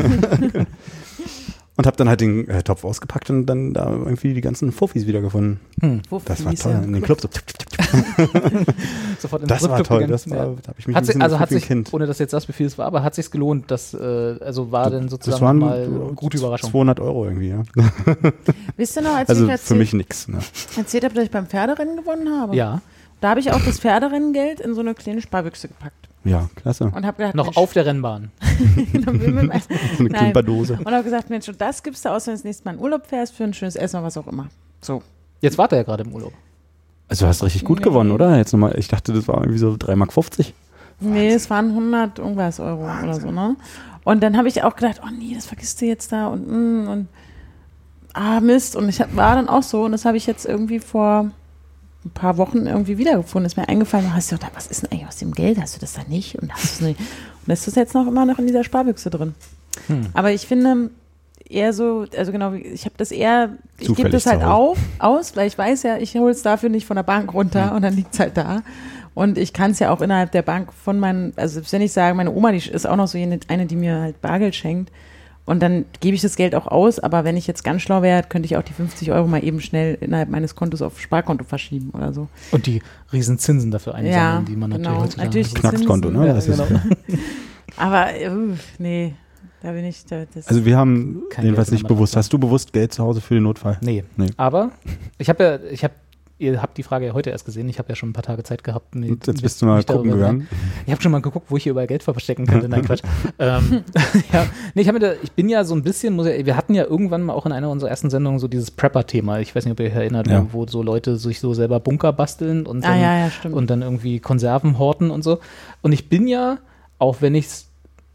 Und habe dann halt den äh, Topf ausgepackt und dann da irgendwie die ganzen Fuffis wiedergefunden. Wo Das war fließt toll. ja? In den Club so. Sofort in Das den war Stripclub toll. gegangen. Das war, Ja. da habe ich mich Hat ein sich, bisschen also gefühlt hat wie ein sich, Kind. ohne dass jetzt das Befehl war, aber hat sich gelohnt, dass, äh, also war denn Das sozusagen waren mal äh, gute Überraschung. zweihundert Euro irgendwie, ja. Wisst ihr noch, als Also ich für erzählt, mich nix. Ne? erzählt habe, dass ich beim Pferderennen gewonnen habe? Ja, Da habe ich auch das Pferderennengeld in so eine kleine Sparbüchse gepackt. Ja, klasse. Und habe gedacht, noch Mensch, auf der Rennbahn. dann will man mal- So eine Nein. Klimperdose. Und habe gesagt, Mensch, und das gibst du aus, wenn du das nächste Mal in Urlaub fährst, für ein schönes Essen oder was auch immer. So. Jetzt war er ja gerade im Urlaub. Also du hast richtig gut Nee. gewonnen, oder? Jetzt nochmal, ich dachte, das war irgendwie so drei Mark fünfzig. Nee, es waren hundert irgendwas Euro oder so, ne? Und dann habe ich auch gedacht, oh nee, das vergisst du jetzt da und mm, und ah, Mist. Und ich hab, war dann auch so und das habe ich jetzt irgendwie vor ein paar Wochen irgendwie wiedergefunden. Ist mir eingefallen, hast du doch da, was ist denn eigentlich aus dem Geld? Hast du das da nicht? Und hast du es nicht? Und das ist jetzt noch immer noch in dieser Sparbüchse drin. Hm. Aber ich finde eher so, also genau, ich habe das eher, ich gebe Zufällig das halt zu Hause. auf, aus, weil ich weiß ja, ich hole es dafür nicht von der Bank runter und dann liegt es halt da. Und ich kann es ja auch innerhalb der Bank von meinen, also selbst wenn ich sage, meine Oma, die ist auch noch so eine, eine, die mir halt Bargeld schenkt. Und dann gebe ich das Geld auch aus, aber wenn ich jetzt ganz schlau wäre, könnte ich auch die fünfzig Euro mal eben schnell innerhalb meines Kontos auf Sparkonto verschieben oder so. Und die riesen Zinsen dafür einsammeln, Ja, die man genau. natürlich heutzutage Natürlich hat. die Knackskonto, ne? Ja, Das ist, genau. Aber, uh, nee, da bin ich, da, das also wir haben Kein jedenfalls Geld nicht in der bewusst. Hast du bewusst Geld zu Hause für den Notfall? Nee. Nee. Aber ich habe ja, ich habe, ihr habt die Frage ja heute erst gesehen, ich habe ja schon ein paar Tage Zeit gehabt. Mir, Und jetzt bist du mal mich gucken darüber- gegangen. Ich habe schon mal geguckt, wo ich hier überall Geld verstecken könnte. Nein, Quatsch. ähm, ja, nee, ich, hab mir da, ich bin ja so ein bisschen, muss ja, wir hatten ja irgendwann mal auch in einer unserer ersten Sendungen so dieses Prepper-Thema. Ich weiß nicht, ob ihr euch erinnert, Ja. wo, wo so Leute sich so selber Bunker basteln und Ah, dann, ja, ja, stimmt. und dann irgendwie Konserven horten und so. Und ich bin ja, auch wenn ich es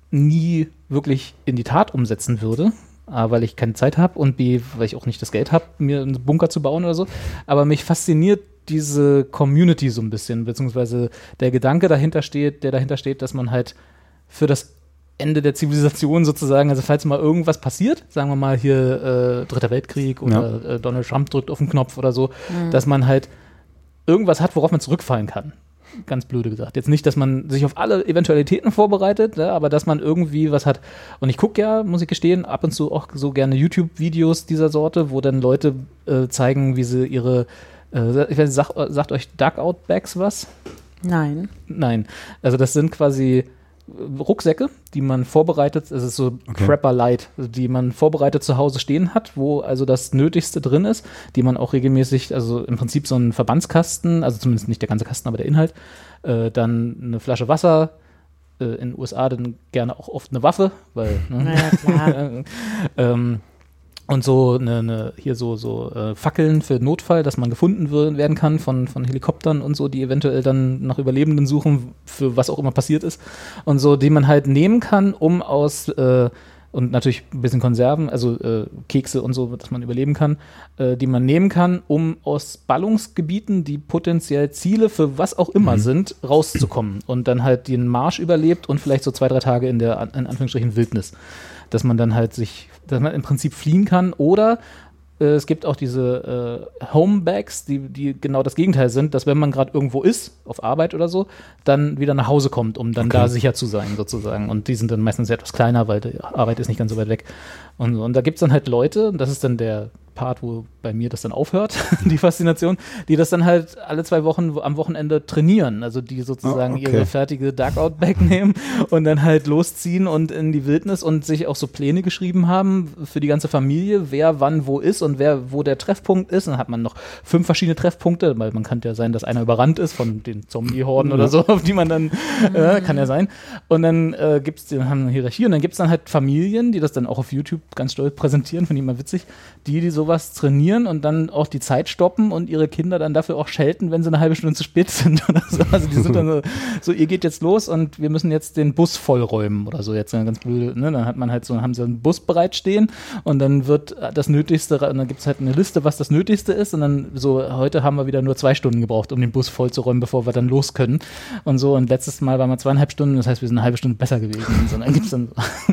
nie wirklich in die Tat umsetzen würde, A, weil ich keine Zeit habe und B, weil ich auch nicht das Geld habe, mir einen Bunker zu bauen oder so. Aber mich fasziniert diese Community so ein bisschen, beziehungsweise der Gedanke dahinter steht, der dahinter steht, dass man halt für das Ende der Zivilisation sozusagen, also falls mal irgendwas passiert, sagen wir mal hier äh, Dritter Weltkrieg oder Ja. äh, Donald Trump drückt auf den Knopf oder so, dass man halt irgendwas hat, worauf man zurückfallen kann. Ganz blöde gesagt. Jetzt nicht, dass man sich auf alle Eventualitäten vorbereitet, ne, aber dass man irgendwie was hat. Und ich gucke ja, muss ich gestehen, ab und zu auch so gerne YouTube-Videos dieser Sorte, wo dann Leute äh, zeigen, wie sie ihre, äh, ich weiß nicht, sag, sagt euch Dugout-Bags was? Nein. Nein. Also das sind quasi Rucksäcke, die man vorbereitet, es ist so Okay. Prepper Light, die man vorbereitet zu Hause stehen hat, wo also das Nötigste drin ist, die man auch regelmäßig, also im Prinzip so ein Verbandskasten, also zumindest nicht der ganze Kasten, aber der Inhalt, äh, dann eine Flasche Wasser, äh, in den U S A dann gerne auch oft eine Waffe, weil, ne? Naja, klar. ähm, und so eine, eine hier so so äh, Fackeln für Notfall, dass man gefunden wir- werden kann von von Helikoptern und so, die eventuell dann nach Überlebenden suchen, für was auch immer passiert ist und so, die man halt nehmen kann, um aus äh, und natürlich ein bisschen Konserven, also äh, Kekse und so, dass man überleben kann, äh, die man nehmen kann, um aus Ballungsgebieten, die potenziell Ziele für was auch immer sind, rauszukommen und dann halt den Marsch überlebt und vielleicht so zwei, drei Tage in der, in Anführungsstrichen, Wildnis. Dass man dann halt sich, dass man im Prinzip fliehen kann oder äh, es gibt auch diese äh, Homebags, die, die genau das Gegenteil sind, dass wenn man gerade irgendwo ist, auf Arbeit oder so, dann wieder nach Hause kommt, um dann Okay. da sicher zu sein sozusagen. Und die sind dann meistens etwas kleiner, weil die Arbeit ist nicht ganz so weit weg. Und, und da gibt es dann halt Leute, und das ist dann der Part, wo bei mir das dann aufhört, die Faszination, die das dann halt alle zwei Wochen wo- am Wochenende trainieren. Also die sozusagen Oh, okay. ihre fertige Dugout-Bag nehmen und dann halt losziehen und in die Wildnis und sich auch so Pläne geschrieben haben für die ganze Familie, wer wann wo ist und wer wo der Treffpunkt ist. Dann hat man noch fünf verschiedene Treffpunkte, weil man kann ja sein, dass einer überrannt ist von den Zombie-Horden oder so, auf die man dann, äh, kann ja sein. Und dann äh, gibt es haben eine Hierarchie und dann gibt es dann halt Familien, die das dann auch auf YouTube ganz stolz präsentieren, finde ich immer witzig, die, die sowas trainieren und dann auch die Zeit stoppen und ihre Kinder dann dafür auch schelten, wenn sie eine halbe Stunde zu spät sind oder so. Also die sind dann so, so, ihr geht jetzt los und wir müssen jetzt den Bus vollräumen oder so. Jetzt eine ganz blöde, ne? Dann hat man halt so, haben sie einen Bus bereitstehen und dann wird das Nötigste, und dann gibt es halt eine Liste, was das Nötigste ist und dann so, heute haben wir wieder nur zwei Stunden gebraucht, um den Bus vollzuräumen, bevor wir dann los können und so. Und letztes Mal waren wir zweieinhalb Stunden, das heißt, wir sind eine halbe Stunde besser gewesen. Und so, dann gibt's dann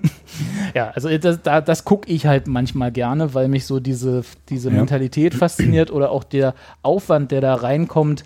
ja, also das, da, das gucke ich halt manchmal gerne, weil mich so diese, diese Ja. Mentalität fasziniert oder auch der Aufwand, der da reinkommt,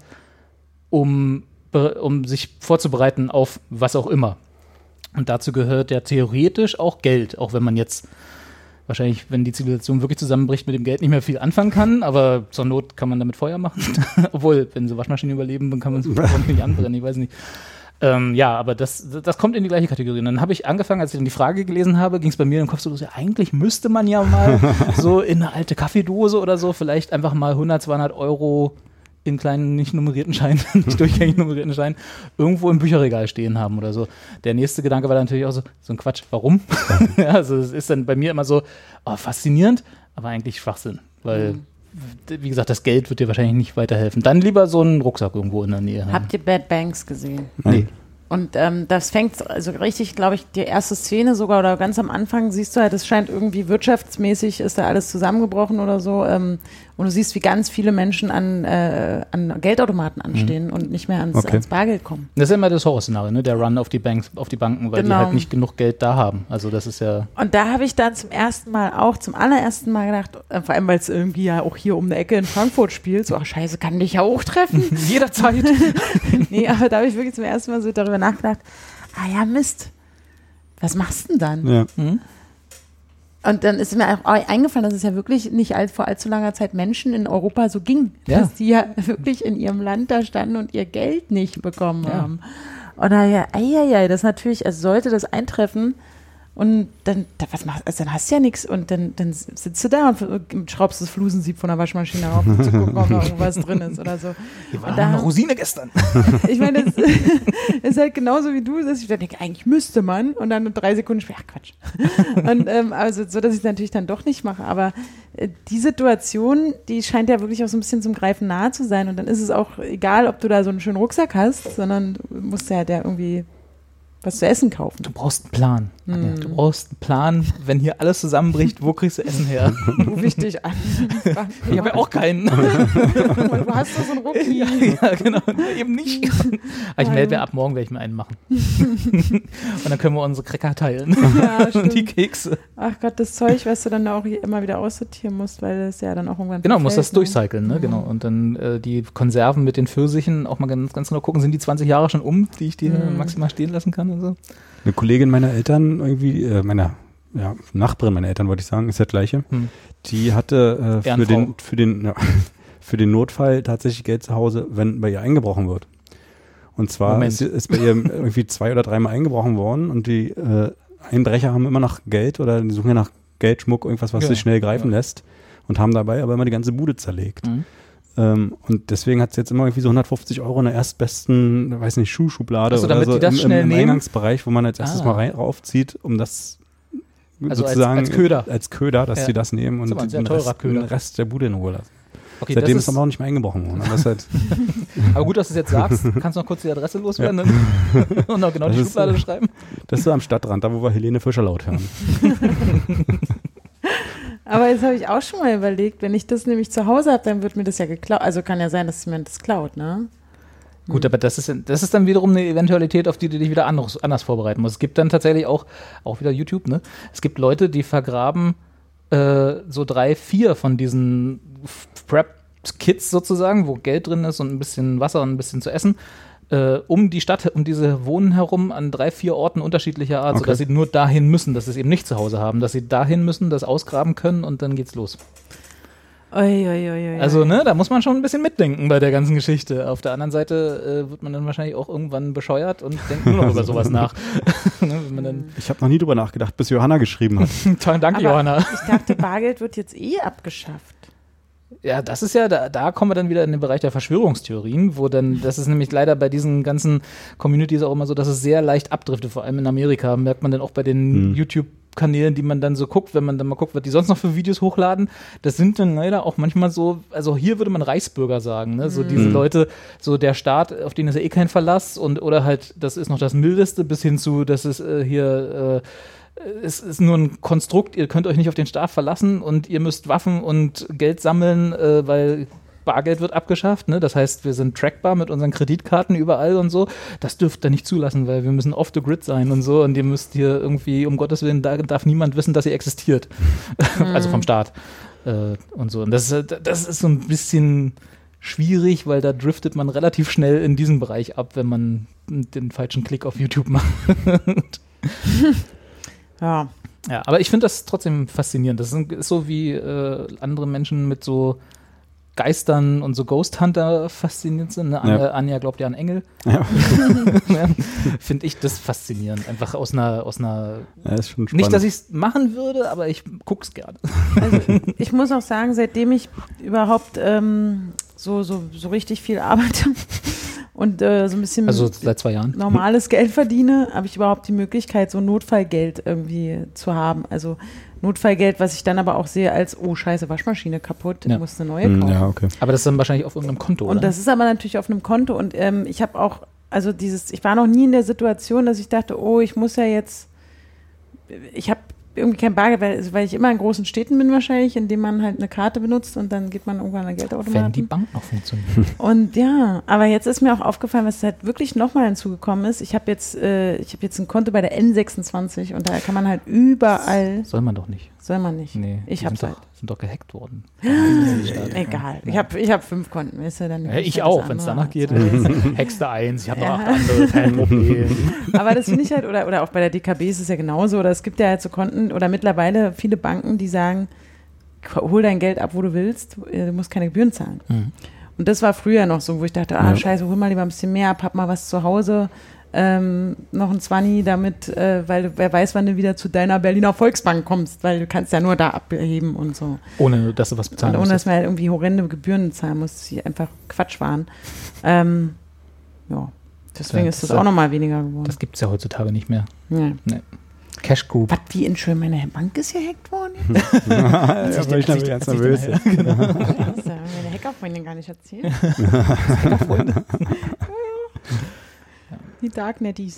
um, be- um sich vorzubereiten auf was auch immer. Und dazu gehört ja theoretisch auch Geld, auch wenn man jetzt wahrscheinlich, wenn die Zivilisation wirklich zusammenbricht, mit dem Geld nicht mehr viel anfangen kann, aber zur Not kann man damit Feuer machen. Obwohl, wenn sie Waschmaschinen überleben, dann kann man es nicht anbrennen, ich weiß nicht. Ähm, ja, aber das, das kommt in die gleiche Kategorie. Und dann habe ich angefangen, als ich dann die Frage gelesen habe, ging es bei mir im Kopf so los, ja, eigentlich müsste man ja mal so in eine alte Kaffeedose oder so vielleicht einfach mal hundert, zweihundert Euro in kleinen, nicht nummerierten Scheinen, nicht durchgängig nummerierten Scheinen, irgendwo im Bücherregal stehen haben oder so. Der nächste Gedanke war dann natürlich auch so, so ein Quatsch, warum? Ja, also es ist dann bei mir immer so, oh, faszinierend, aber eigentlich Schwachsinn, weil Mhm. wie gesagt, das Geld wird dir wahrscheinlich nicht weiterhelfen. Dann lieber so einen Rucksack irgendwo in der Nähe haben. Habt ihr Bad Banks gesehen? Nee. Und ähm, das fängt also richtig, glaube ich, die erste Szene sogar oder ganz am Anfang siehst du halt, es scheint irgendwie wirtschaftsmäßig ist da alles zusammengebrochen oder so. Ähm, und du siehst, wie ganz viele Menschen an, äh, an Geldautomaten anstehen und nicht mehr ans, Okay. ans Bargeld kommen. Das ist ja immer das Horrorszenario, ne? Der Run auf die Banks, auf die Banken, weil Genau. die halt nicht genug Geld da haben. Also das ist ja. Und da habe ich dann zum ersten Mal auch, zum allerersten Mal gedacht, äh, vor allem, weil es irgendwie ja auch hier um die Ecke in Frankfurt spielt, so, ach scheiße, kann dich ja auch treffen. Jederzeit. Nee, aber da habe ich wirklich zum ersten Mal so darüber nachgedacht, ah ja, Mist, was machst du denn dann? Ja. Und dann ist mir auch eingefallen, dass es ja wirklich nicht all, vor allzu langer Zeit Menschen in Europa so ging, Ja. dass die ja wirklich in ihrem Land da standen und ihr Geld nicht bekommen Ja. haben. Und da ja, eieiei, das natürlich, also sollte das eintreffen und dann, da, was machst, also dann hast du ja nichts und dann, dann sitzt du da und schraubst das Flusensieb von der Waschmaschine auf, um zu gucken, ob noch irgendwas drin ist oder so. Hier war Und noch da- eine Rosine gestern. Ich meine, das ist halt genauso wie du, dass ich dann denke, eigentlich müsste man und dann drei Sekunden später, ach Quatsch. Und ähm, also so, dass ich es natürlich dann doch nicht mache, aber äh, die Situation, die scheint ja wirklich auch so ein bisschen zum Greifen nahe zu sein und dann ist es auch egal, ob du da so einen schönen Rucksack hast, sondern du musst ja der irgendwie was zu essen kaufen. Du brauchst einen Plan. Hm. Anja. Du brauchst einen Plan, wenn hier alles zusammenbricht, wo kriegst du Essen her? Ruf ich dich an. Ich habe ja auch keinen. Du hast doch so einen Rucki. ja, ja, genau. Eben nicht. Aber ich melde mir ab morgen, werde ich mir einen machen. Und dann können wir unsere Cracker teilen. Ja, Und die stimmt. Kekse. Ach Gott, das Zeug, was du dann auch hier immer wieder aussortieren musst, weil es ja dann auch irgendwann Genau, muss das verfällt, ne? durchcyclen, ne? Genau. Und dann äh, die Konserven mit den Pfirsichen auch mal ganz, ganz genau gucken, sind die zwanzig Jahre schon um, die ich dir Mhm. maximal stehen lassen kann und so. Eine Kollegin meiner Eltern, irgendwie, äh, meiner ja, Nachbarin meiner Eltern, wollte ich sagen, ist das gleiche. Hm. Die hatte äh, für, Ehrenfrau. den, für, den, ja, für den Notfall tatsächlich Geld zu Hause, wenn bei ihr eingebrochen wird. Und zwar Moment. ist, ist bei ihr irgendwie zwei oder dreimal eingebrochen worden und die äh, Einbrecher haben immer nach Geld oder die suchen ja nach Geld, Schmuck, irgendwas, was Ja, sich schnell greifen ja. lässt und haben dabei aber immer die ganze Bude zerlegt. Mhm. Ähm, und deswegen hat sie jetzt immer irgendwie so hundertfünfzig Euro in der erstbesten, weiß nicht, Schuhschublade Ach so, oder damit so die das im, schnell im, im nehmen? Eingangsbereich, wo man als erstes Ah. mal rein, raufzieht, um das Also als- sozusagen als Köder. als Köder, dass Ja. sie das nehmen Das ist und aber ein sehr den teurer Rest, Köder. den Rest der Bude in Ruhe lassen. Okay, Seitdem das ist aber auch nicht mehr eingebrochen worden. Aber, das ist halt, aber gut, dass du es jetzt sagst. Kannst du noch kurz die Adresse loswerden ne? und noch genau die Das ist, Schublade äh, schreiben? das ist so am Stadtrand, da wo wir Helene Fischer laut hören. Aber jetzt habe ich auch schon mal überlegt, wenn ich das nämlich zu Hause habe, dann wird mir das ja geklaut. Also kann ja sein, dass jemand das klaut, ne? Gut, aber das ist, das ist dann wiederum eine Eventualität, auf die du dich wieder anders, anders vorbereiten musst. Es gibt dann tatsächlich auch, auch wieder YouTube, ne? Es gibt Leute, die vergraben äh, so drei, vier von diesen Prep-Kits sozusagen, wo Geld drin ist und ein bisschen Wasser und ein bisschen zu essen, äh, um die Stadt, um diese Wohnen herum an drei, vier Orten unterschiedlicher Art, Okay. sodass sie nur dahin müssen, dass sie es eben nicht zu Hause haben, dass sie dahin müssen, das ausgraben können und dann geht's los. Ui, ui, ui, ui. Also, ne, da muss man schon ein bisschen mitdenken bei der ganzen Geschichte. Auf der anderen Seite äh, wird man dann wahrscheinlich auch irgendwann bescheuert und denkt nur noch über sowas nach. ne, wenn man dann, Ich habe noch nie drüber nachgedacht, bis Johanna geschrieben hat. Toll, danke, Aber Johanna. ich dachte, Bargeld wird jetzt eh abgeschafft. Ja, das ist ja, da, da kommen wir dann wieder in den Bereich der Verschwörungstheorien, wo dann, das ist nämlich leider bei diesen ganzen Communities auch immer so, dass es sehr leicht abdriftet, vor allem in Amerika, merkt man dann auch bei den Hm. YouTube-Kanälen, die man dann so guckt, wenn man dann mal guckt, was die sonst noch für Videos hochladen, das sind dann leider auch manchmal so, also hier würde man Reichsbürger sagen, ne? So diese Mhm. Leute, so der Staat, auf den ist ja eh kein Verlass und oder halt, das ist noch das Mildeste, bis hin zu, das ist äh, hier, äh, es ist nur ein Konstrukt, ihr könnt euch nicht auf den Staat verlassen und ihr müsst Waffen und Geld sammeln, äh, weil Bargeld wird abgeschafft, ne? Das heißt, wir sind trackbar mit unseren Kreditkarten überall und so. Das dürft ihr nicht zulassen, weil wir müssen off the grid sein und so und ihr müsst hier irgendwie, um Gottes Willen, da darf niemand wissen, dass ihr existiert. Also vom Staat äh, und so. Und das, ist- das ist so ein bisschen schwierig, weil da driftet man relativ schnell in diesen Bereich ab, wenn man den falschen Klick auf YouTube macht. Ja. Ja, aber ich finde das trotzdem faszinierend. Das ist, ist so wie äh, andere Menschen mit so Geistern und so Ghost Hunter fasziniert sind. Ne? Anja, Ja. Anja glaubt ja an Engel. Ja, Ja, finde ich das faszinierend. Einfach aus einer, aus einer ja, ist schon spannend. nicht, dass ich es machen würde, aber ich guck's gerne. Also ich muss auch sagen, seitdem ich überhaupt ähm, so, so, so richtig viel arbeite und äh, so ein bisschen Also seit zwei Jahren. normales Geld verdiene, habe ich überhaupt die Möglichkeit, so Notfallgeld irgendwie zu haben. Also Notfallgeld, was ich dann aber auch sehe als, oh scheiße, Waschmaschine kaputt, Ja. muss eine neue Hm, kaufen. ja, okay. Aber das ist dann wahrscheinlich auf irgendeinem Konto, Und oder? das ist aber natürlich auf einem Konto und ähm, ich habe auch, also dieses, ich war noch nie in der Situation, dass ich dachte, oh, ich muss ja jetzt, ich habe irgendwie kein Bargeld, weil, also weil ich immer in großen Städten bin wahrscheinlich, in denen man halt eine Karte benutzt und dann geht man irgendwann an den Wenn die Geldautomaten. Bank noch funktioniert. Und ja, aber jetzt ist mir auch aufgefallen, was halt wirklich nochmal hinzugekommen ist. Ich habe jetzt, äh, ich habe jetzt ein Konto bei der N sechsundzwanzig und da kann man halt überall Soll man doch nicht. Soll man nicht. Nee, ich die hab's sind halt. doch, sind doch gehackt worden. Egal. Ich habe ich hab fünf Konten. Ist ja dann Ja, ich das auch, wenn es andere. danach geht. Also, Hexte eins, ich habe Ja. noch acht andere, kein Problem. Aber das finde ich halt, oder, oder auch bei der D K B ist es ja genauso, oder es gibt ja halt so Konten, oder mittlerweile viele Banken, die sagen, hol dein Geld ab, wo du willst, du musst keine Gebühren zahlen. Mhm. Und das war früher noch so, wo ich dachte, ah, Ja. scheiße, hol mal lieber ein bisschen mehr ab, hab mal was zu Hause, ähm, noch ein Zwanni, damit, äh, weil wer weiß, wann du wieder zu deiner Berliner Volksbank kommst, weil du kannst ja nur da abheben und so. Ohne, dass du was bezahlen Und ohne, dass musst. man halt irgendwie horrende Gebühren zahlen muss, die einfach Quatsch waren. Ähm, ja, deswegen Ja, ist das das- auch nochmal weniger geworden. Das gibt es ja heutzutage nicht mehr. Ja. Cash Group. Was, wie, Entschuldigung, meine Bank ist gehackt worden? ja, sich- weil ich hat sich- ganz hat sich nervös. dann- Ja. Das ist ja meine Hackerfreundin gar nicht erzählt. Die Darknetties.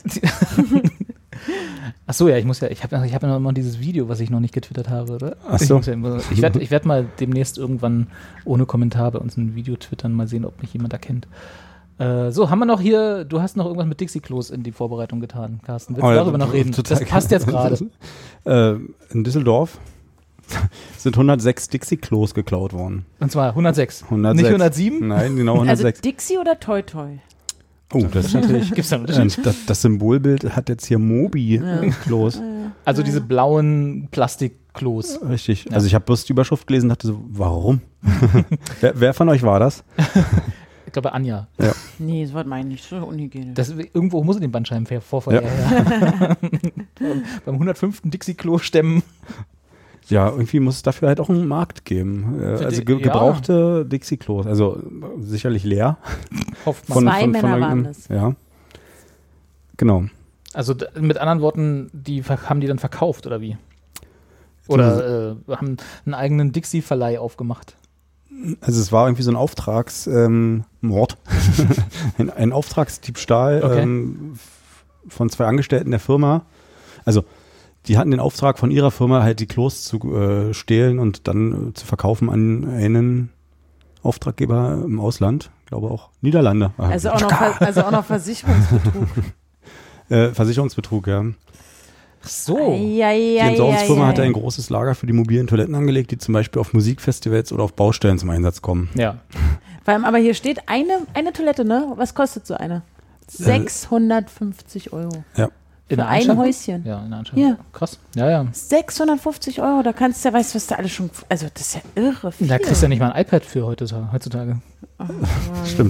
Ach so, ja, ich muss ja, ich habe ich hab ja noch mal dieses Video, was ich noch nicht getwittert habe, oder? Ach so. Ich, muss ja immer- ich werde ich werd mal demnächst irgendwann ohne Kommentar bei uns ein Video twittern, mal sehen, ob mich jemand erkennt. Äh, so, haben wir noch hier, du hast noch irgendwas mit Dixie-Klos in die Vorbereitung getan, Carsten. Willst Oh du ja, darüber noch reden? total Das passt jetzt gerade. Äh, in Düsseldorf sind hundertsechs Dixie-Klos geklaut worden. Und zwar hundertsechs. hundertsechs. Nicht hundertsieben? Nein, genau Also hundertsechs. Dixie oder Toi Toi? Oh, das ist natürlich. Gibt es da einen Äh, Unterschied? das, das Symbolbild hat jetzt hier Mobi-Klos. Also diese blauen Plastikklos. Richtig. Ja. Also ich habe bloß die Überschrift gelesen und dachte so, warum? wer, wer von euch war das? Ich glaube Anja. Nee, das war meine ich, so unhygienisch. Das, irgendwo muss in den Bandscheibenvorfall Ja. her. Ja. Beim hundertfünften Dixie-Klo stemmen. Ja, irgendwie muss es dafür halt auch einen Markt geben. Äh, Für also die- ge ja. gebrauchte Dixie-Klos. Also äh, sicherlich leer. Hofft man. Zwei Männer waren irgendeinem- das. Ja. Genau. Also d- mit anderen Worten, die ver- haben die dann verkauft oder wie? Oder äh, haben einen eigenen Dixie-Verleih aufgemacht? Also es war irgendwie so ein Auftragsmord. Ähm, Mord. ein, ein Auftragsdiebstahl Okay. ähm, f- von zwei Angestellten der Firma. Also die hatten den Auftrag von ihrer Firma halt die Klos zu äh, stehlen und dann äh, zu verkaufen an einen Auftraggeber im Ausland. Ich glaube auch Niederlande. Ah, Also auch noch, Ver- also auch noch Versicherungsbetrug. äh, Versicherungsbetrug, ja. Ach so. Die Entsorgungsfirma hatte ein großes Lager für die mobilen Toiletten angelegt, die zum Beispiel auf Musikfestivals oder auf Baustellen zum Einsatz kommen. Ja. Vor allem, aber hier steht eine, eine Toilette, ne? Was kostet so eine? sechshundertfünfzig Euro. Ja. In Für der ein Anschauung? Häuschen. Ja, in der Anschauung. Ja. Krass. Ja, ja. sechshundertfufzig Euro, da kannst du ja, weißt du, was da alles schon, also das ist ja irre viel. Da kriegst du ja nicht mal ein iPad für heutzutage. heutzutage. Stimmt.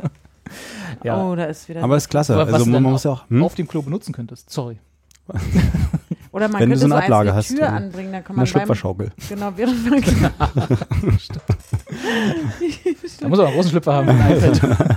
Ja. Oh, da ist wieder. Aber ist klasse. Aber was Also du man dann muss ja auch. Hm? auf dem Klo benutzen könntest. Sorry. Oder man wenn du könnte so eine so eins Ablage in die hast, Tür ja. anbringen, da kann Eine man beim, Schlüpferschaukel. genau, während man Da muss er einen großen Schlüpfer haben. Ein iPad.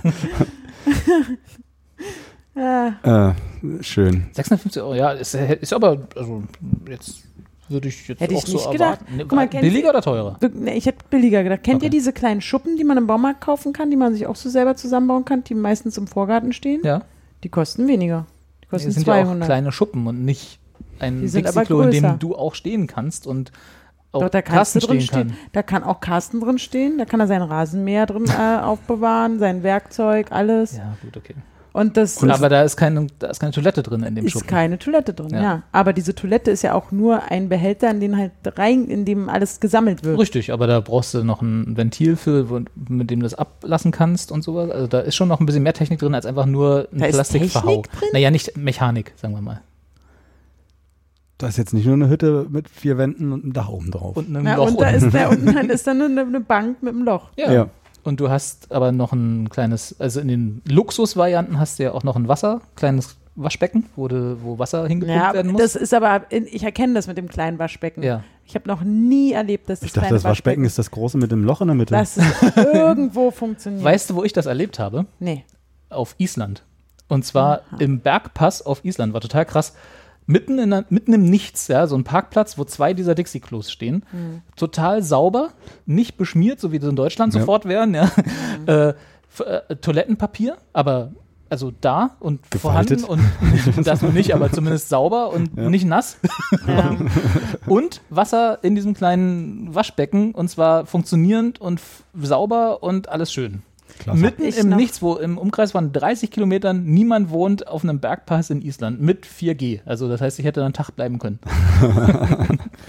ah, Äh, schön. sechshundertfünfzig Euro, ja, ist, ist aber, also jetzt würde ich jetzt Hätte ich auch so nicht gedacht. erwarten. Ne, Guck mal, kennst billiger du- oder teurer? ne, ich hätte billiger gedacht. Kennt Okay. ihr diese kleinen Schuppen, die man im Baumarkt kaufen kann, die man sich auch so selber zusammenbauen kann, die meistens im Vorgarten stehen? Ja. Die kosten weniger. Die kosten Das sind ja auch zweihundert. kleine Schuppen und nicht ein Die sind aber Dixie-Klo, in größer. dem du auch stehen kannst und auch Doch, da kannst Carsten du drin stehen stehen. kann. Da kann auch Carsten drin stehen. Da kann er seinen Rasenmäher drin äh, aufbewahren, sein Werkzeug, alles. Ja, gut, okay. Und das Und aber da ist, keine, da ist keine Toilette drin in dem ist Schuppen. keine Toilette drin, Ja. ja. Aber diese Toilette ist ja auch nur ein Behälter, in den halt rein, in dem alles gesammelt wird. Richtig, aber da brauchst du noch ein Ventil für, wo- mit dem du das ablassen kannst und sowas. Also da ist schon noch ein bisschen mehr Technik drin als einfach nur ein Da ist Plastikverhau. Technik drin? Naja, nicht Mechanik, sagen wir mal. Da ist jetzt nicht nur eine Hütte mit vier Wänden und einem Dach oben drauf. Und einem Ja, Loch und da unten. ist, da unten dann ist dann nur eine, eine Bank mit einem Loch. Ja. Ja. Und du hast aber noch ein kleines, also in den Luxusvarianten hast du ja auch noch ein Wasser, kleines Waschbecken, wo, du, wo Wasser hingepumpt Ja, werden muss. das ist aber, in, ich erkenne das mit dem kleinen Waschbecken. Ja. Ich habe noch nie erlebt, dass das Ich dachte, kleine das Waschbecken ist das große mit dem Loch in der Mitte. dass es irgendwo funktioniert. Weißt du, wo ich das erlebt habe? Nee. Auf Island. Und zwar im Bergpass auf Island. War total krass. Mitten, in der, mitten im Nichts, ja, so ein Parkplatz, wo zwei dieser Dixie-Klos stehen. Hm. Total sauber, nicht beschmiert, so wie das in Deutschland Ja. sofort wären. Ja. Hm. Äh, f- äh, Toilettenpapier, aber also da und Gefaltet. vorhanden und das noch nicht, aber zumindest sauber und Ja. nicht nass. Ja. Und Wasser in diesem kleinen Waschbecken und zwar funktionierend und f- sauber und alles schön. Klasse. Mitten Ich im noch- Nichts, wo im Umkreis von dreißig Kilometern niemand wohnt, auf einem Bergpass in Island mit vier G. Also das heißt, ich hätte dann einen Tag bleiben können.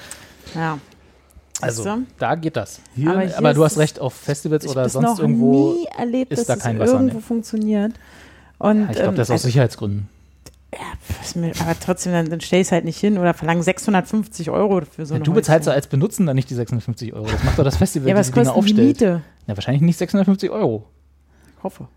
Ja. Also, Siehste? da geht das. Hier, Aber aber, hier du ist hast recht, auf Festivals Ich oder habe sonst noch irgendwo nie erlebt, ist dass da das kein Wasser, irgendwo nee. funktioniert. Und, Ja, ich glaube, ähm, das ist aus also, Sicherheitsgründen. ja, ist mir, aber trotzdem, dann, dann stell ich es halt nicht hin oder verlange sechshundertfünfzig Euro für so Ja, eine du bezahlst doch Häuschen. als Benutzender nicht die sechshundertfünfzig Euro. Das macht doch das Festival, Ja, die was die Dinge kostet die aufstellt. Miete? Ja, wahrscheinlich nicht sechshundertfünfzig Euro. Ich hoffe.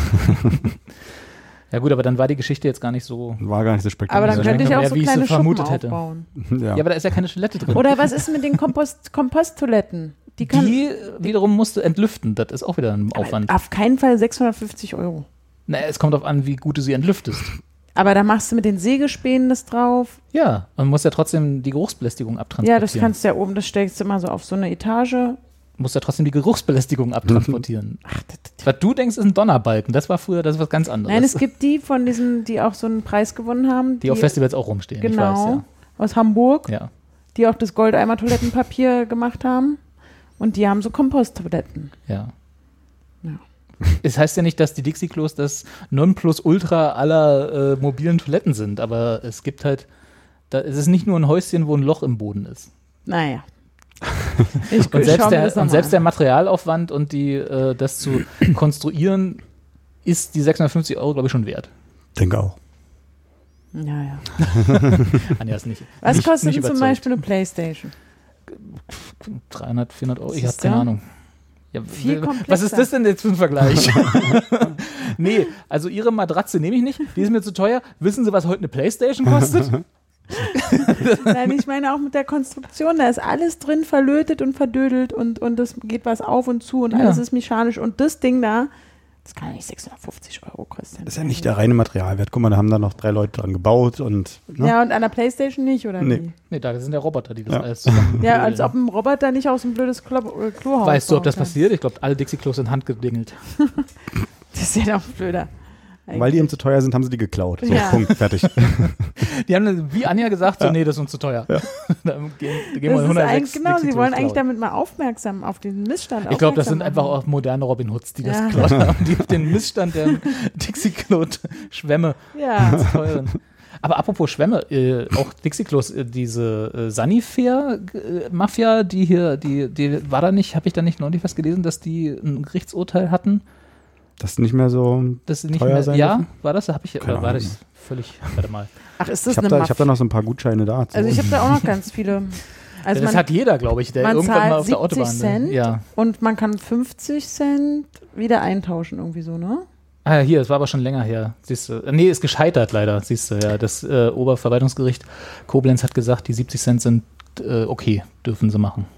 Ja gut, aber dann war die Geschichte jetzt gar nicht so... War gar nicht so spektakulär. Aber dann Also könnte ich mehr, auch so wie ich kleine so Schuppen vermutet hätte. aufbauen. ja. Ja, aber da ist ja keine Toilette drin. Oder was ist mit den Kompost Komposttoiletten? Die kann die wiederum musst du entlüften. Das ist auch wieder ein aber Aufwand. auf keinen Fall sechshundertfünfzig Euro. Na, es kommt darauf an, wie gut du sie entlüftest. Aber da machst du mit den Sägespänen das drauf. Ja, und musst ja trotzdem die Geruchsbelästigung abtransportieren. Ja, das kannst du ja oben, das stellst du immer so auf so eine Etage. Musst ja trotzdem die Geruchsbelästigung abtransportieren. Ach, das, das, Was du denkst, ist ein Donnerbalken. Das war früher, das ist was ganz anderes. Nein, es gibt die von diesen, die auch so einen Preis gewonnen haben. die auf Festivals auch rumstehen, Genau, ich weiß, aus Hamburg, ja. ja. die auch das Goldeimer-Toilettenpapier gemacht haben. Und die haben so Komposttoiletten. Ja. Ja. Es heißt ja nicht, dass die Dixie-Klos das Nonplusultra aller äh, mobilen Toiletten sind, aber es gibt halt, da, es ist nicht nur ein Häuschen, wo ein Loch im Boden ist. Naja. Ich, Und ich schau selbst mir der, das noch und mal selbst an. der Materialaufwand und die, äh, das zu konstruieren, ist die sechshundertfünfzig Euro, glaube ich, schon wert. Denke auch. Ja, ja. Anja ist nicht. Was nicht, kostet nicht denn zum überzeugt. Beispiel eine Playstation? dreihundert, vierhundert Euro? Ich habe Siehst du? keine Ahnung. Ja, Viel w- komplexer. was ist das denn jetzt für ein Vergleich? Nee, also ihre Matratze nehme ich nicht, die ist mir zu teuer. Wissen Sie, was heute eine Playstation kostet? Nein, ich meine auch mit der Konstruktion, da ist alles drin verlötet und verdödelt und, und es geht was auf und zu und Ja. alles ist mechanisch und das Ding da, das kann ja nicht sechshundertfünfzig Euro kosten. Das ist ja nicht der reine Materialwert. Guck mal, da haben da noch drei Leute dran gebaut und. Ne? Ja, und an der Playstation nicht, oder Nee. wie? Nee, da sind ja Roboter, die das Ja. alles zusammen. Ja, als ob ein Roboter nicht aus dem blödes Klo äh, Klohaus Weißt du, ob das bauen kann. passiert? Ich glaube, alle Dixie-Klos sind handgedingelt. Das ist ja doch blöder. Weil die eben zu teuer sind, haben sie die geklaut. So, Ja. Punkt, fertig. Die haben dann, wie Anja gesagt, so, nee, das ist uns zu teuer. Dann gehen, gehen wir Das ist hundertsechs eigentlich, genau, sie Dixie-Klos wollen eigentlich klauen. damit mal aufmerksam auf den Missstand Ich glaube, das sind aufmerksam einfach machen. auch moderne Robin Hoods, die das Ja. geklaut haben, die auf den Missstand der Dixie-Klo-Schwämme Ja, teuren. Aber apropos Schwämme, äh, auch Dixie-Klos, äh, diese äh, Sanifair-Mafia, die hier, die, die war da nicht, habe ich da nicht neulich was gelesen, dass die ein Gerichtsurteil hatten? Das ist nicht mehr so. Dass sie nicht Teuer mehr, sein ja, dürfen? war das? Hab ich, Keine oder war Ahnung. das völlig, warte mal. ach, ist das Ich habe eine da, ich hab da Mafia? noch so ein paar Gutscheine da. So. Also ich habe da auch noch ganz viele. Also Ja, das man, hat jeder, glaube ich, der man irgendwann zahlt mal auf der siebzig Autobahn Cent Ja. und man kann fünfzig Cent wieder eintauschen irgendwie so, ne? Ah, hier, das war aber schon länger her. Siehst du. Äh, Nee, ist gescheitert leider, siehst du, ja. Das äh, Oberverwaltungsgericht Koblenz hat gesagt, die siebzig Cent sind äh, okay, dürfen sie machen.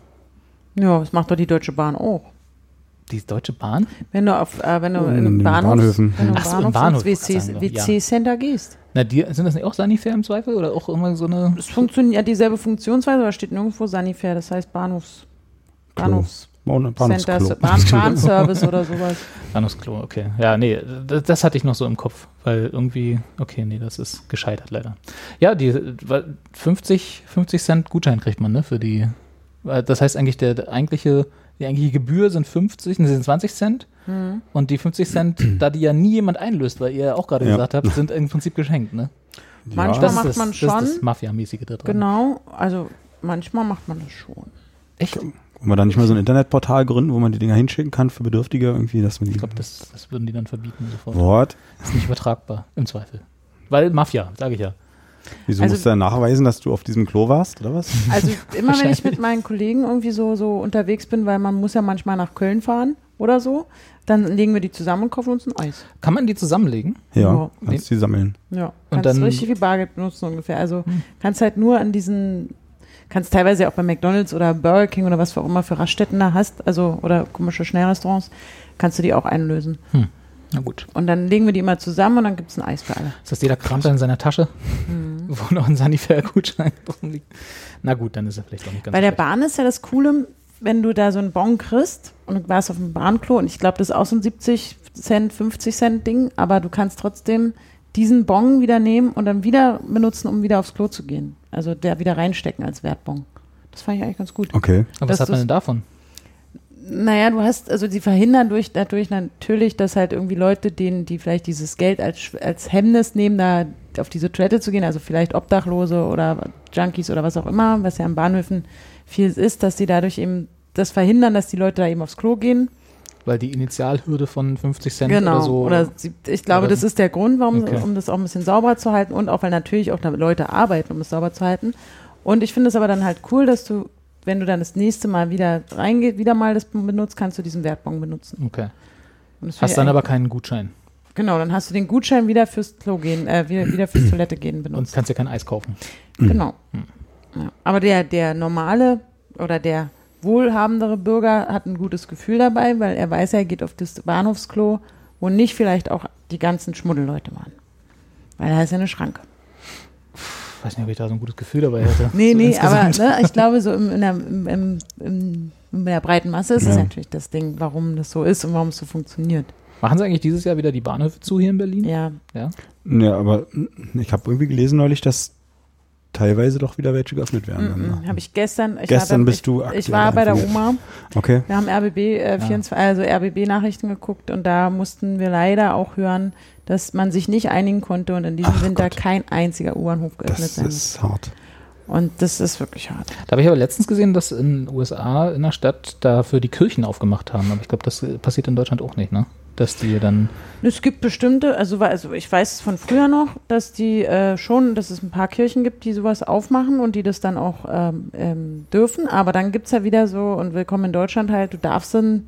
Ja, das macht doch die Deutsche Bahn auch. Die Deutsche Bahn? Wenn du auf, äh, wenn du Oh, in in einem den Bahnhof, Bahnhöfen. wenn du Ach so, im im Bahnhof Bahnhof, ins wollte ich gerade sagen, W C-Center gehst. Na, die, sind das nicht auch Sanifair im Zweifel? Oder auch immer so eine. Es funktioniert dieselbe Funktionsweise, aber steht nirgendwo Sanifair, das heißt Bahnhofs, Bahnhofs Bahn- Center, Bahnhofsklo. Bahn, Bahnservice oder sowas. Bahnhofsklo, okay. Ja, nee, das, das hatte ich noch so im Kopf, weil irgendwie, okay, nee, das ist gescheitert leider. Ja, die weil fünfzig, fünfzig Cent Gutschein kriegt man, ne, für die. weil Das heißt eigentlich, der, der eigentliche, die eigentliche Gebühr sind fünfzig, ne, sind zwanzig Cent. Hm. Und die fünfzig Cent, da die ja nie jemand einlöst, weil ihr ja auch gerade Ja. gesagt habt, sind im Prinzip geschenkt, ne? Manchmal Das macht ist das, man das, schon. ist das Mafia-mäßige da drin. Genau, also manchmal macht man das schon. Echt? Wollen wir da nicht mal so ein Internetportal gründen, wo man die Dinger hinschicken kann für Bedürftige irgendwie, dass man die. Ich glaube, das, das würden die dann verbieten sofort. What? Das ist nicht übertragbar, im Zweifel. Weil Mafia, sage ich ja. Wieso Also- musst du dann nachweisen, dass du auf diesem Klo warst, oder was? Also immer wenn ich mit meinen Kollegen irgendwie so, so unterwegs bin, weil man muss ja manchmal nach Köln fahren oder so, dann legen wir die zusammen und kaufen uns ein Eis. Kann man die zusammenlegen? Ja, Ja. kannst die sammeln. Ja, Und kannst dann- richtig viel Bargeld benutzen ungefähr. Also kannst halt nur an diesen, kannst teilweise auch bei McDonald's oder Burger King oder was auch immer für Raststätten da hast, also oder komische Schnellrestaurants, kannst du die auch einlösen. Na gut. Und dann legen wir die immer zusammen und dann gibt es ein Eis für alle. Das heißt, jeder kramt dann in seiner Tasche, Mhm. wo noch ein Sanifair-Gutschein drin liegt. Na gut, dann ist er vielleicht auch nicht ganz Bei der schlecht. Bahn ist ja das Coole, wenn du da so einen Bon kriegst und du warst auf dem Bahnklo und ich glaube, das ist auch so ein siebzig Cent, fünfzig Cent Ding, aber du kannst trotzdem diesen Bon wieder nehmen und dann wieder benutzen, um wieder aufs Klo zu gehen. Also der wieder reinstecken als Wertbon. Das fand ich eigentlich ganz gut. Okay. Aber was das hat man ist- denn davon? Naja, du hast, also sie verhindern durch, dadurch natürlich, dass halt irgendwie Leute, denen, die vielleicht dieses Geld als, als Hemmnis nehmen, da auf diese Toilette zu gehen, also vielleicht Obdachlose oder Junkies oder was auch immer, was ja an Bahnhöfen viel ist, dass sie dadurch eben das verhindern, dass die Leute da eben aufs Klo gehen. Weil die Initialhürde von fünfzig Cent genau. oder so. Oder sie, ich glaube, oder? Das ist der Grund, warum, Okay. um das auch ein bisschen sauber zu halten und auch, weil natürlich auch da Leute arbeiten, um es sauber zu halten. Und ich finde es aber dann halt cool, dass du, wenn du dann das nächste Mal wieder reingehst, wieder mal das benutzt, kannst du diesen Wertbon benutzen. Okay. Und das Hast finde dann ich aber keinen Gutschein. Genau, dann hast du den Gutschein wieder fürs Klo gehen, äh, wieder, wieder fürs Toilette gehen Und benutzt. kannst ja kein Eis kaufen. Genau. Ja. Aber der, der normale oder der wohlhabendere Bürger hat ein gutes Gefühl dabei, weil er weiß, er geht auf das Bahnhofsklo, wo nicht vielleicht auch die ganzen Schmuddelleute waren. Weil da ist ja eine Schranke. Ich weiß nicht, ob ich da so ein gutes Gefühl dabei hätte. Nee, so nee, aber insgesamt. ne, ich glaube, so im, in, der, im, im, im, in der breiten Masse ist es Ja. natürlich das Ding, warum das so ist und warum es so funktioniert. Machen sie eigentlich dieses Jahr wieder die Bahnhöfe zu hier in Berlin? Ja, Ja. Ja, aber ich habe irgendwie gelesen neulich, dass teilweise doch wieder welche geöffnet werden. mm, habe ich gestern. Ich Gestern war bei, bist du ich, aktuell ich war bei der informiert. Oma. Okay. Wir haben R B B äh, vierundzwanzig, also R B B-Nachrichten geguckt und da mussten wir leider auch hören, dass man sich nicht einigen konnte und in diesem Ach Winter Gott. kein einziger U-Bahnhof geöffnet Das sein muss. ist hart. Und das ist wirklich hart. Da habe ich aber letztens gesehen, dass in den U S A in der Stadt dafür die Kirchen aufgemacht haben. Aber ich glaube, das passiert in Deutschland auch nicht, ne? Dass die dann. Es gibt bestimmte, also, also ich weiß es von früher noch, dass die äh, schon, dass es ein paar Kirchen gibt, die sowas aufmachen und die das dann auch ähm, ähm, dürfen. Aber dann gibt es ja wieder so, und willkommen in Deutschland halt, du darfst dann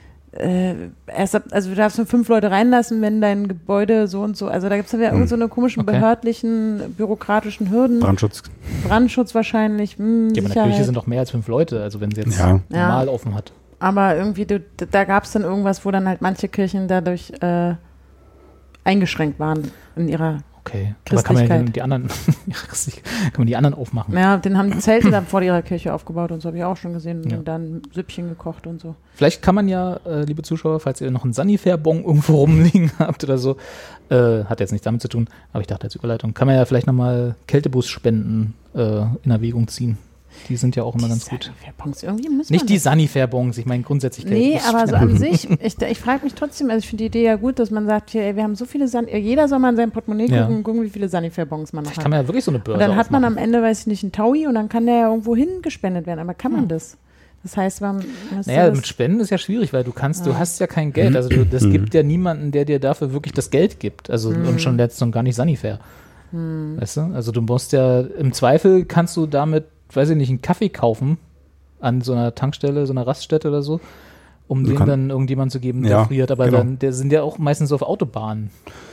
äh, erst ab, also du darfst nur fünf Leute reinlassen, wenn dein Gebäude so und so, also da gibt es ja wieder Hm. irgend so eine komischen Okay. behördlichen, bürokratischen Hürden. Brandschutz. Brandschutz wahrscheinlich, hm, Ja, aber in der Sicherheit. Kirche sind doch mehr als fünf Leute, also wenn sie jetzt Ja. normal offen hat. Aber irgendwie, du, da gab es dann irgendwas, wo dann halt manche Kirchen dadurch äh, eingeschränkt waren in ihrer, Okay. Aber kann man ja Christlichkeit. die anderen, ja, christlich, kann man die anderen aufmachen? ja, den haben die Zelte dann vor ihrer Kirche aufgebaut und so, habe ich auch schon gesehen, Ja. und dann Süppchen gekocht und so. Vielleicht kann man ja, äh, liebe Zuschauer, falls ihr noch einen Sanifair-Bon irgendwo rumliegen habt oder so, äh, hat jetzt nichts damit zu tun, aber ich dachte als Überleitung, kann man ja vielleicht nochmal Kältebus-Spenden äh, in Erwägung ziehen. Die sind ja auch immer ganz gut. Sanifair-Bons, irgendwie muss man Nicht die das. Sanifair-Bons, ich meine grundsätzlich Nee, aber so an Kältebus-Spenden. sich, ich, ich frage mich trotzdem, also ich finde die Idee ja gut, dass man sagt, hier, ey, wir haben so viele San jeder soll mal in sein Portemonnaie Ja. gucken und gucken, wie viele Sanifair-Bons man noch Vielleicht hat. kann man ja wirklich so eine Börse Und dann hat man aufmachen. am Ende, weiß ich nicht, einen Taui und dann kann der ja irgendwo hin gespendet werden. Aber kann man Hm. das? Das heißt, man müsste Naja, das, mit Spenden ist ja schwierig, weil du kannst, Ja. du hast ja kein Geld. Also du, das Mhm. gibt ja niemanden, der dir dafür wirklich das Geld gibt. Also Mhm. und schon jetzt noch gar nicht Sanifair. hm. Weißt du? Also du musst ja, im Zweifel kannst du damit, weiß ich nicht, einen Kaffee kaufen an so einer Tankstelle, so einer Raststätte oder so, um Du den kann- dann irgendjemand zu geben, der Ja, friert. Aber genau. dann, der sind ja auch meistens so auf Autobahnen.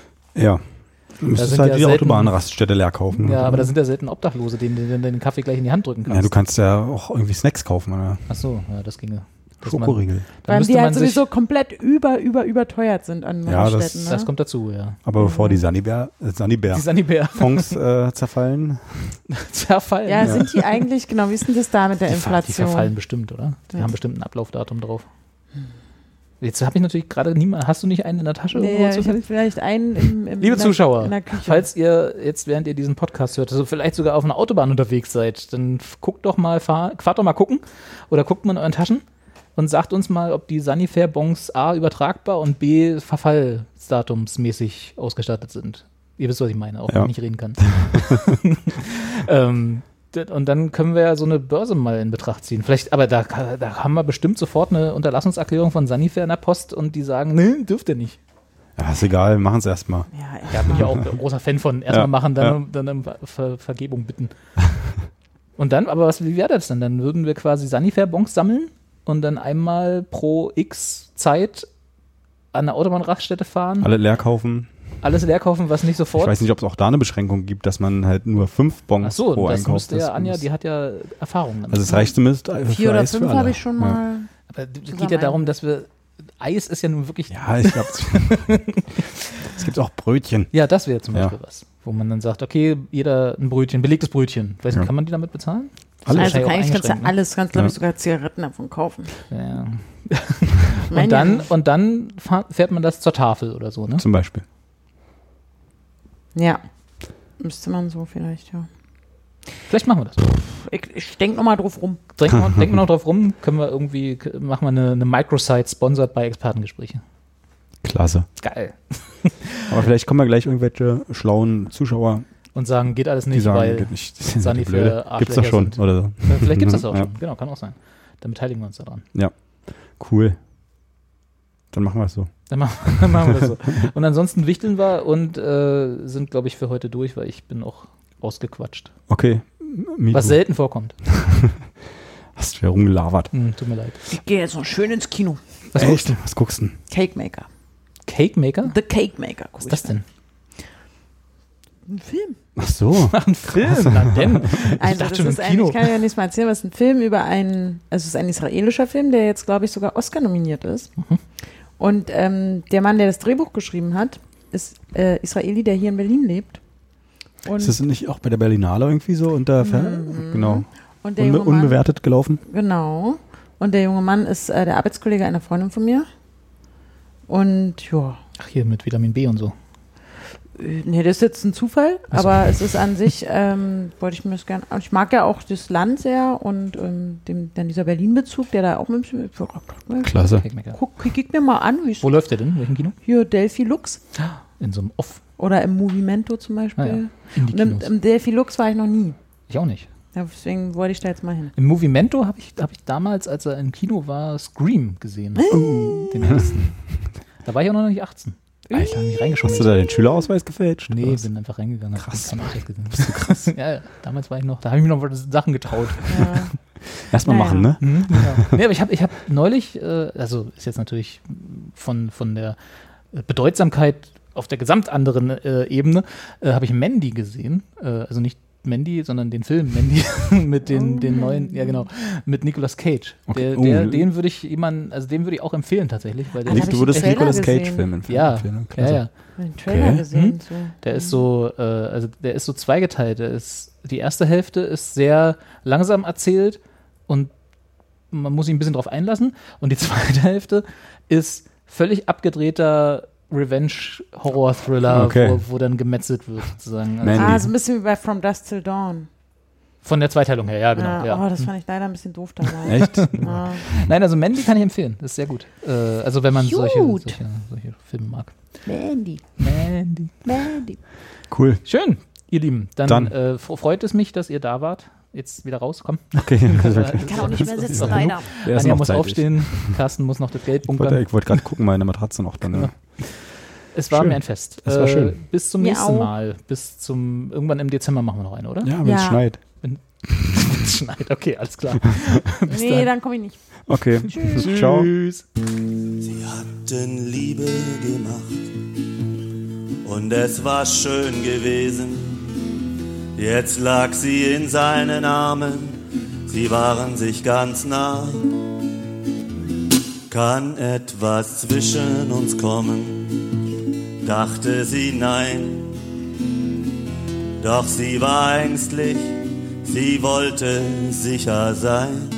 Ja. Du müsstest sind halt ja die selten- Autobahnraststätte leer kaufen. Ja, aber da sind ja selten Obdachlose, denen du den, den Kaffee gleich in die Hand drücken kannst. Ja, du kannst ja auch irgendwie Snacks kaufen, oder? Ach so, ja, das ginge. Dass man- Schokoriegel. Dann weil müsste die halt man sich, sowieso komplett über, über, überteuert sind an Ja, das- Raststätten. Ne? das kommt dazu, ja. Aber bevor die Sanibär, äh, Die Sanibär-Fonds Sanibär äh, zerfallen, zerfallen. ja, sind die eigentlich, genau, wie ist denn das da mit der Die, ver- die Inflation? verfallen bestimmt, oder? Die Ja. haben bestimmt ein Ablaufdatum drauf. Jetzt habe ich natürlich gerade niemand. Hast du nicht einen in der Tasche? Nee, irgendwo ich habe zufällig? vielleicht einen im, im, Liebe in der, Zuschauer, in der Küche. falls ihr jetzt, während ihr diesen Podcast hört, so vielleicht sogar auf einer Autobahn unterwegs seid, dann f- guckt doch mal, fahr, fahrt doch mal gucken oder guckt mal in euren Taschen und sagt uns mal, ob die Sanifair-Bons A übertragbar und B verfallsdatumsmäßig ausgestattet sind. Ihr wisst, was ich meine, auch wenn Ja. ich nicht reden kann. ähm, d- und dann können wir ja so eine Börse mal in Betracht ziehen. Vielleicht, aber da, ka- da haben wir bestimmt sofort eine Unterlassungserklärung von Sanifair in der Post und die sagen, nee, dürft ihr nicht. ja, ist egal, machen es erstmal. Ja, Da bin ich ja auch ein großer Fan von. Erstmal Ja, machen, dann, ja. um- dann um Ver Vergebung bitten. Und dann, aber was, wie wäre das denn? Dann würden wir quasi Sanifair-Bons sammeln und dann einmal pro X Zeit an der Autobahnraststätte fahren, Alle leer kaufen. alles leer kaufen, was nicht Ich sofort. weiß nicht, ob es auch da eine Beschränkung gibt, dass man halt nur fünf Bons Ach so, pro das Einkauf müsste ja das Anja, muss- die hat ja Erfahrung damit. Also es reicht zumindest für vier oder Eis für fünf alle. habe ich schon Ja. mal. aber es geht zusammen ja darum, dass wir Eis ist ja nun wirklich. Ja, ich glaube, es gibt auch Brötchen. Ja, das wäre zum Ja. Beispiel was, wo man dann sagt, okay, jeder ein Brötchen, belegtes Brötchen. Weiß nicht, Ja. kann man die damit bezahlen? Alles. Also wahrscheinlich auch eigentlich kannst du eingeschränkt, ne? alles, kannst glaube ich Ja. sogar Zigaretten davon kaufen. Ja. Meine Und dann, ja. und dann fahr- fährt man das zur Tafel oder so, ne? Zum Beispiel. Ja, müsste man so vielleicht, ja. Vielleicht machen wir das. Ich, ich denke nochmal drauf rum. Denken wir, denken wir noch drauf rum, können wir irgendwie, k- machen wir eine, eine Microsite sponsored bei Expertengespräche. Klasse. Geil. Aber vielleicht kommen ja gleich irgendwelche schlauen Zuschauer, Und sagen, geht alles die nicht, sagen, weil geht nicht. Das sind Sunny die blöde. für Arschlöcher Gibt's doch schon, sind. oder so. Vielleicht gibt es das auch Ja. schon. Genau, kann auch sein. Dann beteiligen wir uns daran. Ja, cool. Dann machen wir es so. Dann machen, dann machen wir das so. Und ansonsten wichteln wir und äh, sind, glaube ich, für heute durch, weil ich bin auch ausgequatscht. Okay. Me Was too. selten vorkommt. Hast du ja rumgelabert. Hm, tut mir leid. Ich gehe jetzt noch schön ins Kino. Was guckst du? Was guckst du denn? Cake Maker. Cake Maker? The Cake Maker. Was ist das denn? Ein Film. Ach so. Ach, ein Film. Na denn. Ich Also dachte das schon im ist ein, Kino. ich kann ja nicht mal erzählen, was ein Film über einen, also es ist ein israelischer Film, der jetzt, glaube ich, sogar Oscar nominiert ist. Mhm. Und ähm, der Mann, der das Drehbuch geschrieben hat, ist äh, Israeli, der hier in Berlin lebt. Und, Ist das nicht auch bei der Berlinale irgendwie so unter Fan? Genau. und der Unbe junge Mann, unbewertet gelaufen? Genau. Und der junge Mann ist äh, der Arbeitskollege einer Freundin von mir. Und ja, Ach, hier mit Vitamin B und so. äh, nee, das ist jetzt ein Zufall, Ach so. aber es ist an sich, ähm, wollte ich mir das gerne, ich mag ja auch das Land sehr und ähm, dem, dann dieser Berlin-Bezug, der da auch mit dem, Klasse. Cake Maker. guck, kick mir mal an, wie es Wo läuft der denn? In welchem Kino? hier Delphi Lux In so einem Off. oder im Movimento zum Beispiel. Ah, ja. Und im, Indie-Kinos. im Delphi Lux war ich noch nie. Ich auch nicht. Ja, deswegen wollte ich da jetzt mal hin. Im Movimento habe ich, hab ich damals, als er im Kino war, Scream gesehen. Den ersten. Da war ich auch noch nicht achtzehn. Alter, hab mich reingeschoben. Hast du da den Schülerausweis gefälscht? Nee, oder was? bin einfach reingegangen. hab Krass. keinen Ausweis gesehen. Bist du krass? ja, ja, damals war ich noch, da habe ich mir noch Sachen getraut. Ja. Erstmal Naja. machen, ne? Mhm, genau. Nee, aber ich habe ich hab neulich, äh, also ist jetzt natürlich von, von der Bedeutsamkeit auf der gesamt anderen äh, Ebene, äh, habe ich Mandy gesehen. Äh, also nicht Mandy, sondern den Film Mandy mit den, Oh, den neuen, Mandy. ja genau, mit Nicolas Cage. Okay. Der, Oh. der, den würde ich jemanden, also den würde ich auch empfehlen tatsächlich, weil der Ah, Nick, hab du ich würdest den Trailer Nicolas Cage gesehen. Film empfehlen. ja, empfehlen, ja, klasse. ja. Den Trailer Okay. gesehen. So. Der ist so, äh, also der ist so zweigeteilt. Der ist, die erste Hälfte ist sehr langsam erzählt und man muss sich ein bisschen drauf einlassen. Und die zweite Hälfte ist völlig abgedrehter Revenge-Horror-Thriller, Okay. wo, wo dann gemetzelt wird, sozusagen. Also Mandy. Ah, so ein bisschen wie bei From Dusk Till Dawn. von der Zweiteilung her, ja, genau. Ah, Ja. Oh, das fand ich leider ein bisschen doof damals. Echt? Ah. Nein, also Mandy kann ich empfehlen. Das ist sehr gut. Äh, also wenn man solche, Gut. solche, solche Filme mag. Mandy, Mandy. Mandy. Cool. Schön, ihr Lieben. Dann, Dann. Äh, f- freut es mich, dass ihr da wart. Jetzt wieder raus, komm. Okay. Ich kann auch nicht mehr sitzen, leider. Der ist Anja noch muss zeitig. aufstehen, Carsten muss noch das Geld Ich wollte, bunkern. ich wollte gerade gucken, meine Matratze noch dann. Ja. Es war Schön. mir ein Fest. Es war schön. Bis zum Mir nächsten auch. Mal. Bis zum, irgendwann im Dezember machen wir noch eine, oder? Ja, wenn Ja. es schneit. Es schneit, okay, alles klar. Bis Nee, dann. dann komme ich nicht. Okay. Ciao. Tschüss. Sie hatten Liebe gemacht und es war schön gewesen. Jetzt lag sie in seinen Armen, sie waren sich ganz nah. Kann etwas zwischen uns kommen? Dachte sie nein. Doch sie war ängstlich, sie wollte sicher sein.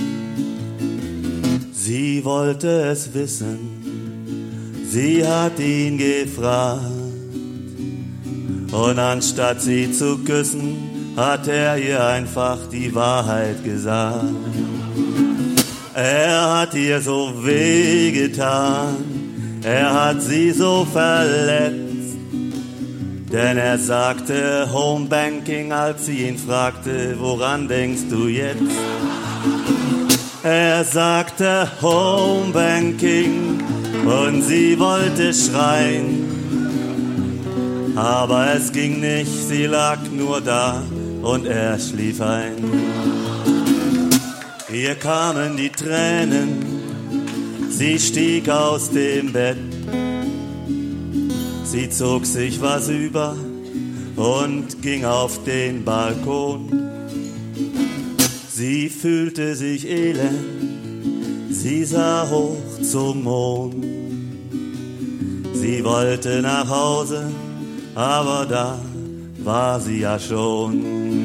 Sie wollte es wissen, sie hat ihn gefragt. Und anstatt sie zu küssen, hat er ihr einfach die Wahrheit gesagt. Er hat ihr so wehgetan, er hat sie so verletzt. Denn er sagte Homebanking, als sie ihn fragte, woran denkst du jetzt? Er sagte Homebanking und sie wollte schreien. Aber es ging nicht, sie lag nur da und er schlief ein. Hier kamen die Tränen, sie stieg aus dem Bett. Sie zog sich was über und ging auf den Balkon. Sie fühlte sich elend, sie sah hoch zum Mond. Sie wollte nach Hause, aber da war sie ja schon.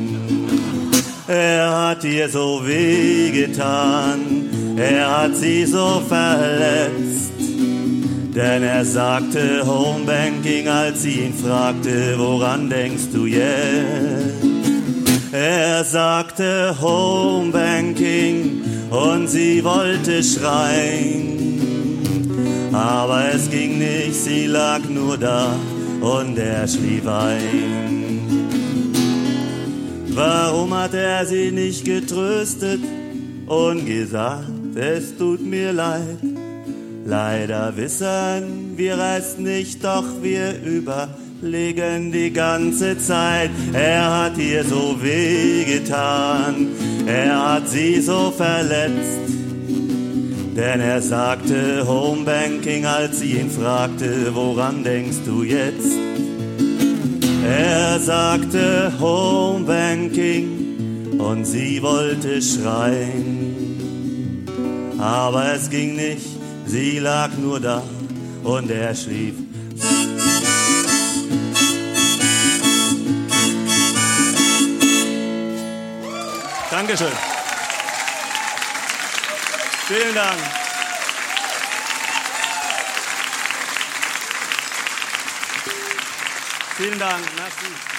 Er hat ihr so wehgetan, er hat sie so verletzt. Denn er sagte Homebanking, als sie ihn fragte, woran denkst du jetzt? Er sagte Homebanking und sie wollte schreien. aber es ging nicht, sie lag nur da und er schlief ein. Warum hat er sie nicht getröstet und gesagt, es tut mir leid? Leider wissen wir es nicht, doch wir überlegen die ganze Zeit. Er hat ihr so wehgetan, er hat sie so verletzt. Denn er sagte Homebanking, als sie ihn fragte, woran denkst du jetzt? Er sagte Homebanking und sie wollte schreien. Aber es ging nicht, sie lag nur da und er schlief. Dankeschön. Vielen Dank. Vielen Dank. Merci.